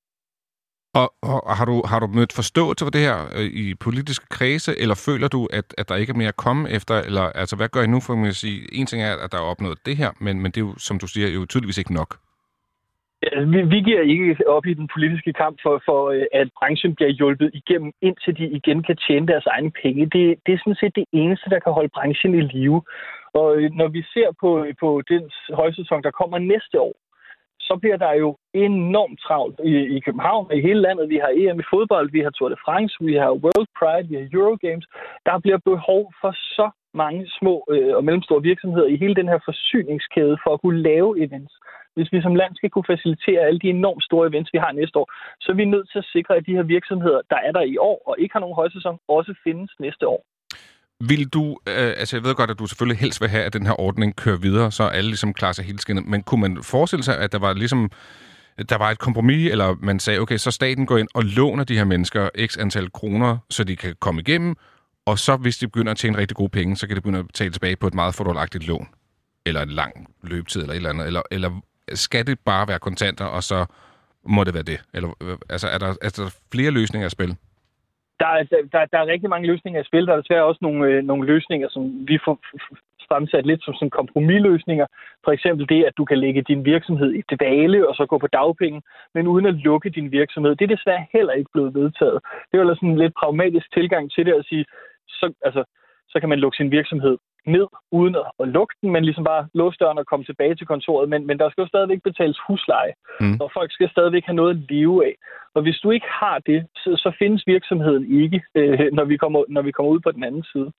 Og, og har, du, har du mødt forståelse for det her øh, i politiske kredse, eller føler du, at, at der ikke er mere at komme efter? Eller altså, hvad gør I nu for at sige? En ting er, at der er opnået det her, men, men det er jo, som du siger, jo tydeligvis ikke nok. Ja, vi, vi giver ikke op i den politiske kamp for, for, at branchen bliver hjulpet igennem, indtil de igen kan tjene deres egne penge. Det, det er sådan set det eneste, der kan holde branchen i live. Og når vi ser på, på den højsæson, der kommer næste år, så bliver der jo enormt travlt i, i København og i hele landet. Vi har E M i fodbold, vi har Tour de France, vi har World Pride, vi har Eurogames. Der bliver behov for så mange små øh, og mellemstore virksomheder i hele den her forsyningskæde for at kunne lave events. Hvis vi som land skal kunne facilitere alle de enormt store events, vi har næste år, så er vi nødt til at sikre, at de her virksomheder, der er der i år og ikke har nogen højsæson, også findes næste år. Vil du, øh, altså jeg ved godt, at du selvfølgelig helst vil have, at den her ordning kører videre, så alle ligesom klarer sig helt skinnet, men kunne man forestille sig, at der var ligesom, der var et kompromis, eller man sagde, okay, så staten går ind og låner de her mennesker x antal kroner, så de kan komme igennem, og så hvis de begynder at tjene rigtig gode penge, så kan de begynde at betale tilbage på et meget fordelagtigt lån, eller en lang løbetid, eller et eller andet, eller, eller skal det bare være kontanter, og så må det være det? Eller, altså, er der, er der flere løsninger at spille? Der er, der, der er rigtig mange løsninger i spil. Der er desværre også nogle, øh, nogle løsninger, som vi får fremsat lidt som sådan kompromisløsninger. For eksempel det, at du kan lægge din virksomhed i dvale og så gå på dagpenge, men uden at lukke din virksomhed. Det er desværre heller ikke blevet vedtaget. Det er jo sådan en lidt pragmatisk tilgang til det at sige, så, altså, så kan man lukke sin virksomhed ned, uden at lukke den, men ligesom bare låse døren og komme tilbage til kontoret. Men, men der skal jo stadigvæk betales husleje, mm. og folk skal stadigvæk have noget at leve af. Og hvis du ikke har det, så, så findes virksomheden ikke, øh, når, vi kommer, når vi kommer ud på den anden side.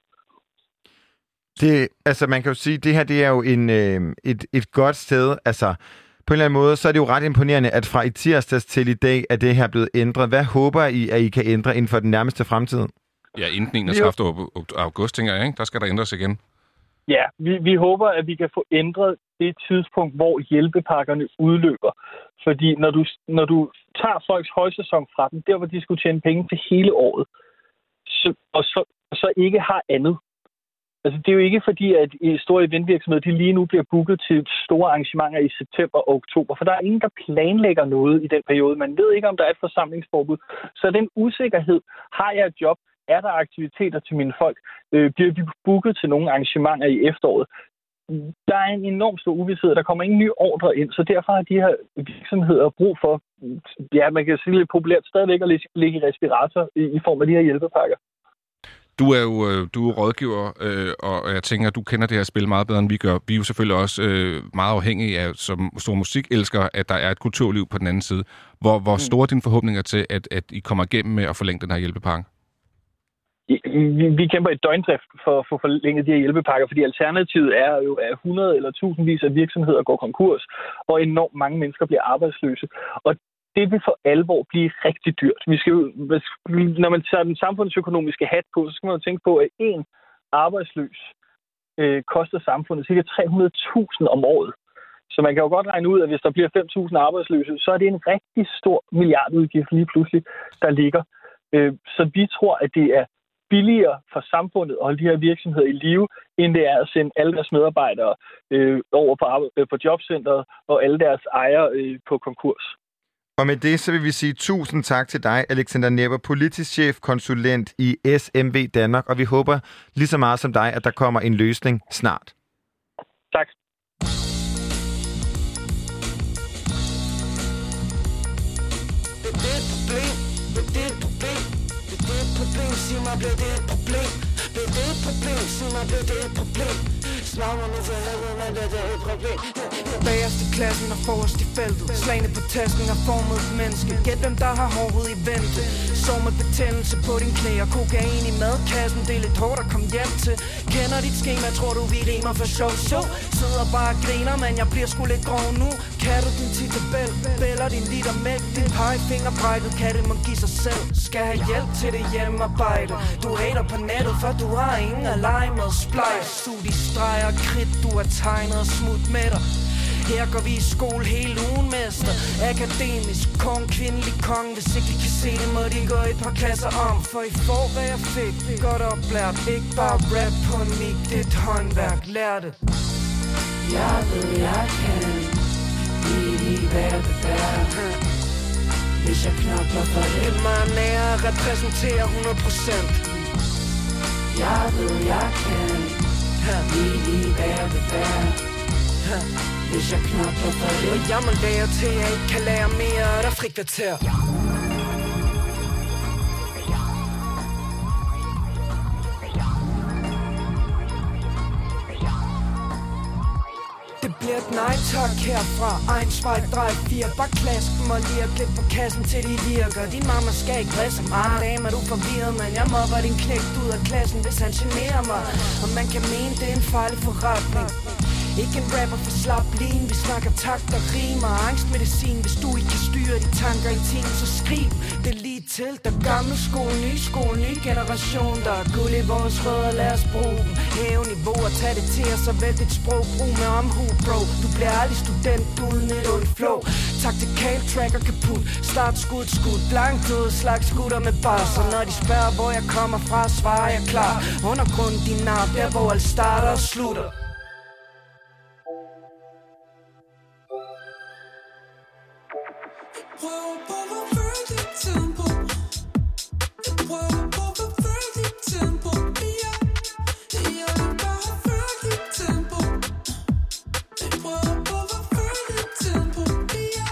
Det, altså man kan jo sige, at det her det er jo en, øh, et, et godt sted. Altså på en eller anden måde, så er det jo ret imponerende, at fra i tirsdags til i dag er det her blevet ændret. Hvad håber I, at I kan ændre inden for den nærmeste fremtid? Ja, inden enogtredivte august, tænker jeg, ikke? Der skal der ændres igen. Ja, vi, vi håber, at vi kan få ændret det tidspunkt, hvor hjælpepakkerne udløber. Fordi når du, når du tager folks højsæson fra dem, der hvor de skulle tjene penge til hele året, så, og, så, og så ikke har andet. Altså det er jo ikke fordi, at i store eventvirksomheder, de lige nu bliver booket til store arrangementer i september og oktober, for der er ingen, der planlægger noget i den periode. Man ved ikke, om der er et forsamlingsforbud. Så den usikkerhed, har jeg et job? Er der aktiviteter til mine folk? Øh, bliver vi booket til nogle arrangementer i efteråret? Der er en enorm stor uvished. Der kommer ingen nye ordre ind, så derfor har de her virksomheder brug for, ja, man kan sige lidt populært, stadigvæk at ligge i respirator i, i form af de her hjælpepakker. Du er jo du er rådgiver, øh, og jeg tænker, at du kender det her spil meget bedre, end vi gør. Vi er jo selvfølgelig også øh, meget afhængige af, som store musikelskere, at der er et kulturliv på den anden side. Hvor, hvor store er dine forhåbninger til, at, at I kommer igennem med at forlænge den her hjælpepakke? Vi, vi kæmper et døgndrift for at få forlænget de her hjælpepakker, fordi alternativet er jo, at hundrede eller tusindvis af virksomheder går konkurs, og enormt mange mennesker bliver arbejdsløse. Og det vil for alvor blive rigtig dyrt. Vi skal jo, når man tager den samfundsøkonomiske hat på, så skal man jo tænke på, at én arbejdsløs øh, koster samfundet ca. tre hundrede tusind om året. Så man kan jo godt regne ud, at hvis der bliver fem tusind arbejdsløse, så er det en rigtig stor milliardudgift lige pludselig, der ligger. Øh, så vi tror, at det er billigere for samfundet at holde de her virksomheder i live, end det er at sende alle deres medarbejdere øh, over på, øh, på jobcentret og alle deres ejere øh, på konkurs. Og med det, så vil vi sige tusind tak til dig, Alexander Nepper, politisk chef, konsulent i S M V Danmark, og vi håber lige så meget som dig, at der kommer en løsning snart. Tak. Sig mig, bliver det et problem? problem. Sig mig, blev det et problem? Slag mig nu for helvede, men det er et problem. Bagerst i klassen og forrest i feltet. Slagene på tasken har formet et menneske. Gæt hvem der har hårdhed i vente. Sov med betændelse på din knæ og kokain i madkassen. Det er lidt hårdt at komme hjem til. Kender dit schema, tror du vi rimer for sjov. Sjov, sidder bare og griner, men jeg bliver sgu lidt grov nu. Kan du din titabel, bæller din liter mælk. Din pegefinger brækket, kan det må give sig selv. Skal have hjælp til det hjemmearbejde. Du hater på nettet, for du har ingen at lege med. Splejs, sug de streger, kridt, du har tegnet og smut med dig. Her går vi i skole hele ugen, mester. Akademisk, kong, kvindelig kong. Hvis ikke de kan se det, må de gå et par klasser om. For I får, hvad jeg fik, godt oplært. Ikke bare rap på en mic, det er et håndværk, lær det. Jeg ved, jeg kan lige være det værd. Hvis jeg knokler for det. Det er meget nær at repræsentere hundrede procent. Jeg ved, jeg kan lige være det værd. Hvis jeg knokler for det. Og jeg må lære til, at jeg ikke kan lære mere af der frikvarter. Det bliver et nej tak herfra. Ein, zwei, drei, vier. Bare klask dem og lige lidt på kassen til de virker. Din mamma skal ikke risse mig. Dame er du forvirret, men jeg mobber din knægt ud af klassen, hvis han generer mig. Og man kan mene, det er en fejl forretning. Ikke en rapper for slap lin. Vi snakker takt og rimer. Angstmedicin. Hvis du ikke kan styre de tanker i tiden, så skriv det lige til. Der gammel skole, ny skole, ny generation. Der er guld i vores rødder, lad os bruge dem. Hæve niveau og tag det til os og vælg dit sprog. Brug med omhu, bro. Du bliver aldrig student uden et ondt flow. Taktikal tracker kaput. Start skud, skud. Blankt ud, slags skutter med bars. Og når de spørger, hvor jeg kommer fra, svarer jeg klar. Undergrunden din navn, der hvor alt starter og slutter. Prøv på at føle dit tempo. Jeg prøver på at føle dit tempo. Ja, jeg vil bare føle dit tempo. Jeg prøver på at føle dit tempo. Ja.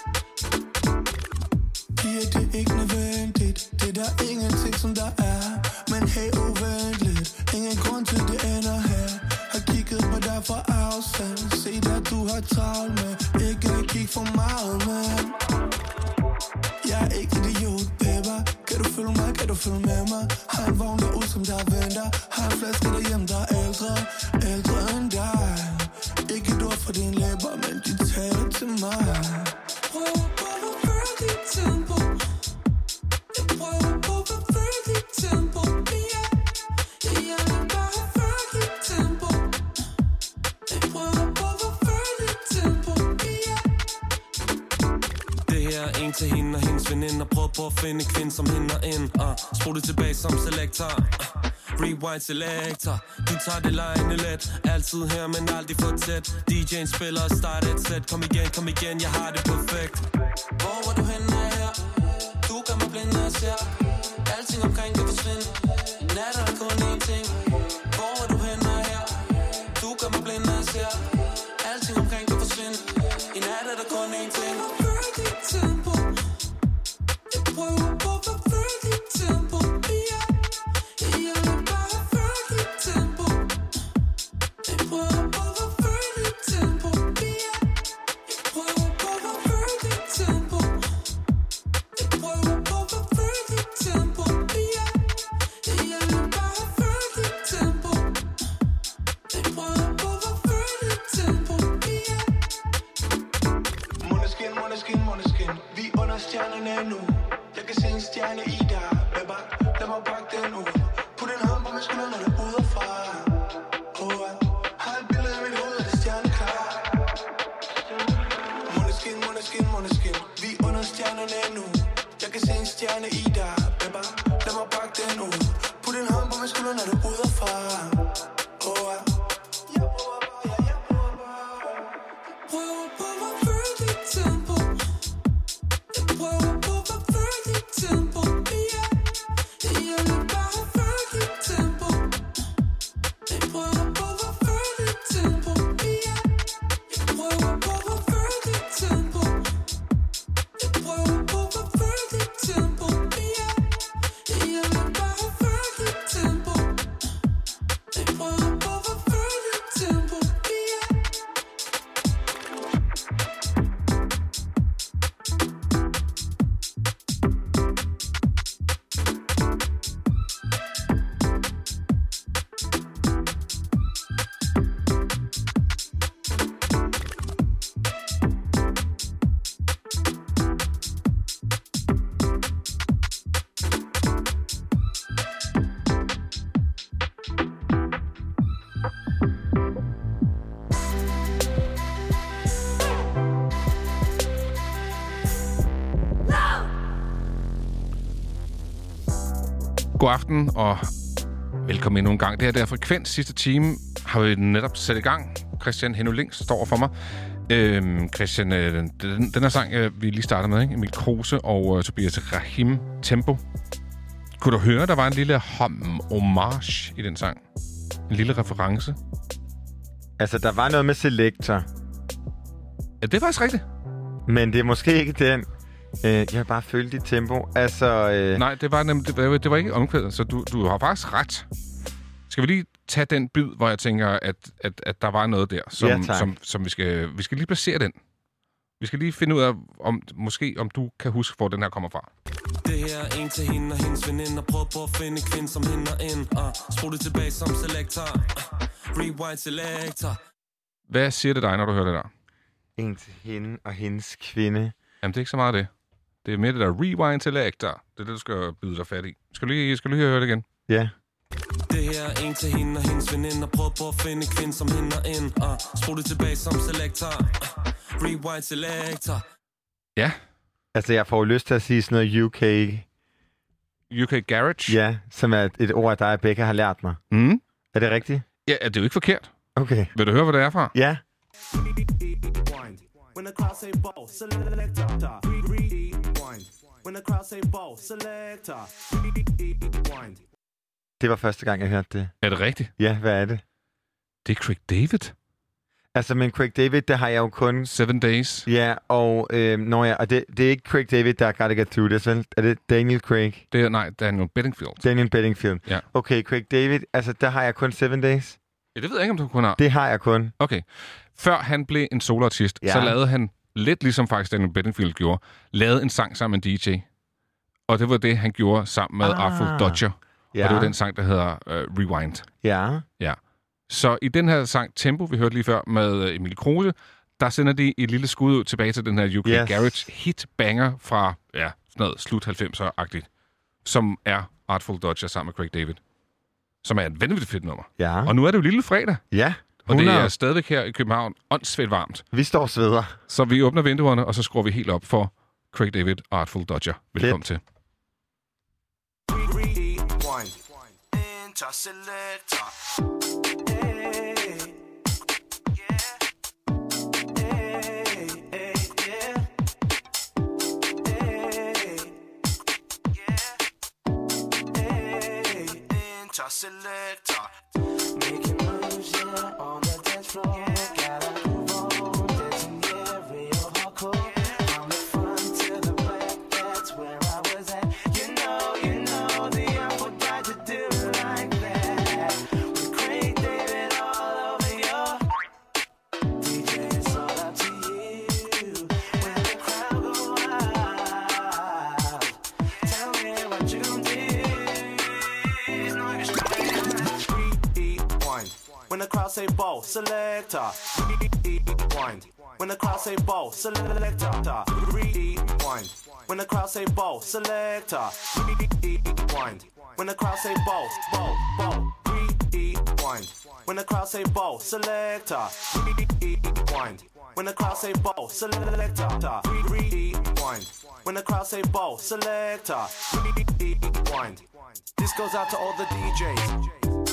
Piger, det er ikke nødvendigt. Det er der ingenting som der er. Men hey, uventeligt. Ingen grund til det ender her. Har kigget på dig fra afstand. Se der du har travlt med. Ikke at kigge for meget, man. Jeg er ikke idiot, baby. Kan du følge mig, kan du følge med mig? Har en vogn derude, som der venter. Har en flaske derhjemme, der er ældre. Ældre end dig. Ikke et ord fra dine læber, men de taler til mig. Prøv på at føle dit tempo. Jeg prøver på at føle dit tempo. Ja, jeg vil bare føle dit tempo. Jeg prøver på at føle dit tempo. Ja. Det her er en til hende og hendes veninder. Prøv på at finde kvinde som hende ind. uh, Spol det tilbage som selektor. uh, Rewind selector. Du tager det lejende let. Altid her, men aldrig for tæt. D J'en spiller og starter et sæt. Kom igen, kom igen, jeg har det perfekt. Hvor var du henne her? Du gør mig blind, når jeg ser. Alting omkring kan forsvinde. I nat er der kun én ting. Hvor var du henne her? Du gør mig blind, når jeg ser. Alting omkring kan forsvinde. I nat er der kun én ting. Føl dit tempo. Jeg prøver på at føle dit tempo. Ja, jeg vil bare føle dit tempo. Jeg prøver på at føle dit tempo. Ja, jeg prøver på at føle dit tempo. Jeg prøver på at føle dit tempo. Ja, jeg vil bare føle dit tempo. Jeg prøver på at føle dit tempo. Ja. Måneskin, måneskin, måneskin. Vi under stjernerne nu. Jeg kan se en stjerne i dig. Lad mig, lad mig pakke den ud. Put en hånd på min skulder, når det er udefra. Oh, jeg har et billede i mit hoved, og det er stjerneklar. Måneskin, måneskin, måneskin. Vi under stjernerne nu. Jeg kan se en stjerne i dig. Lad mig, lad mig pakke den ud. Put en hånd på min skulder, når det er udefra. Oh, jeg Prøver på at føle dit tempo. Jeg prøver på at føle dit tempo. Ja, jeg vil bare føle dit tempo. Jeg prøver på at føle dit tempo. Ja, jeg prøver på at føle dit tempo. Jeg prøver på at føle dit tempo. Ja. God aften, og velkommen endnu en gang. Det her det er Frekvens. Sidste time har vi netop sat i gang. Christian Henno Links står for mig. Øhm, Christian, øh, den, den, den her sang, øh, vi lige startede med, ikke? Emil Kruse og øh, Tobias Rahim, Tempo. Kunne du høre, der var en lille hom homage i den sang? En lille reference? Altså, der var noget med Selector. Ja, det er faktisk rigtigt. Men det er måske ikke den. Øh, jeg har bare følt dit tempo. Altså, øh... Nej, det var, nem, det, var, det var ikke omkvædet, så du, du har faktisk ret. Skal vi lige tage den bid, hvor jeg tænker, at, at, at der var noget der, som, ja, som, som vi skal... Vi skal lige placere den. Vi skal lige finde ud af, om, måske om du kan huske, hvor den her kommer fra. Det her er en til hende og hendes veninde, og prøv på at finde en kvinde, som hende og ind. Uh, Spol det tilbage som Selector. Uh, rewind Selector. Hvad siger det dig, når du hører det der? En til hende og hendes kvinde. Jamen, det er ikke så meget det. Det er mere det der rewind Selector. Det er det, du skal bide dig fat i. Skal du lige, skal du lige høre det igen? Ja. Det her er en til hende og hendes veninde, og prøv på at finde en kvinde, som hende og ind. Uh, Spol det tilbage som Selector. Uh, rewind Selector. Ja. Altså, jeg får jo lyst til at sige sådan noget U K... U K Garage? Ja, som er et ord, der Becca har lært mig. Mm. Er det rigtigt? Ja, det er jo ikke forkert. Okay. Vil du høre, hvor det er fra? Ja. When the crowd say ball, selector. Rewind. When the crowd say ball, selector. Rewind. Det var første gang, jeg hørte det. Er det rigtigt? Ja, hvad er det? Det er Craig David. Altså, men Craig David, der har jeg jo kun... Seven Days. Ja, og, øh, når jeg, og det, det er ikke Craig David, der Gotta Get Through This, vel? Er det Daniel Craig? Det er, nej, Daniel Bedingfield. Daniel Bedingfield. Ja. Okay, Craig David, altså, der har jeg kun Seven Days. Ja, det ved jeg ikke, om du kun har. Det har jeg kun. Okay. Før han blev en soloartist, ja. så lavede han, lidt ligesom faktisk Daniel Bedingfield gjorde, lavede en sang sammen med en D J. Og det var det, han gjorde sammen med ah. Artful Dodger. Ja. Og det var den sang, der hedder uh, Rewind. Ja. Ja. Så i den her sang Tempo, vi hørte lige før med Emil Kruse, der sender de et lille skud ud tilbage til den her U K yes. Garage hit banger fra ja, sådan noget slut halvfemser-agtigt, som er Artful Dodger sammen med Craig David. Som er et vanvittigt fedt nummer. Ja. Og nu er det jo lille fredag. Ja. Og det er stadigvæk her i København åndssvagt varmt. Vi står sveder. Så vi åbner vinduerne, og så skruer vi helt op for Craig David og Artful Dodger. Velkommen til. Selector, making moves, yeah, on the dance floor. Gotta move on, dancing, yeah, real hardcore. From the front to the back, that's where I was at. You know, you know, the apple tried to do it like that. With Craig David all over your D J, it's all up to you. When the crowd go wild, tell me what you gon' do. When the crowd say ball, selector. Rewind. When the crowd say ball, selector. Rewind. When the crowd say ball, selector. Rewind. When the crowd say ball, ball, ball. Rewind. When the crowd say ball, selector. Rewind. When the crowd say ball, selector. Rewind. When the crowd say ball, selector. Rewind. This goes out to all the D Js.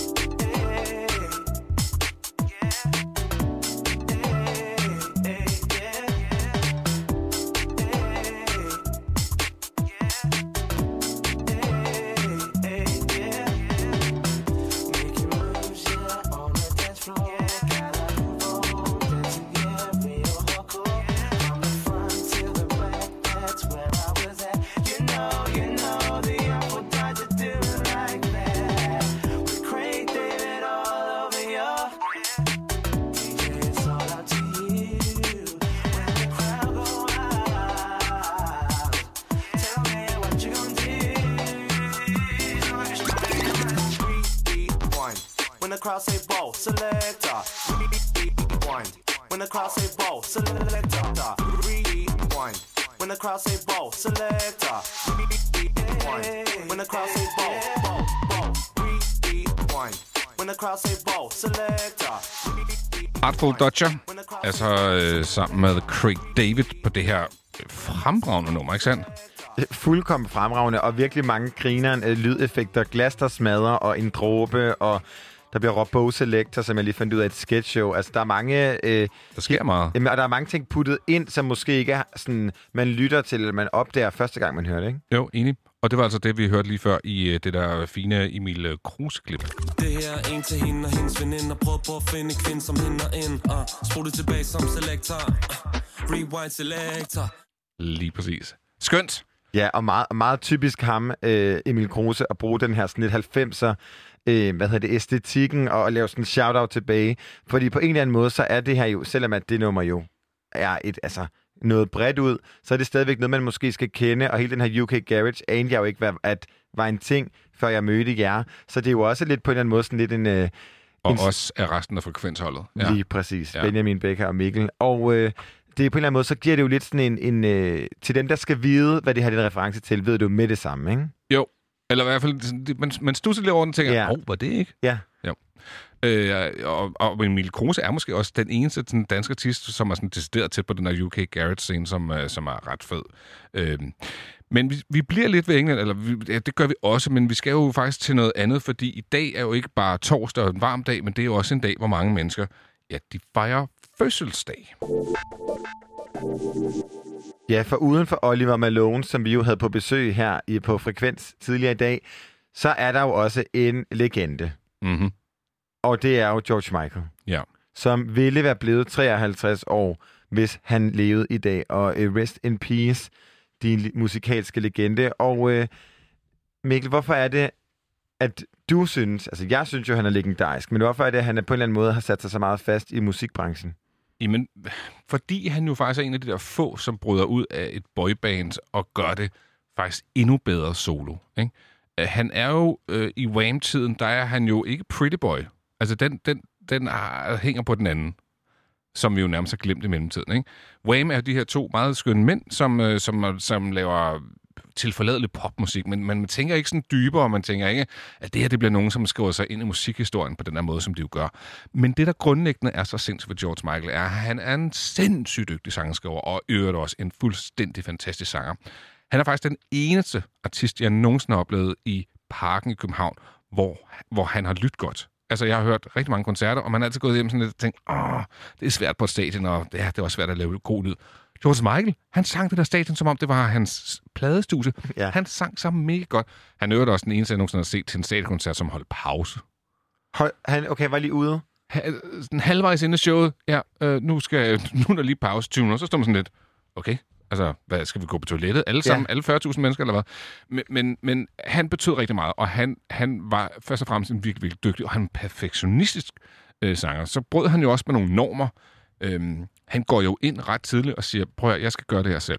When the crowd say ball, selector. Rewind. When the crowd say ball, selector. Rewind. When the crowd say ball, selector. Rewind. When the crowd say ball, ball, ball. Rewind. When the crowd say ball, selector. Artful Dodger, altså øh, sammen med Craig David på det her fremragende nummer, ikke sandt? fuldkommen fremragende, og virkelig mange grineren øh, lydeffekter, glas, der smadrer, og en dråbe, og der bliver råbt Bose Selector, som jeg lige fandt ud af et sketchshow. Altså, der er mange... Øh, der sker meget. Jamen, og der er mange ting puttet ind, som måske ikke er sådan, man lytter til, eller man opdager første gang, man hører det, ikke? Jo, enig. Og det var altså det, vi hørte lige før i det der fine Emil Kruse-klip. Det her er en til hende og hendes veninder. Prøv på at finde kvinde, som hende ind. Uh, Spol det tilbage som selektor. Uh, rewind selector. Lige præcis. Skønt! Ja, og meget, meget typisk ham, øh, Emil Kruse, at bruge den her sådan lidt halvfemser, øh, hvad hedder det, æstetikken, og at lave sådan en shout-out tilbage. Fordi på en eller anden måde, så er det her jo, selvom at det nummer jo er et, altså... noget bredt ud, så er det stadigvæk noget, man måske skal kende, og hele den her U K Garage anede jeg jo ikke, at var en ting, før jeg mødte jer. Så det er jo også lidt på en eller anden måde sådan lidt en... Øh, og en, også er resten af frekvensholdet. Ja. Lige præcis. Ja. Benjamin Becker og Mikkel. Og øh, det er på en eller anden måde, så giver det jo lidt sådan en... en øh, til dem, der skal vide, hvad det her er en reference til, ved du med det samme, ikke? Jo. Eller i hvert fald, man, man stusser lidt over den og tænker, åh, ja. oh, var det ikke? Ja. Jo. Øh, og, og Emil Kruse er måske også den eneste sådan, danske artist, som er sådan decideret til på den her U K Garage-scene, som, uh, som er ret fed. Øh, men vi, vi bliver lidt ved England, eller vi, ja, det gør vi også, men vi skal jo faktisk til noget andet, fordi i dag er jo ikke bare torsdag og en varm dag, men det er jo også en dag, hvor mange mennesker, ja, de fejrer fødselsdag. Ja, for uden for Oliver Malone, som vi jo havde på besøg her i, på Frekvens tidligere i dag, så er der jo også en legende. Mhm. Og det er jo George Michael, ja. som ville være blevet treoghalvtreds år, hvis han levede i dag. Og uh, rest in peace, din musikalske legende. Og uh, Mikkel, hvorfor er det, at du synes, altså jeg synes jo, han er legendarisk, men hvorfor er det, at han på en eller anden måde har sat sig så meget fast i musikbranchen? Jamen, fordi han jo faktisk er en af de der få, som bryder ud af et boyband og gør det faktisk endnu bedre solo, ikke? Han er jo øh, i Wham-tiden, der er han jo ikke Pretty Boy. Altså, den, den, den er, hænger på den anden, som vi jo nærmest har glemt i mellemtiden, ikke? Wham er jo de her to meget skønne mænd, som, øh, som, som laver tilforladelig popmusik, men man tænker ikke sådan dybere, man tænker ikke, at det her det bliver nogen, som skriver sig ind i musikhistorien på den her måde, som de jo gør. Men det, der grundlæggende er så sindssygt for George Michael, er, at han er en sindssygt dygtig sangskriver, og i øvrigt også en fuldstændig fantastisk sanger. Han er faktisk den eneste artist, jeg nogensinde har oplevet i Parken i København, hvor, hvor han har lyttet godt. Altså, jeg har hørt rigtig mange koncerter, og man har altid gået hjem sådan lidt og tænkt, åh, det er svært på et stadion, og ja, det er også svært at lave god lyd. George Michael, han sang det der stadion, som om det var hans pladestudie. Ja. Han sang så mega godt. Han øvrigt også den eneste, jeg nogensinde har set til en stadionkoncert, som holdt pause. Hold, han, okay, var lige ude? Han, sådan halvvejs inde i showet, ja, øh, nu, skal, nu er der lige pause tyve minutter, så står man sådan lidt, okay, altså, hvad, skal vi gå på toilettet? Alle sammen, ja. Alle fyrre tusind mennesker, eller hvad? Men, men, men han betød rigtig meget, og han, han var først og fremmest en virkelig, virkelig dygtig, og han er en perfektionistisk øh, sanger. Så brød han jo også med nogle normer. Øhm, han går jo ind ret tidligt og siger, prøv at jeg skal gøre det her selv.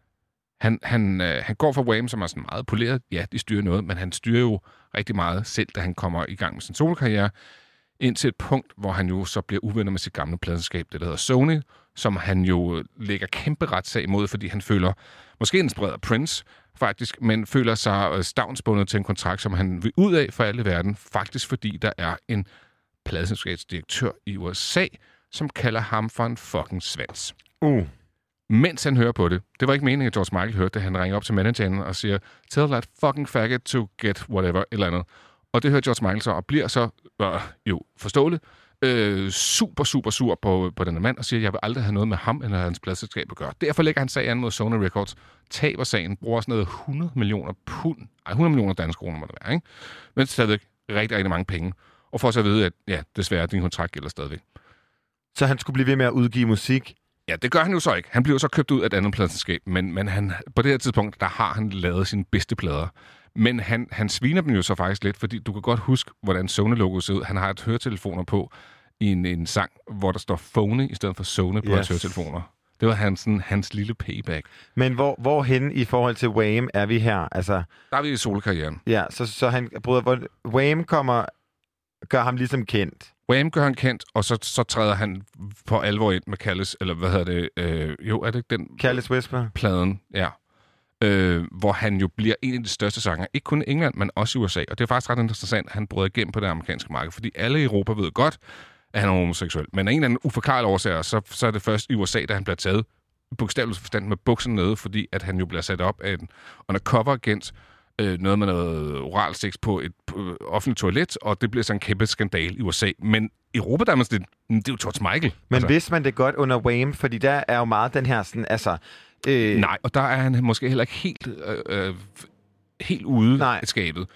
Han, han, øh, han går for Wham, som er sådan meget poleret. Ja, de styrer noget, men han styrer jo rigtig meget selv, da han kommer i gang med sin solokarriere, indtil et punkt, hvor han jo så bliver uvenner med sit gamle pladeselskab, det der hedder Sony, som han jo lægger kæmpe retssag imod, fordi han føler, måske inspireret af Prince, faktisk, men føler sig stavnsbundet til en kontrakt, som han vil ud af for alle i verden, faktisk fordi der er en pladeselskabsdirektør i U S A, som kalder ham for en fucking svans. Uh. Mens han hører på det. Det var ikke meningen, at George Michael hørte det. Han ringer op til manageren og siger, tell that fucking faggot to get whatever, eller andet. Og det hører George Michael så, og bliver så, øh, jo, forståeligt, øh, super, super sur på, på denne mand, og siger, jeg vil aldrig have noget med ham eller hans pladselskab at gøre. Derfor lægger han sag an mod Sony Records, taber sagen, bruger sådan noget hundrede millioner pund, ej, hundrede millioner danske kroner må det være, ikke? Men stadigvæk rigtig, rigtig mange penge. Og får så at vide, at ja, desværre, din kontrakt gælder stadigvæk. Så han skulle blive ved med at udgive musik? Ja, det gør han jo så ikke. Han bliver så købt ud af et andet pladselskab, men, men han, på det her tidspunkt, der har han lavet sine bedste plader. Men han, han sviner dem jo så faktisk lidt, fordi du kan godt huske, hvordan Sony-logoet ser ud. Han har et høretelefoner på i en, en sang, hvor der står Phony i stedet for Sony på yes. hans høretelefoner. Det var hans, sådan, hans lille payback. Men hvor, hvorhen i forhold til Wham er vi her? Altså, der er vi i solokarrieren. Ja, så, så han bryder... Wham kommer... gør ham ligesom kendt. Wham gør han kendt, og så, så træder han på alvor ind med Careless, eller hvad hedder det? Øh, jo, er det ikke den? Careless Whisper. Pladen, ja. Øh, hvor han jo bliver en af de største sanger. Ikke kun i England, men også i U S A. Og det er faktisk ret interessant, at han bryder igennem på det amerikanske marked, fordi alle i Europa ved godt, at han er homoseksuel. Men af en eller anden uforklarlig årsager, så, så er det først i U S A, da han bliver taget bogstaveligt forstand med bukserne nede, fordi at han jo bliver sat op af en undercover-agent, øh, noget med noget oral sex på et på offentligt toilet, og det bliver sådan en kæmpe skandal i U S A. Men i Europa, der er man sådan, det er jo George Michael. Men altså. vidste man det godt under Wham? Fordi der er jo meget den her sådan, altså... Øh... Nej, og der er han måske heller ikke helt, øh, øh, helt ude Nej. af skabet.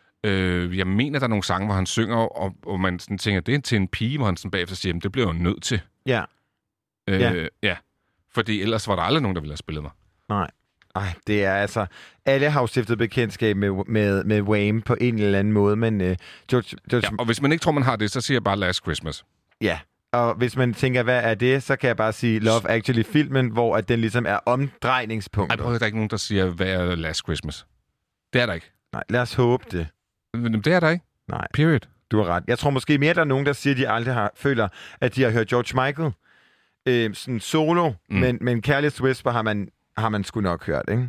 Øh, jeg mener, der er nogle sange, hvor han synger, og, og man sådan tænker, det er til en pige, hvor han sådan bagefter siger, det bliver jo nødt til. Ja. Øh, ja. ja. Fordi ellers var der aldrig nogen, der ville have spillet mig. Nej. Ej, det er altså... Alle har jo stiftet bekendtskab med, med, med Wham på en eller anden måde, men... Øh, George, George... Ja, og hvis man ikke tror, man har det, så siger jeg bare Last Christmas. Ja, og hvis man tænker, hvad er det, så kan jeg bare sige Love Actually-filmen, hvor at den ligesom er omdrejningspunktet. Ej, prøv, der er ikke nogen, der siger, hvad er Last Christmas? Det er der ikke. Nej, lad os håbe det. Men det er der ikke. Nej. Period. Du har ret. Jeg tror måske mere, der er nogen, der siger, at de aldrig har, føler, at de har hørt George Michael øh, sådan solo, mm. men, men Careless Whisper har man, har man sgu nok hørt, ikke?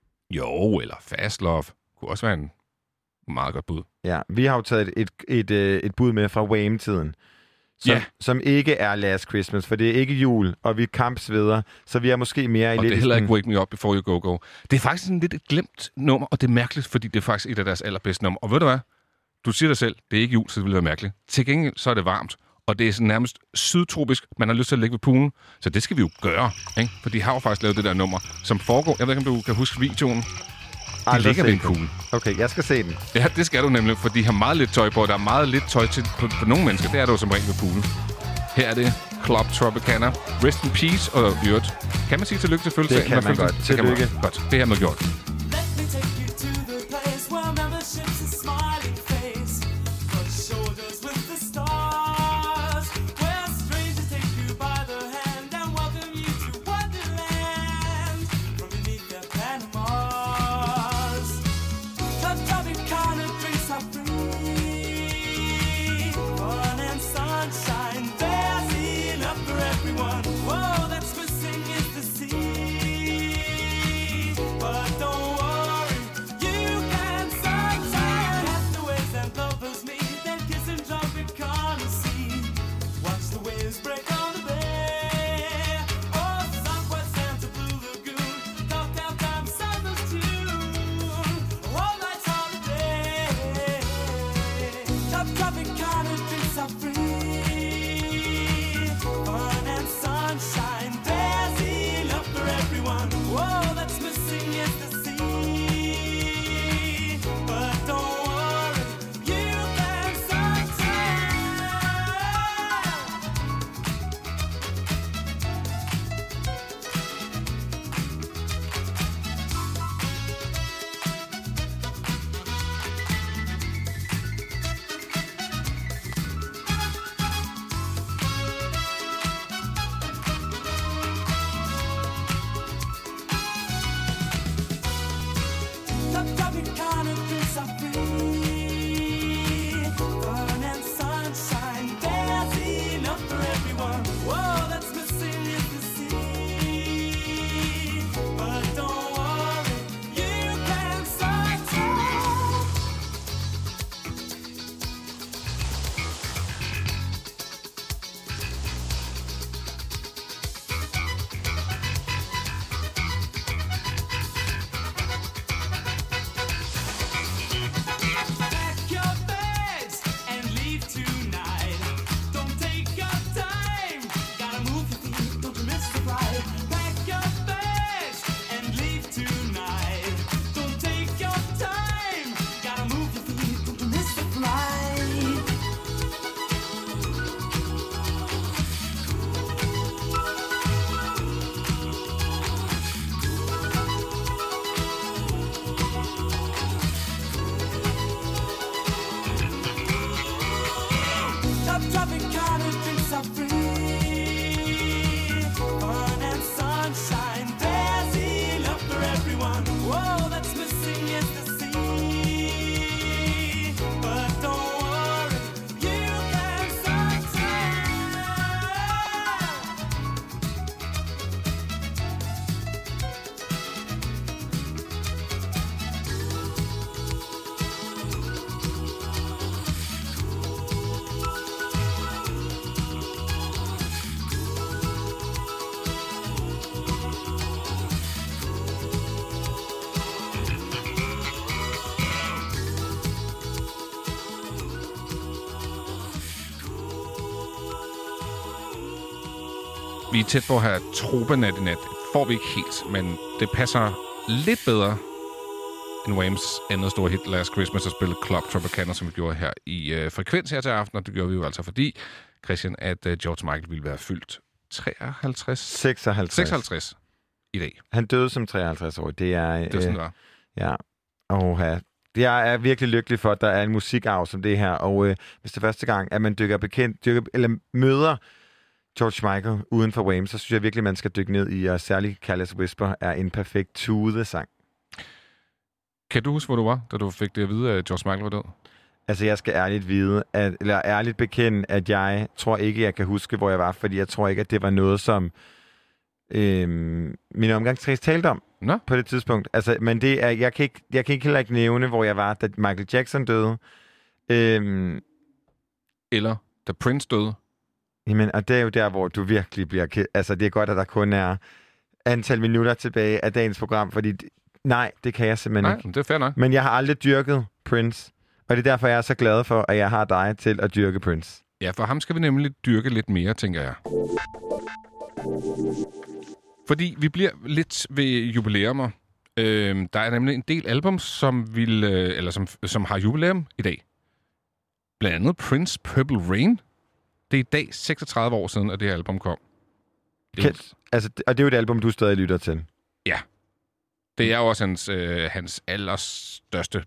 Jo, eller Fast Love. Kunne også være en meget godt bud. Ja, vi har jo taget et, et, et, et bud med fra Wham-tiden, som, ja. som ikke er Last Christmas, for det er ikke jul, og vi kampsveder, så vi er måske mere i og lidt... Og det er heller ikke Wake Me Up Before You Go Go. Det er faktisk en lidt et glemt nummer, og det er mærkeligt, fordi det er faktisk et af deres allerbedste nummer. Og ved du hvad? Du siger dig selv, det er ikke jul, så det vil være mærkeligt. Til gengæld så er det varmt, og det er sådan nærmest sydtropisk. Man har lyst til at ligge ved poolen, så det skal vi jo gøre, ikke? For de har jo faktisk lavet det der nummer, som foregår... Jeg ved ikke, om du kan huske videoen. De ligger ved en pool. Okay, jeg skal se den. Ja, det skal du nemlig, for de har meget lidt tøj på. Der er meget lidt tøj til på, på nogle mennesker. Det er der jo som regel ved poolen. Her er det Club Tropicana. Rest in peace, og i øvrigt. Kan man sige tillykke til fødselsdagen? Det kan man godt. Tillykke. Man. Godt, det har man gjort. Whoa, that's missing is the sea. But don't Vi er tæt på at have Tropenat i nat. Får vi ikke helt, men det passer lidt bedre end Whams andet store hit Last Christmas at spille Club Tropicana, som vi gjorde her i øh, Frekvens her til aften. Og det gjorde vi jo altså fordi, Christian, at øh, George Michael ville være fyldt treoghalvtreds seksoghalvtreds seksoghalvtreds i dag. Han døde som treoghalvtreds år. Det er... Det er sådan, der. Ja. Og ja. Jeg er virkelig lykkelig for, at der er en musikarv som det her. Og øh, hvis det er første gang, at man dykker bekendt, dykker, eller møder George Michael uden for Wham, så synes jeg virkelig, man skal dykke ned i, og særligt Careless Whisper er en perfekt tude-sang. Kan du huske, hvor du var, da du fik det at vide, at George Michael var død? Altså, jeg skal ærligt vide, at, eller ærligt bekende, at jeg tror ikke, jeg kan huske, hvor jeg var, fordi jeg tror ikke, at det var noget, som øhm, min omgangskreds talte om Nå. på det tidspunkt. Altså, men det er, jeg kan ikke, jeg kan ikke heller ikke nævne, hvor jeg var, da Michael Jackson døde. Øhm, Eller da Prince døde. Jamen, og det er jo der, hvor du virkelig bliver ked. Altså, det er godt, at der kun er antal minutter tilbage af dagens program, fordi nej, det kan jeg simpelthen Nej, ikke. det er fair nok. Men jeg har aldrig dyrket Prince, og det er derfor, jeg er så glad for, at jeg har dig til at dyrke Prince. Ja, for ham skal vi nemlig dyrke lidt mere, tænker jeg. Fordi vi bliver lidt ved jubilæumer. Øh, der er nemlig en del album, som, vil, øh, eller som, som har jubilæum i dag. Blandt andet Prince Purple Rain. Det er i dag seksogtredive år siden, at det her album kom. Det kan, altså, og det er jo et album, du stadig lytter til. Ja. Det er jo også hans, øh, hans allerstørste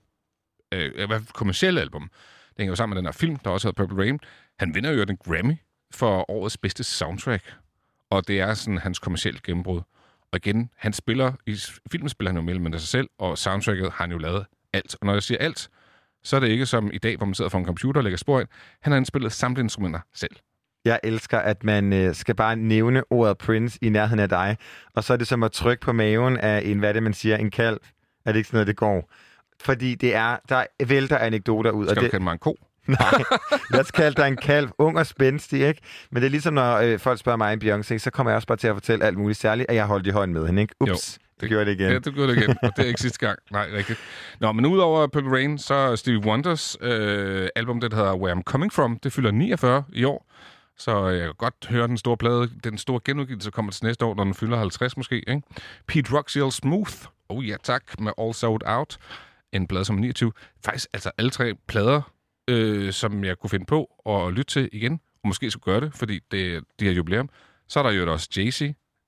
øh, kommercielle album. Det hænger jo sammen med den her film, der også hedder Purple Rain. Han vinder jo den Grammy for årets bedste soundtrack. Og det er sådan hans kommercielle gennembrud. Og igen, han spiller, i filmen spiller han jo mellem sig selv, og soundtracket har han jo lavet alt. Og når jeg siger alt, så er det ikke som i dag, hvor man sidder for en computer og lægger spor ind. Han har indspillet samtlige instrumenter selv. Jeg elsker, at man øh, skal bare nævne ordet Prince i nærheden af dig, og så er det som at trykke på maven af en, hvad det man siger, en kalv. Er det ikke sådan noget, det går? Fordi det er, der vælter anekdoter ud. Skal og du det... kalde mig en ko? Nej, lad os kalde dig en kalv, ung og spændstig, ikke? Men det er ligesom, når øh, folk spørger mig om Beyoncé, så kommer jeg også bare til at fortælle alt muligt, særligt, at jeg holdt i hånden med hende, ikke? Ups, jo, det, det gjorde det igen. Ja, det gjorde det igen, og det er ikke sidste gang. Nej, rigtigt. Nå, men udover Purple Rain, så Stevie Wonders øh, album, det hedder Where I'm Coming From, det fylder niogfyrre i år. Så jeg kan godt høre den store plade, den store genudgivelse kommer til næste år, når den fylder halvtreds måske, ikke? Pete Rock Seal Smooth, oh ja tak, med All Sold Out, en plade som niogtyve. Faktisk altså alle tre plader, øh, som jeg kunne finde på at lytte til igen, og måske skulle gøre det, fordi det, de har jubilæum. Så er der jo også Jay-Z.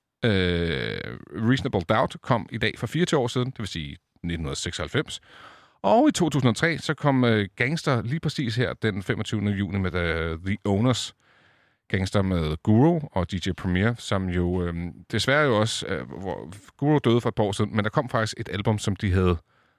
Øh, Reasonable Doubt kom i dag for fireogtyve år siden, det vil sige nitten seksoghalvfems. Og i to tusind og tre, så kom øh, Gangster lige præcis her den femogtyvende juni med The, The Owners. Gangster med Guru og D J Premier, som jo øh, desværre jo også, øh, hvor Guru døde for et par år siden, men der kom faktisk et album, som de havde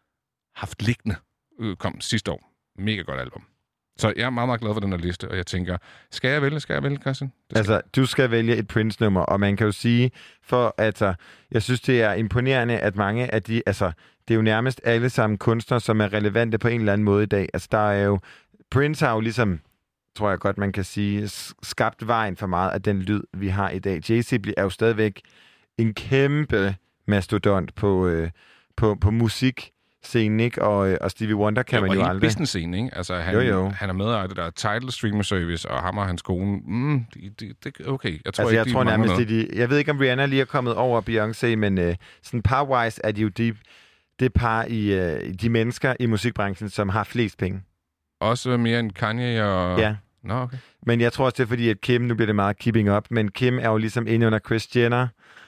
haft liggende, øh, kom sidste år. Mega godt album. Så jeg er meget, meget glad for den her liste, og jeg tænker, skal jeg vælge, skal jeg vælge, Christian? Skal altså, du skal vælge et Prince-nummer, og man kan jo sige, for altså, jeg synes, det er imponerende, at mange af de, altså, det er jo nærmest alle sammen kunstnere, som er relevante på en eller anden måde i dag. Altså, der er jo, Prince har jo ligesom, tror jeg godt, man kan sige, skabt vejen for meget af den lyd, vi har i dag. Jay-Z er jo stadigvæk en kæmpe mastodont på, øh, på, på musik. Scenen, ikke? Og, og Stevie Wonder kan ja, man jo aldrig. Business-scenen, ikke? Altså, han, jo, jo. han er med af det der Tidal Streamer Service, og ham og hans kone, mm, det, det, det okay. Jeg tror altså, ikke, jeg de tror nærmest, noget. de, jeg ved ikke, om Rihanna lige er kommet over Beyoncé, men uh, sådan par-wise er de jo de, det par i uh, de mennesker i musikbranchen, som har flest penge. Også mere end Kanye og... Ja. Nå, okay. Men jeg tror også, det er fordi, at Kim, nu bliver det meget keeping up, men Kim er jo ligesom inde under Kris Jenner,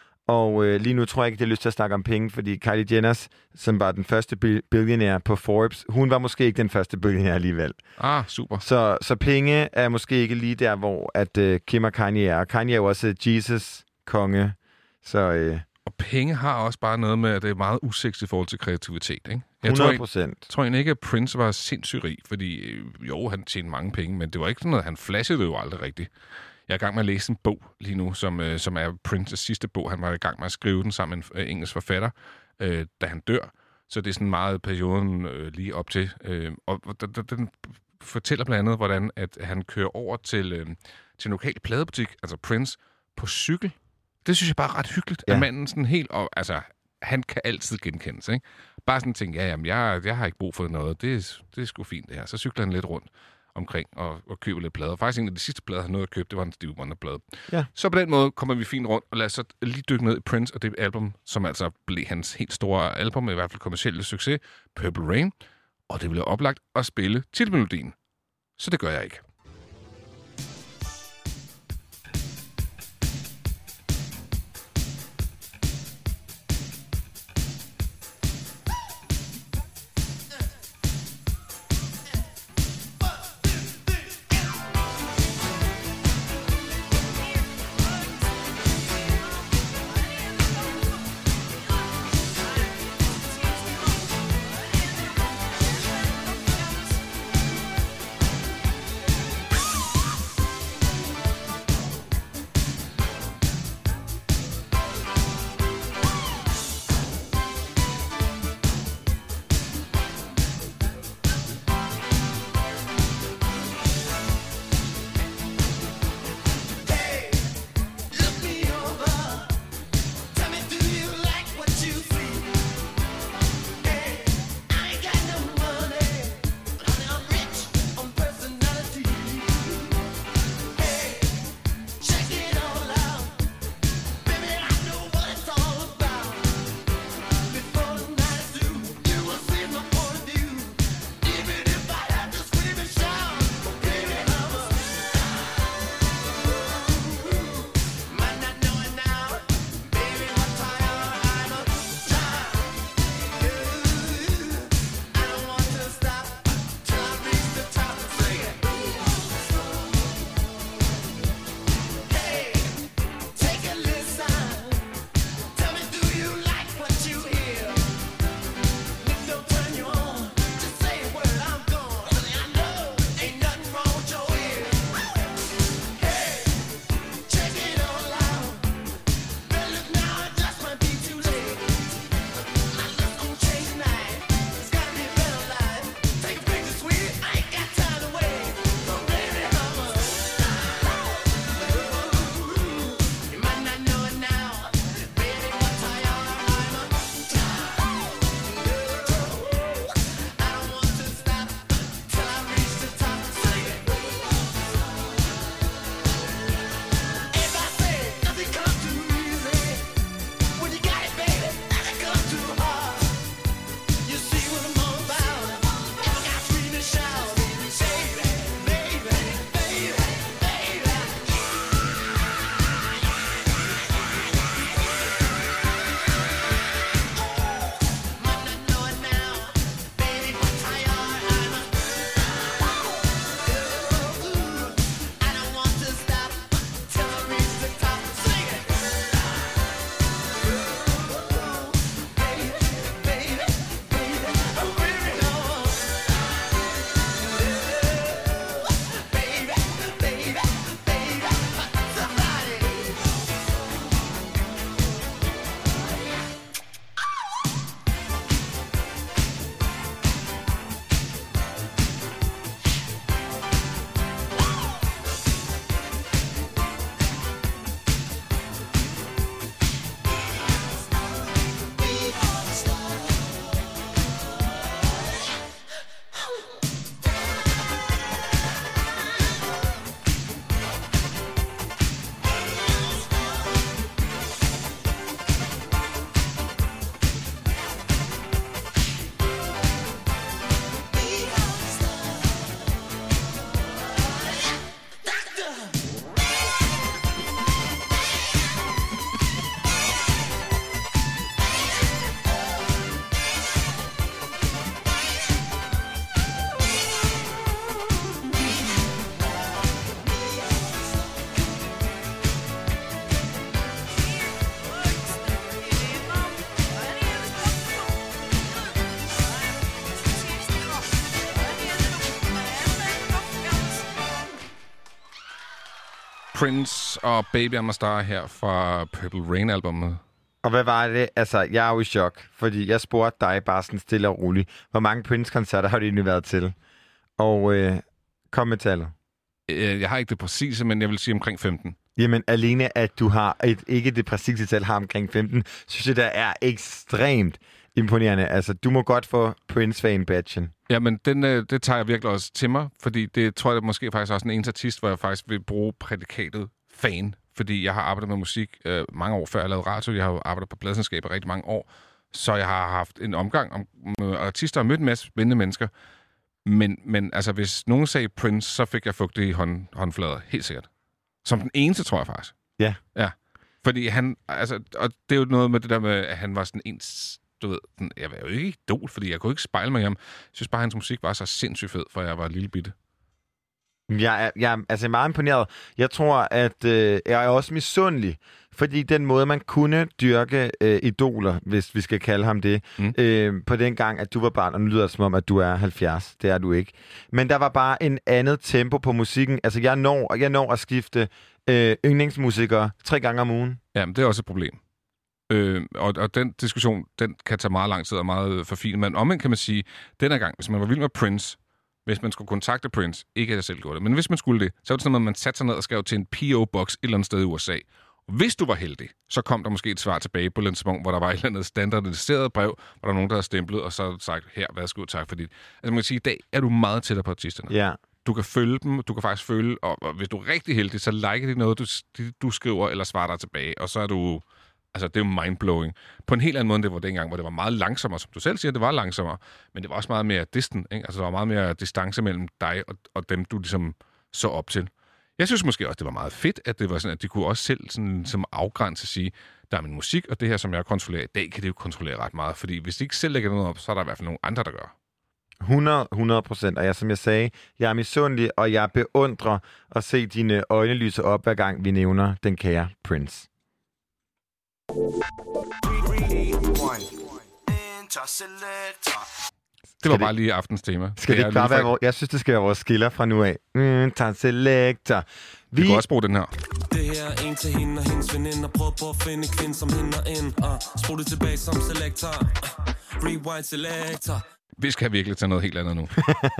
og øh, lige nu tror jeg ikke, det er lyst til at snakke om penge, fordi Kylie Jenner, som var den første billionær på Forbes, hun var måske ikke den første billionær alligevel. Ah, super. Så, så penge er måske ikke lige der, hvor at, øh, Kim og Kanye er. Og Kanye er jo også Jesus-konge. Så, øh... Og penge har også bare noget med, at det er meget usexet i forhold til kreativitet, ikke? Jeg hundrede procent. Jeg tror egentlig ikke, at Prince var sindssygt rig, fordi øh, jo, han tjente mange penge, men det var ikke sådan noget, han flashede det jo aldrig rigtigt. Jeg er i gang med at læse en bog lige nu, som, øh, som er Princes sidste bog. Han var i gang med at skrive den sammen med en øh, engelsk forfatter, øh, da han dør. Så det er sådan meget perioden øh, lige op til. Øh, og den fortæller blandt andet, hvordan at han kører over til, øh, til en lokal pladebutik, altså Prince, på cykel. Det synes jeg bare er ret hyggeligt, ja. At manden sådan helt... Og, altså, han kan altid genkendes, ikke? Bare sådan tænke, ja, jamen, jeg, jeg har ikke brug for noget. Det er, det er sgu fint, det her. Så cykler han lidt rundt. omkring og, og købe lidt plader. Faktisk en af de sidste plader, jeg nåede at købe, det var en Stevie Wonder-plade. Ja. Så på den måde kommer vi fint rundt, og lad os så lige dykke ned i Prince og det album, som altså blev hans helt store album, i hvert fald kommercielle succes, Purple Rain. Og det blev oplagt at spille titelmelodien. Så det gør jeg ikke. Prince og Baby I'm a Star her fra Purple Rain-albummet. Og hvad var det? Altså, jeg er jo i chok, fordi jeg spurgte dig bare sådan stille og roligt. Hvor mange Prince-koncerter har du egentlig været til? Og øh, kom med tallet. Jeg har ikke det præcise, men jeg vil sige omkring femten. Jamen, alene at du har et, ikke det præcise tal, har omkring femten, synes jeg, der er ekstremt. Imponerende. Altså, du må godt få Prince-fan-badgen. Ja, men den, øh, det tager jeg virkelig også til mig, fordi det tror jeg måske faktisk også er en eneste artist, hvor jeg faktisk vil bruge prædikatet fan, fordi jeg har arbejdet med musik øh, mange år før jeg lavede radio. Jeg har jo arbejdet på pladselskaber rigtig mange år, så jeg har haft en omgang om, med artister og mødt en masse spændende mennesker. Men, men altså, hvis nogen sagde Prince, så fik jeg fugtigt i hånd, håndflader. Helt sikkert. Som den eneste, tror jeg faktisk. Ja. Ja. Fordi han, altså, og det er jo noget med det der med, at han var sådan ens, du ved, den, jeg var jo ikke idol, fordi jeg kunne ikke spejle mig i ham. Jeg synes bare, at hans musik var så sindssygt fed, for jeg var lille bitte. Jeg er, jeg er altså meget imponeret. Jeg tror, at øh, jeg er også misundelig, fordi den måde, man kunne dyrke øh, idoler, hvis vi skal kalde ham det, mm. øh, på den gang, at du var barn, og nu lyder det som om, at du er halvfjerds. Det er du ikke. Men der var bare en andet tempo på musikken. Altså, jeg når, jeg når at skifte øh, yndlingsmusikere tre gange om ugen. Jamen, det er også et problem. Øh, og, og den diskussion, den kan tage meget lang tid og meget forfinet. Men omvendt kan man sige, denne gang, hvis man var vild med Prince, hvis man skulle kontakte Prince, ikke at jeg selv gjorde det, men hvis man skulle det, så var det sådan, at man satte sig ned og skrev til en P O-box et eller andet sted i U S A. Og hvis du var heldig, så kom der måske et svar tilbage på Lensmong, hvor der var et eller andet standardiseret brev, hvor der var nogen, der havde stemplet, og så sagt, her, værsgo, tak for dit. Altså man kan sige, i dag er du meget tættere på artisterne. Ja. Du kan følge dem, du kan faktisk følge, og, og hvis du er rigtig heldig, så liker de noget, du, du skriver, eller svarer dig tilbage, og så er du... Altså, det er jo mindblowing. På en helt anden måde, end det var dengang, hvor det var meget langsommere. Som du selv siger, det var langsommere. Men det var også meget mere distant, ikke? Altså, der var meget mere distance mellem dig og, og dem, du ligesom så op til. Jeg synes måske også, det var meget fedt, at det var sådan, at de kunne også selv sådan, som afgrænse sige, der er min musik, og det her, som jeg kontrollerer i dag, kan det jo kontrollere ret meget. Fordi hvis de ikke selv lægger noget op, så er der i hvert fald nogle andre, der gør. hundrede procent. Og jeg, som jeg sagde, jeg er misundelig, og jeg beundrer at se dine øjne lyse op, hver gang vi nævner den kære Prince. Det var bare lige aftens tema. Skal det, det ikke bare være vores... Jeg synes, det skal være vores skiller fra nu af. Mm, Selector. Vi... vi kan også bruge den her. Det her er en til hende og hendes veninder. Prøv på at finde kvinde, som hende ind. Uh, Spol det tilbage som Selector. Uh, rewind Selector. Vi skal virkelig tage noget helt andet nu.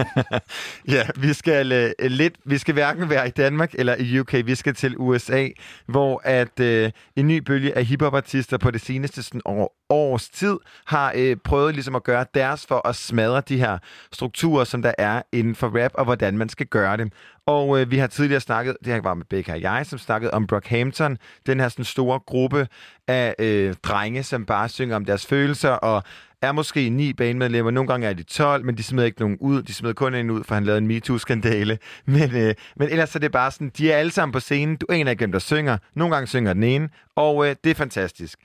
Ja, vi skal uh, lidt, vi skal hverken være i Danmark eller i U K. Vi skal til U S A, hvor at uh, en ny bølge af hiphopartister på det seneste sådan, år, års tid har uh, prøvet ligesom at gøre deres for at smadre de her strukturer, som der er inden for rap, og hvordan man skal gøre det. Og uh, vi har tidligere snakket, det her var med Becca og jeg, som snakkede om Brockhampton, den her sådan, store gruppe af uh, drenge, som bare synger om deres følelser, og er måske ni bandemedlemmer. Nogle gange er de tolv, men de smider ikke nogen ud. De smider kun en ud, for han lavede en MeToo-skandale. Men, øh, men ellers er det bare sådan, de er alle sammen på scenen. Du aner ikke, hvem der synger. Nogle gange synger den ene, og øh, det er fantastisk.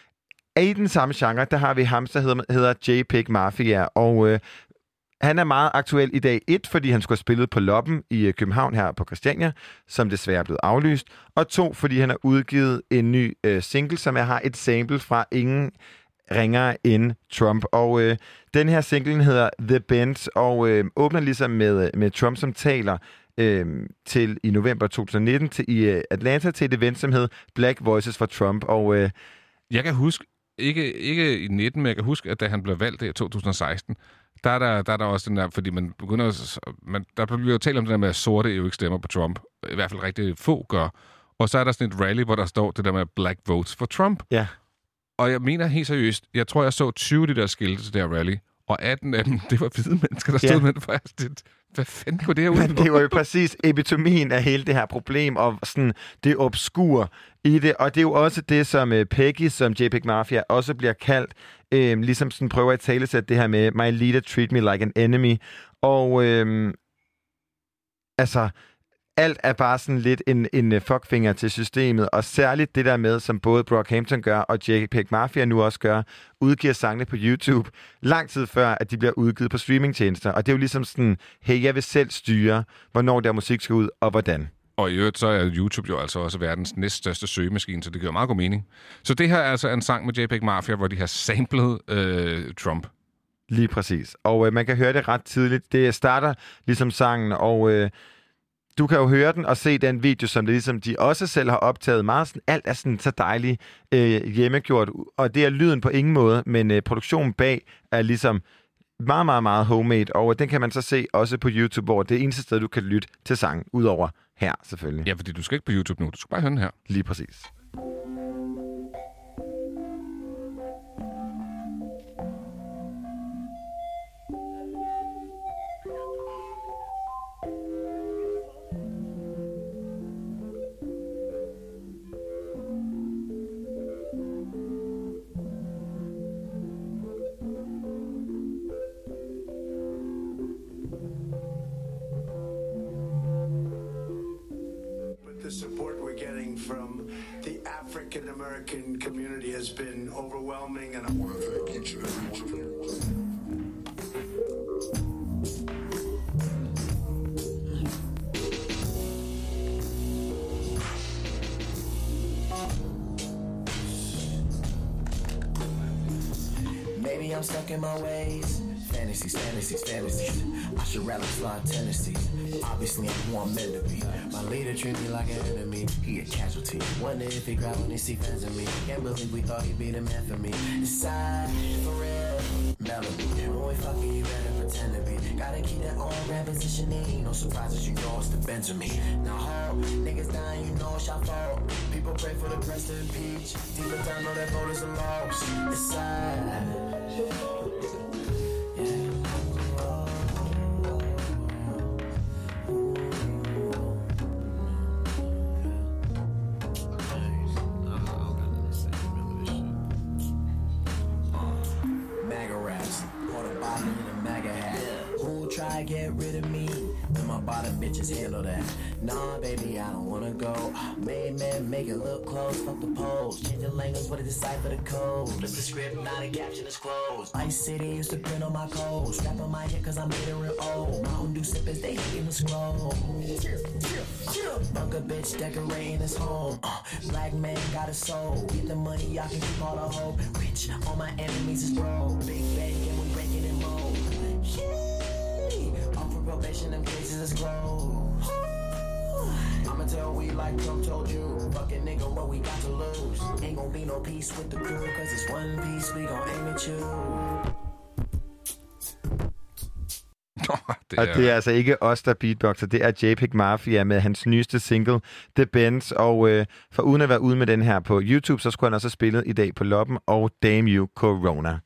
I den samme genre, der har vi ham, der hedder, hedder J-Pig Mafia, og øh, han er meget aktuel i dag. Et, fordi han skulle have spillet på Loppen i København her på Christiania, som desværre er blevet aflyst. Og to, fordi han har udgivet en ny øh, single, som jeg har et sample fra Ingen ringer end Trump. Og øh, den her single hedder The Bend, og øh, åbner ligesom med, med Trump, som taler øh, til i november to tusind nitten til, i øh, Atlanta til et event, som hedder Black Voices for Trump. Og øh, jeg kan huske, ikke, ikke i nitten, men jeg kan huske, at da han blev valgt i to tusind og seksten, der er der, der er der også den der, fordi man begynder at, man, der bliver jo talt om det der med, at sorte jo ikke stemmer på Trump. I hvert fald rigtig få gør. Og så er der sådan et rally, hvor der står det der med Black Votes for Trump. Ja. Og jeg mener helt seriøst, jeg tror, jeg så tyve af de der skilte til det her rally, og atten af dem, det var hvide mennesker, der stod ja. med det. For det, hvad fanden kunne det her ud? Men det var jo præcis epitomien af hele det her problem, og sådan det obskur i det. Og det er jo også det, som uh, Peggy, som J-Pig Mafia, også bliver kaldt, øh, ligesom sådan prøver at talesætte det her med, my leader treat me like an enemy. Og øh, altså... alt er bare sådan lidt en, en fuckfinger til systemet, og særligt det der med, som både Brockhampton gør, og J-Pig Mafia nu også gør, udgiver sangene på YouTube, lang tid før, at de bliver udgivet på streamingtjenester. Og det er jo ligesom sådan, hey, jeg vil selv styre, hvornår der musik skal ud, og hvordan. Og i øvrigt, så er YouTube jo altså også verdens næststørste søgemaskine, så det giver meget god mening. Så det her er altså en sang med J-Pig Mafia, hvor de har samlet øh, Trump. Lige præcis. Og øh, man kan høre det ret tidligt. Det starter ligesom sangen, og... Øh, du kan jo høre den og se den video, som det ligesom de også selv har optaget meget. Sådan, alt er sådan så dejligt øh, hjemmegjort, og det er lyden på ingen måde, men øh, produktionen bag er ligesom meget, meget, meget homemade, og den kan man så se også på YouTube, hvor det er eneste sted, du kan lytte til sangen, udover her selvfølgelig. Ja, fordi du skal ikke på YouTube nu, du skal bare høre den her. Lige præcis. African American community has been overwhelming, and I want to thank each and every one of you. Maybe I'm stuck in my ways. Fantasies, fantasies, fantasies. I should rather fly tendencies. Obviously, I'm who I'm meant to be. My leader treat me like an enemy. He a casualty. Wonder if he cry when he see fans of me. Can't believe we thought he'd be the man for me. Decide for real. Melody. When we fucking, you better pretend to be. Gotta keep that on rap positioning. No surprises, you know it's the Benjamin. Now, hold. Niggas dying, you know it's your fault. People pray for the press to impeach. Deeper down, know that voters are lost. Decide. Try to get rid of me, then my bottom bitches handle that. Nah, baby, I don't wanna go. Made man, make it look close. Fuck the pose. Change the language, but it decipher the code. Flip the script, now the caption is closed. Ice City used to print on my clothes. Strap on my head, cause I'm getting real old. Mountain Dew sippers, they hating the scroll. Bunker bitch decorating his home. Uh, black man got a soul. Get the money, I can keep all the hope. Rich, all my enemies is broke. Big bang, and we breaking in mode. Yeah. Probation, them cases is closed. I'ma tell we like Trump told you. Fucking nigga, what we got to lose? Ain't gon' be no peace with the crew, cause it's one piece, we gon' aim at you. det og det er altså ikke os, der beatboxer. Det er J P E G Mafia med hans nyeste single, The Bends. Og øh, for uden at være ude med den her på YouTube, så skulle han også have spillet i dag på Loppen og Damn You Corona.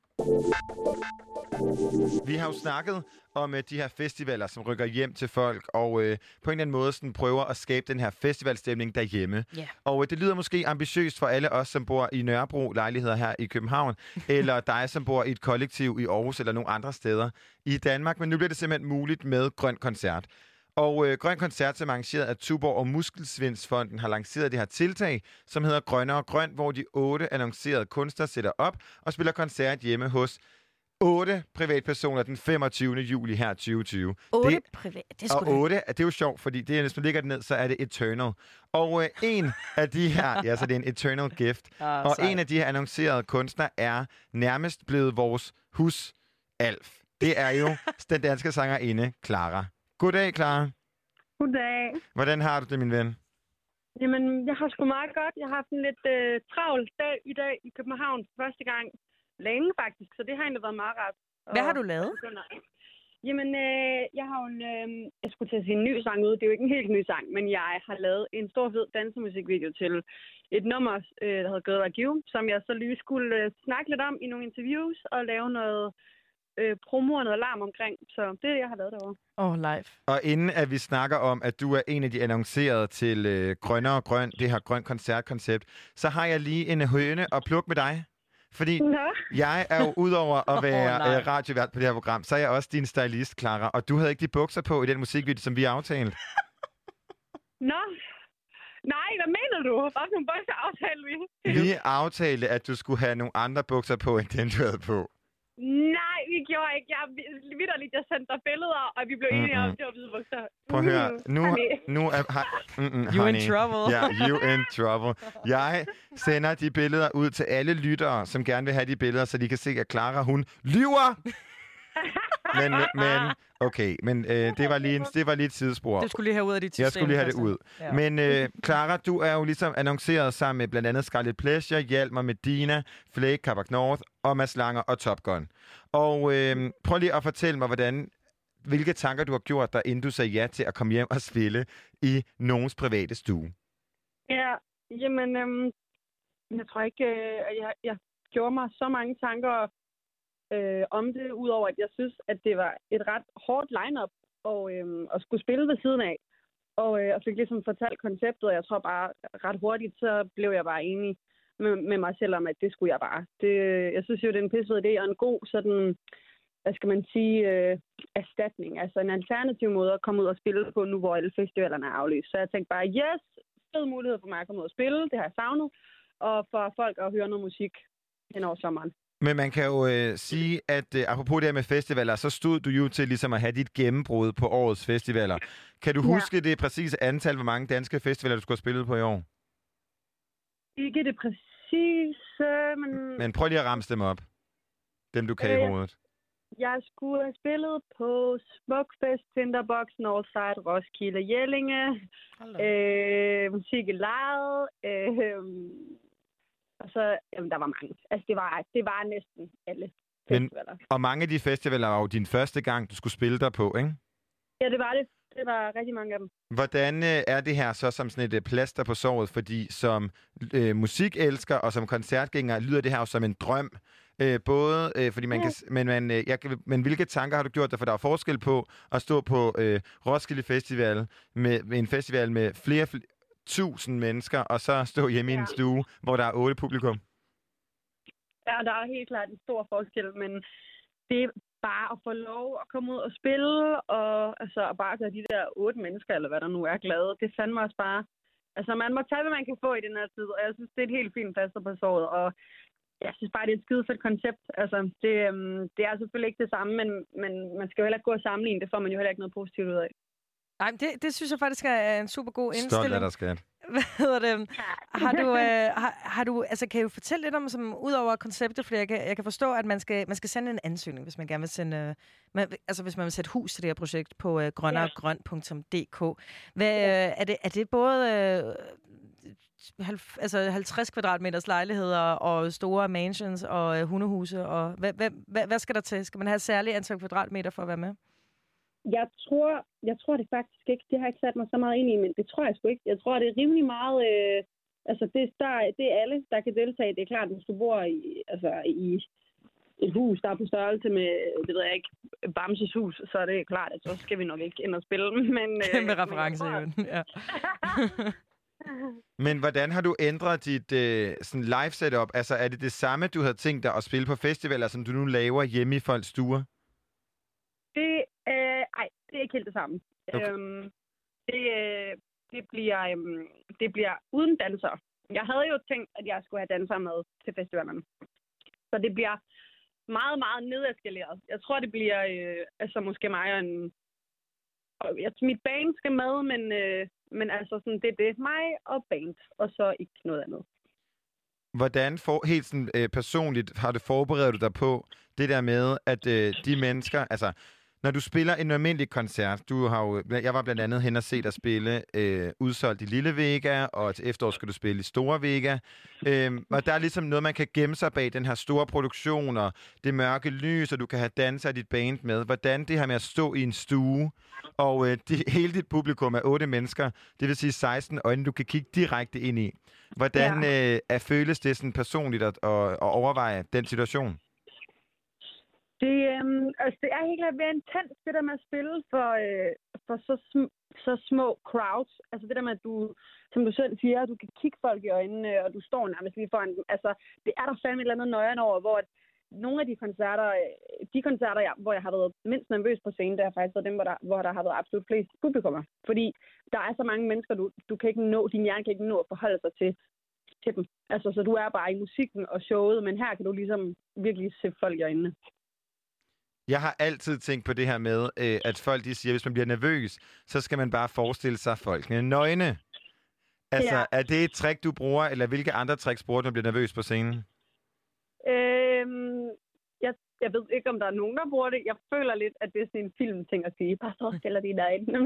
Vi har jo snakket om uh, de her festivaler, som rykker hjem til folk, og uh, på en eller anden måde sådan, prøver at skabe den her festivalstemning derhjemme. Yeah. Og uh, det lyder måske ambitiøst for alle os, som bor i Nørrebro lejligheder her i København, eller dig, som bor i et kollektiv i Aarhus eller nogle andre steder i Danmark. Men nu bliver det simpelthen muligt med Grøn Koncert. Og uh, Grøn Koncert, som er arrangeret af Tuborg og Muskelsvindsfonden, har lanceret det her tiltag, som hedder Grønnere Grøn, hvor de otte annoncerede kunstnere sætter op og spiller koncert hjemme hos otte privatpersoner den femogtyvende juli her tyve tyve. otte privat, det er Og otte, det er jo sjovt, fordi det, hvis man ligger det ned, så er det Eternal. Og øh, en af de her, ja, så det er en Eternal gift. Oh, og sej. En af de her annoncerede kunstnere er nærmest blevet vores husalf. Det er jo den danske sangerinde, Clara. Goddag, Clara. Goddag. Hvordan har du det, min ven? Jamen, jeg har sgu meget godt. Jeg har haft en lidt øh, travl dag i dag i København første gang. Længe faktisk, så det har egentlig været meget rart. Hvad har du lavet? Jamen, øh, jeg har jo en, øh, jeg skulle til at sige en ny sang ud. Det er jo ikke en helt ny sang, men jeg har lavet en stor fed dansemusikvideo til et nummer, øh, der hedder Gøder og Give, som jeg så lige skulle øh, snakke lidt om i nogle interviews og lave noget øh, promo og noget larm omkring. Så det er det, jeg har lavet derovre. Oh, live. Og inden at vi snakker om, at du er en af de annoncerede til øh, Grønnere Grøn, det her Grøn Koncertkoncept, så har jeg lige en høne at plukke med dig. Fordi Nå. jeg er jo udover at være oh, øh, radiovært på det her program, så er jeg også din stylist, Clara. Og du havde ikke de bukser på i den musikvideo, som vi aftalte. Nå. Nej, hvad mener du? Hvad for nogle bukser aftalte vi? Vi aftalte, at du skulle have nogle andre bukser på, end den du havde på. Nej, vi gjorde ikke. Jeg vitterligt, jeg sendte dig billeder, og vi blev enige om, at det var hvide bukser. Prøv at høre. Nu, nu er... Mm-mm, you in trouble. Ja, yeah, you in trouble. Jeg sender de billeder ud til alle lyttere, som gerne vil have de billeder, så de kan se, at Clara, hun lyver! men, men, okay, men øh, det, var lige en, det var lige et sidespor. Du skulle lige have ud af dit system. Jeg skulle lige have det ud. Ja. Men øh, Clara, du er jo ligesom annonceret sammen med blandt andet Scarlet Pleasure, Hjalmar, Medina, Flake, Kabak North og Mads Langer og Top Gun. Og øh, prøv lige at fortælle mig, hvordan, hvilke tanker du har gjort dig, inden du sagde ja til at komme hjem og spille i nogens private stue. Ja, jamen, øhm, jeg tror ikke, øh, jeg, jeg gjorde mig så mange tanker Øh, om det, udover at jeg synes, at det var et ret hårdt line-up og, øh, at skulle spille ved siden af. Og øh, jeg fik ligesom fortalt konceptet, og jeg tror bare ret hurtigt, så blev jeg bare enig med, med mig selv om, at det skulle jeg bare. Det, jeg synes jo, det er en pissefed idé og en god sådan, hvad skal man sige, øh, erstatning. Altså en alternativ måde at komme ud og spille på nu, hvor alle festivalerne er aflyst. Så jeg tænkte bare, yes, fed mulighed for mig at komme ud og spille, det har jeg savnet. og for folk at høre noget musik hen over sommeren. Men man kan jo øh, sige, at øh, apropos det her med festivaler, så stod du jo til ligesom at have dit gennembrud på årets festivaler. Kan du Ja. huske det præcise antal, hvor mange danske festivaler, du skulle have spillet på i år? Ikke det præcise, men... Men prøv lige at ramse dem op. Dem, du kan Øh, i hovedet. Jeg skulle have spillet på Smukfest, Tinderbox, Northside, Roskilde, Jellinge, øh, Musik i Lejet, øh, og så, jamen, der var mange. Altså, det var, det var næsten alle Men, festivaler. og mange af de festivaler var jo din første gang, du skulle spille der på, ikke? Ja, det var det. Det var rigtig mange af dem. Hvordan øh, er det her så som sådan et øh, plaster på såret? Fordi som øh, musikelsker og som koncertgænger lyder det her jo som en drøm. Øh, både øh, fordi man ja. kan... Men, man, øh, jeg, men hvilke tanker har du gjort dig? For der er forskel på at stå på øh, Roskilde Festival med, med en festival med flere fl- tusind mennesker, og så stå hjemme ja. i en stue, hvor der er otte publikum. Ja, der er helt klart en stor forskel, men det er bare at få lov at komme ud og spille, og altså bare gøre de der otte mennesker, eller hvad der nu er, glade. Det fandme også bare... Altså, man må tage, hvad man kan få i den her tid, og jeg synes, det er et helt fint plaster på såret, og jeg synes bare, det er et skidefedt koncept. Altså, det, øhm, det er selvfølgelig ikke det samme, men, men man skal jo heller ikke gå og sammenligne. Det får man jo heller ikke noget positivt ud af. Nej, det, det synes jeg faktisk er en super god indstilling. Stolt af dig, skat. Hvad hedder det? Har du, øh, har, har du, altså, kan du fortælle lidt om, som, ud over konceptet, for jeg kan, jeg kan forstå, at man skal, man skal sende en ansøgning, hvis man gerne vil sende, øh, man, altså hvis man vil sætte hus til det her projekt på øh, grønneregrøn punktum d k. Hvad, øh, er, det, er det både øh, halv, altså halvtreds kvadratmeters lejligheder og store mansions og øh, hundehuse? Og, hvad, hvad, hvad, hvad skal der til? Skal man have et særligt antal kvadratmeter for at være med? Jeg tror, jeg tror det faktisk ikke. Det har jeg ikke sat mig så meget ind i, men det tror jeg sgu ikke. Jeg tror, det er rimelig meget... Øh, altså, det, der, det er alle, der kan deltage. Det er klart, hvis du bor i, altså, i et hus, der er på størrelse med, det ved jeg ikke, Bamses hus, så er det klart, at så skal vi nok ikke ind og spille. Men, øh, med reference, jo. Ja. Men hvordan har du ændret dit øh, sådan live setup? Altså, er det det samme, du havde tænkt dig at spille på festivaler, som du nu laver hjemme i folks stuer? Det, øh, ej, det er ikke helt det samme. Okay. Øhm, det, øh, det, bliver, øhm, det bliver uden dansere. Jeg havde jo tænkt, at jeg skulle have dansere med til festivalerne. Så det bliver meget, meget nedeskaleret. Jeg tror, det bliver øh, altså måske mig og en... Og jeg, mit band skal med, men, øh, men altså sådan, det er det. Mig og band, og så ikke noget andet. Hvordan for, helt sådan, øh, personligt har du forberedt dig på det der med, at øh, de mennesker... Altså, når du spiller en almindelig koncert, du har jo, jeg var blandt andet hen og se dig spille øh, udsolgt i Lille Vega, og til efterår skal du spille i Store Vega. Øh, og der er ligesom noget, man kan gemme sig bag den her store produktion, og det mørke lys, og du kan have danser af dit band med. Hvordan det her med at stå i en stue, og øh, det, hele dit publikum er otte mennesker, det vil sige seksten øjne, du kan kigge direkte ind i. Hvordan ja. øh, er føles det sådan personligt at, at, at overveje den situation? Det, øhm, altså, det er helt klart ved intens, det der med at spille for, øh, for så, sm- så små crowds. Altså det der med, at du, som du selv siger, du kan kigge folk i øjnene, og du står nærmest lige foran dem. Altså, det er der fandme et eller andet nøjeren over, hvor at nogle af de koncerter, de koncerter, jeg, hvor jeg har været mindst nervøs på scenen, det har faktisk været dem, hvor der, hvor der har været absolut flest publikummer. Fordi der er så mange mennesker, du, du kan ikke nå, din hjerne kan ikke nå at forholde sig til, til dem. Altså, så du er bare i musikken og showet, men her kan du ligesom virkelig se folk i øjnene. Jeg har altid tænkt på det her med, øh, at folk de siger, at hvis man bliver nervøs, så skal man bare forestille sig folkene nøgne. Altså, ja. Er det et trick, du bruger, eller hvilke andre tricks bruger du, når du bliver nervøs på scenen? Øhm, jeg, jeg ved ikke, om der er nogen, der bruger det. Jeg føler lidt, at det er sådan en filmting at sige. Bare så stiller de derinde.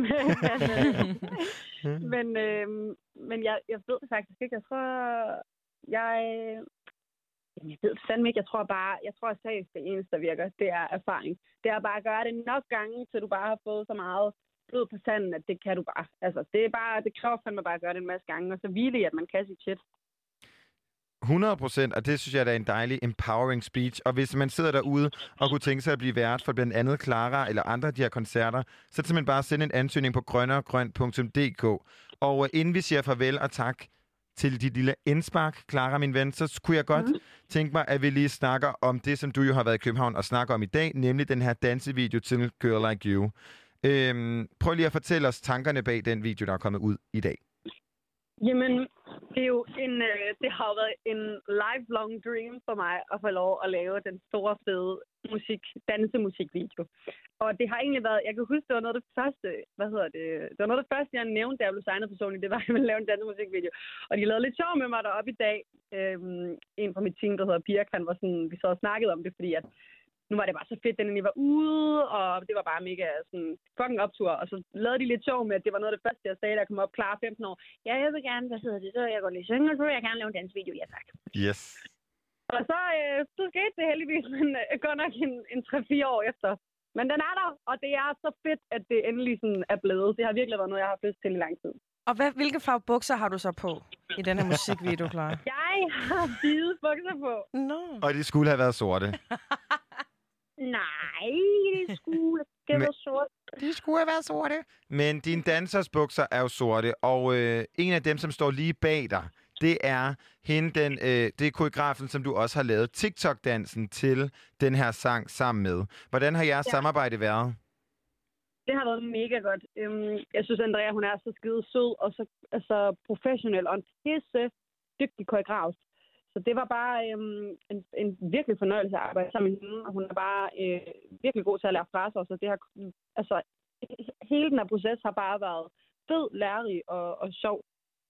men øhm, men jeg, jeg ved det faktisk ikke. Jeg tror, jeg... Jeg ved det fandme ikke. Jeg tror bare, jeg tror seriøst, det eneste, der virker, det er erfaring. Det er bare at gøre det nok gange, til du bare har fået så meget blod på sanden, at det kan du bare. Altså, det er bare, det kræver fandme bare at gøre det en masse gange, og så hvile i, at man kan sit shit. hundrede procent, og det synes jeg, der er en dejlig empowering speech. Og hvis man sidder derude og kunne tænke sig at blive vært for blandt andet Clara eller andre af de her koncerter, så er det simpelthen bare at sende en ansøgning på grønneregrøn punktum d k. Og inden vi siger farvel og tak til dit lille indspark, Clara, min ven, så kunne jeg godt mm. tænke mig, at vi lige snakker om det, som du jo har været i København og snakker om i dag, nemlig den her dansevideo til Girl Like You. Øhm, prøv lige at fortælle os tankerne bag den video, der er kommet ud i dag. Jamen, det er jo en, øh, det har jo været en lifelong dream for mig at få lov at lave den store, fede musik, dansemusikvideo. Og det har egentlig været, jeg kan huske, det var noget af det første, hvad hedder det, det var noget af det første, jeg nævnte, da jeg blev signet personligt, det var, at jeg ville lave en dansemusikvideo. Og de lavede lidt sjov med mig deroppe i dag. Øhm, en fra mit team, der hedder Pirk, han var sådan, vi så og snakkede om det, fordi at nu var det bare så fedt, da I var ude, og det var bare mega sådan fucking optur. Og så lavede de lidt sjov med, at det var noget af det første, jeg sagde, da jeg kom op klar femten år. Ja, jeg vil gerne, hvad hedder det, så jeg går lige synge, og så vil jeg gerne lave en dansvideo, ja tak. Yes. Og så, øh, så skete det heldigvis, men øh, godt nok en, en tre fire år efter. Men den er der, og det er så fedt, at det endelig sådan er blevet. Det har virkelig været noget, jeg har haft lyst til i lang tid. Og hvad, hvilke farve bukser har du så på i den her musikvideo, Clara? Jeg har hvide bukser på. No. Og de skulle have været sorte. Nej, det skulle det var sort. De skulle have været sorte. Men dine dansers bukser er jo sorte, og øh, en af dem, som står lige bag dig, det er hende, den, øh, det er koreografen, som du også har lavet TikTok-dansen til den her sang sammen med. Hvordan har jeres ja. samarbejde været? Det har været mega godt. Jeg synes, Andrea, hun er så skide sød og så altså, professionel og en pisse dygtig koreograf. Så det var bare øhm, en, en virkelig fornøjelse at arbejde sammen med hende, og hun er bare øh, virkelig god til at lære fra sig. Så det har, altså, hele den her proces har bare været fed, lærerig og, og sjov.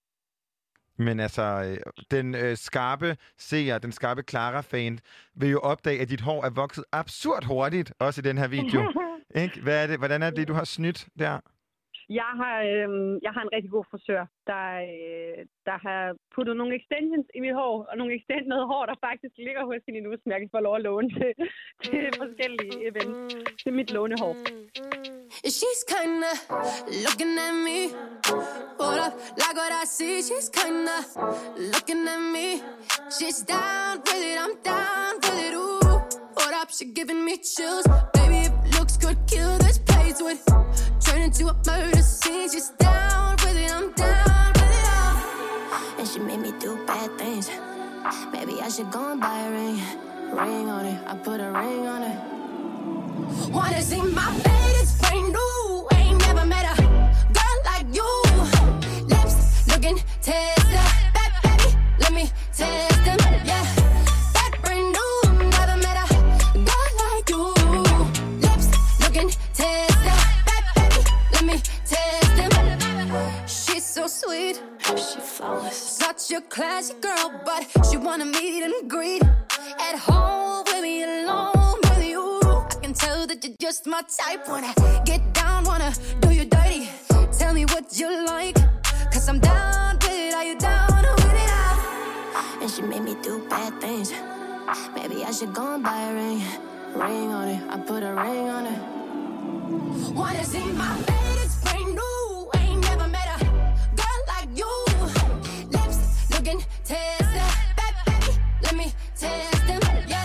Men altså, den øh, skarpe seer, den skarpe Clara-fan, vil jo opdage, at dit hår er vokset absurd hurtigt, også i den her video. Ikke? Hvad er det? Hvordan er det, du har snydt der? Jeg har, øh, jeg har en rigtig god frisør, der, øh, der har puttet nogle extensions i mit hår, og nogle extendede hår, der faktisk ligger hos hende nu, som jeg kan få lov at låne til, til forskellige events. Det er mit lånehår. She's kinda looking at me. Hold up, like what I see. She's kinda looking at me. She's down with it, I'm down with it. Ooh, hold up, she giving me chills. Baby, if looks could kill this place would turn into a murder scene. She's down with it, I'm down with it all. And she made me do bad things. Maybe I should go and buy a ring. Ring on it, I put a ring on it. Wanna see my fate, it's brand new. Ain't never met a girl like you. Lips looking tester. Bad baby, let me test them, yeah. That brand new, never met a girl like you. Lips looking tester. Bad baby, let me test them. She's so sweet, she flawless. Such a classy girl, but she wanna meet and greet at home with me alone. Tell that you're just my type. Wanna get down, wanna do you dirty. Tell me what you like, cause I'm down with it. Are you down with it all? And she made me do bad things. Maybe I should go and buy a ring. Ring on it, I put a ring on it. Wanna see my fate, it's brand new. Ain't never met a girl like you. Lips looking tester. Bad baby, let me test them, yeah.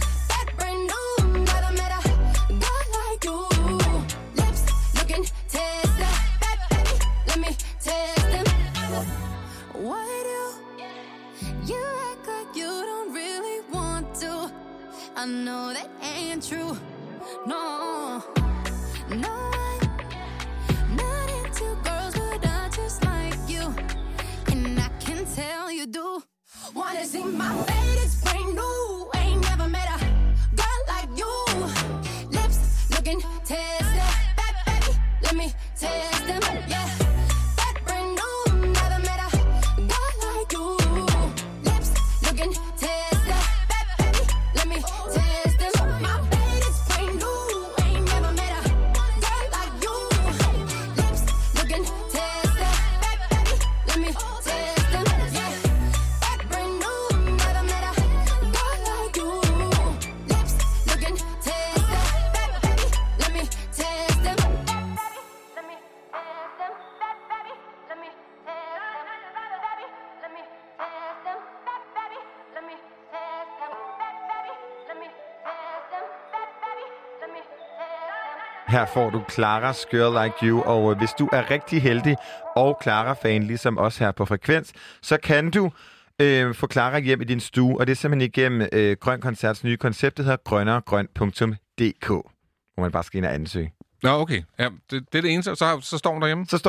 I know that ain't true, no, no, I'm not into girls, but I just like you, and I can tell you do. Wanna see my fate, it's brand new, ain't never met a girl like you. Lips looking tester, bad baby, let me test them, yeah. That brand new, never met a girl like you. Lips looking tester, bad baby, let me test them. My fate is brand new, ain't never met a girl like you. Lips looking tester, bad baby, let me test them, yeah. That brand new, never met a girl like you. Lips looking tester, bad baby, let me test them. Let me test them, bad baby, let me test them, bad baby, let me test them, bad baby, let me test them, bad baby, let me test them, bad baby, let me test them. Her får du Claras Girl Like You, og hvis du er rigtig heldig og Clara-fan, ligesom os her på Frekvens, så kan du øh, få Clara hjem i din stue, og det er simpelthen igennem øh, Grøn Koncerts nye koncept, der hedder grønneregrøn punktum d k, hvor man bare skal ind og ansøge. Nå, okay. Ja, det, det er det eneste, så, så står hun derhjemme? Så står hun, bup!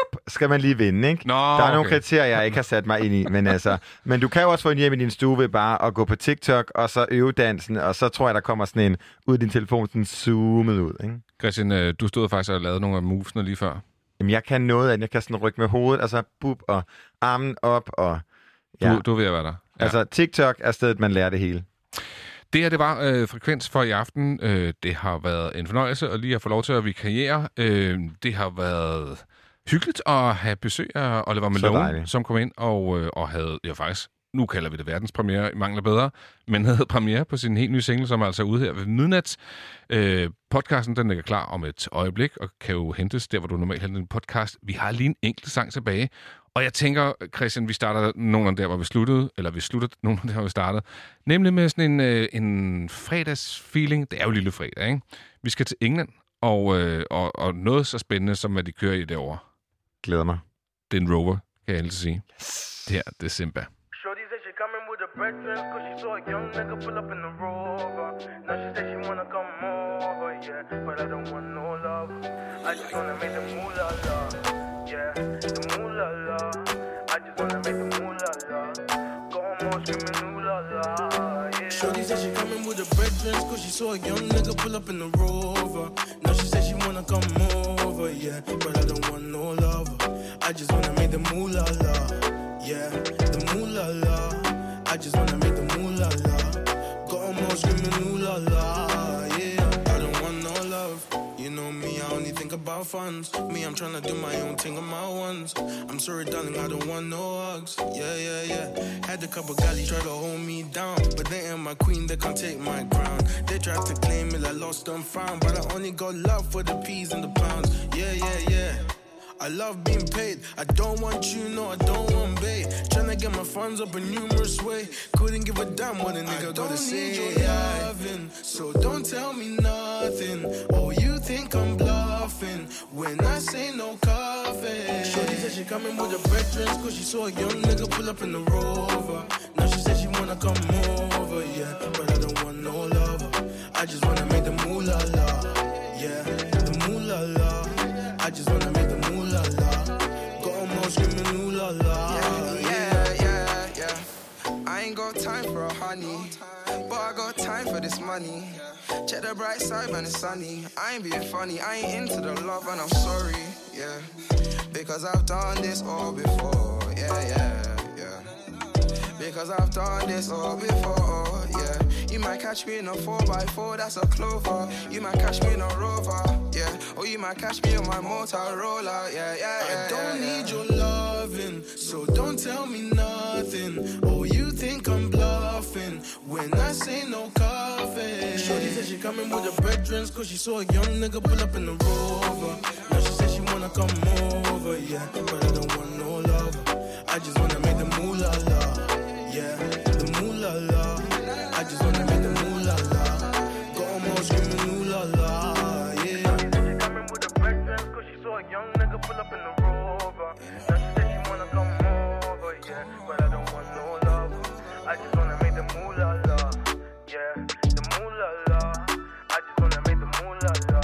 skal man lige vinde, ikke? Nå, der er okay. nogle kriterier, jeg ikke har sat mig ind i, men altså... Men du kan jo også få en hjem i din stue ved bare at gå på TikTok, og så øve dansen, og så tror jeg, der kommer sådan en ud af din telefon, sådan zoomet ud, ikke? Christian, du stod faktisk og lavede nogle af movesene lige før. Jamen, jeg kan noget af det. Jeg kan sådan rykke med hovedet, altså bub og armen op, og... Ja. Du, du ved, hvad der. Ja. Altså, TikTok er stedet, man lærer det hele. Det her, det var øh, Frekvens for i aften. Øh, det har været en fornøjelse at lige at få lov til at vikariere. Øh, det har været hyggeligt at have besøg af Oliver Malone, som kom ind og, øh, og havde, ja faktisk, nu kalder vi det verdenspremiere, i mangler bedre, men havde premiere på sin helt nye single, som er altså ude her ved midnat. Øh, podcasten, den ligger klar om et øjeblik, og kan jo hentes der, hvor du normalt henter en podcast. Vi har lige en enkelt sang tilbage, og jeg tænker, Christian, vi starter nogen der, hvor vi sluttede, eller vi sluttede nogen der, hvor vi startede, nemlig med sådan en, øh, en fredagsfeeling. Det er jo lille fredag, ikke? Vi skal til England, og, øh, og, og noget så spændende, som hvad de kører i derovre. Glæder mig. Det er en Rover, kan jeg altid sige. Yes. Det her, det er Simba. Shorty said she coming with her brethren, cause she saw a young nigga pull up in the Rover. Now she said she wanna come over, yeah, but I don't want no love. I just wanna make the moolah la, yeah, the moolah la. I just wanna make the moolah la. Go on more screaming ooh la la, yeah. Shorty said she coming with her brethren, cause she saw a young nigga pull up in the Rover. Now she said she wanna come over, yeah, but I don't want no love. I just wanna make the moolah la, yeah. La la, I just wanna make the moolah la. Got 'em all screaming ooh la la, yeah. I don't want no love. You know me, I only think about funds. Me, I'm tryna do my own thing on my ones. I'm sorry, darling, I don't want no hugs. Yeah, yeah, yeah. Had a couple galley try to hold me down, but they ain't my queen, they can't take my crown. They tried to claim me like lost and found, but I only got love for the peas and the pounds. Yeah, yeah, yeah. I love being paid. I don't want you, no, I don't want bait. Tryna get my funds up in numerous way. Couldn't give a damn what a nigga gotta say. I don't need your loving, so don't tell me nothing. Oh, you think I'm bluffing when I say no coffee. Shorty said she coming with her brethren, cause she saw a young nigga pull up in the Rover. Now she said she wanna come over, yeah, but I don't want no love. I just wanna make the moolah la, yeah, the moolah la. I just wanna make the moolah la. Got 'em all screaming ooh la la. Yeah, yeah, yeah, yeah. I ain't got time for a honey, but I got time for this money. Check the bright side when it's sunny. I ain't being funny, I ain't into the love and I'm sorry, yeah. Because I've done this all before, yeah, yeah, yeah. Because I've done this all before, yeah. You might catch me in a four by four, that's a Clover. You might catch me in a Rover, yeah. Or you might catch me on my Motorola, yeah, yeah, yeah. I don't yeah, need yeah. your loving, so don't tell me nothing. Oh, you think I'm bluffing when I say no coffee. Shorty said she coming with her brethren, cause she saw a young nigga pull up in the Rover. Now she said she wanna come over, yeah, but I don't want no love. I just wanna make the moolah la, yeah, the moolah la. I just wanna make the moolah la. Got 'em all screaming ooh la la, yeah. She coming with her brethren, cause she saw a young nigga pull up in the Rover. Now she said she wanna come over, yeah, but I don't want no love. I just wanna make the moolah la, yeah, the moolah la. I just wanna make the moolah la.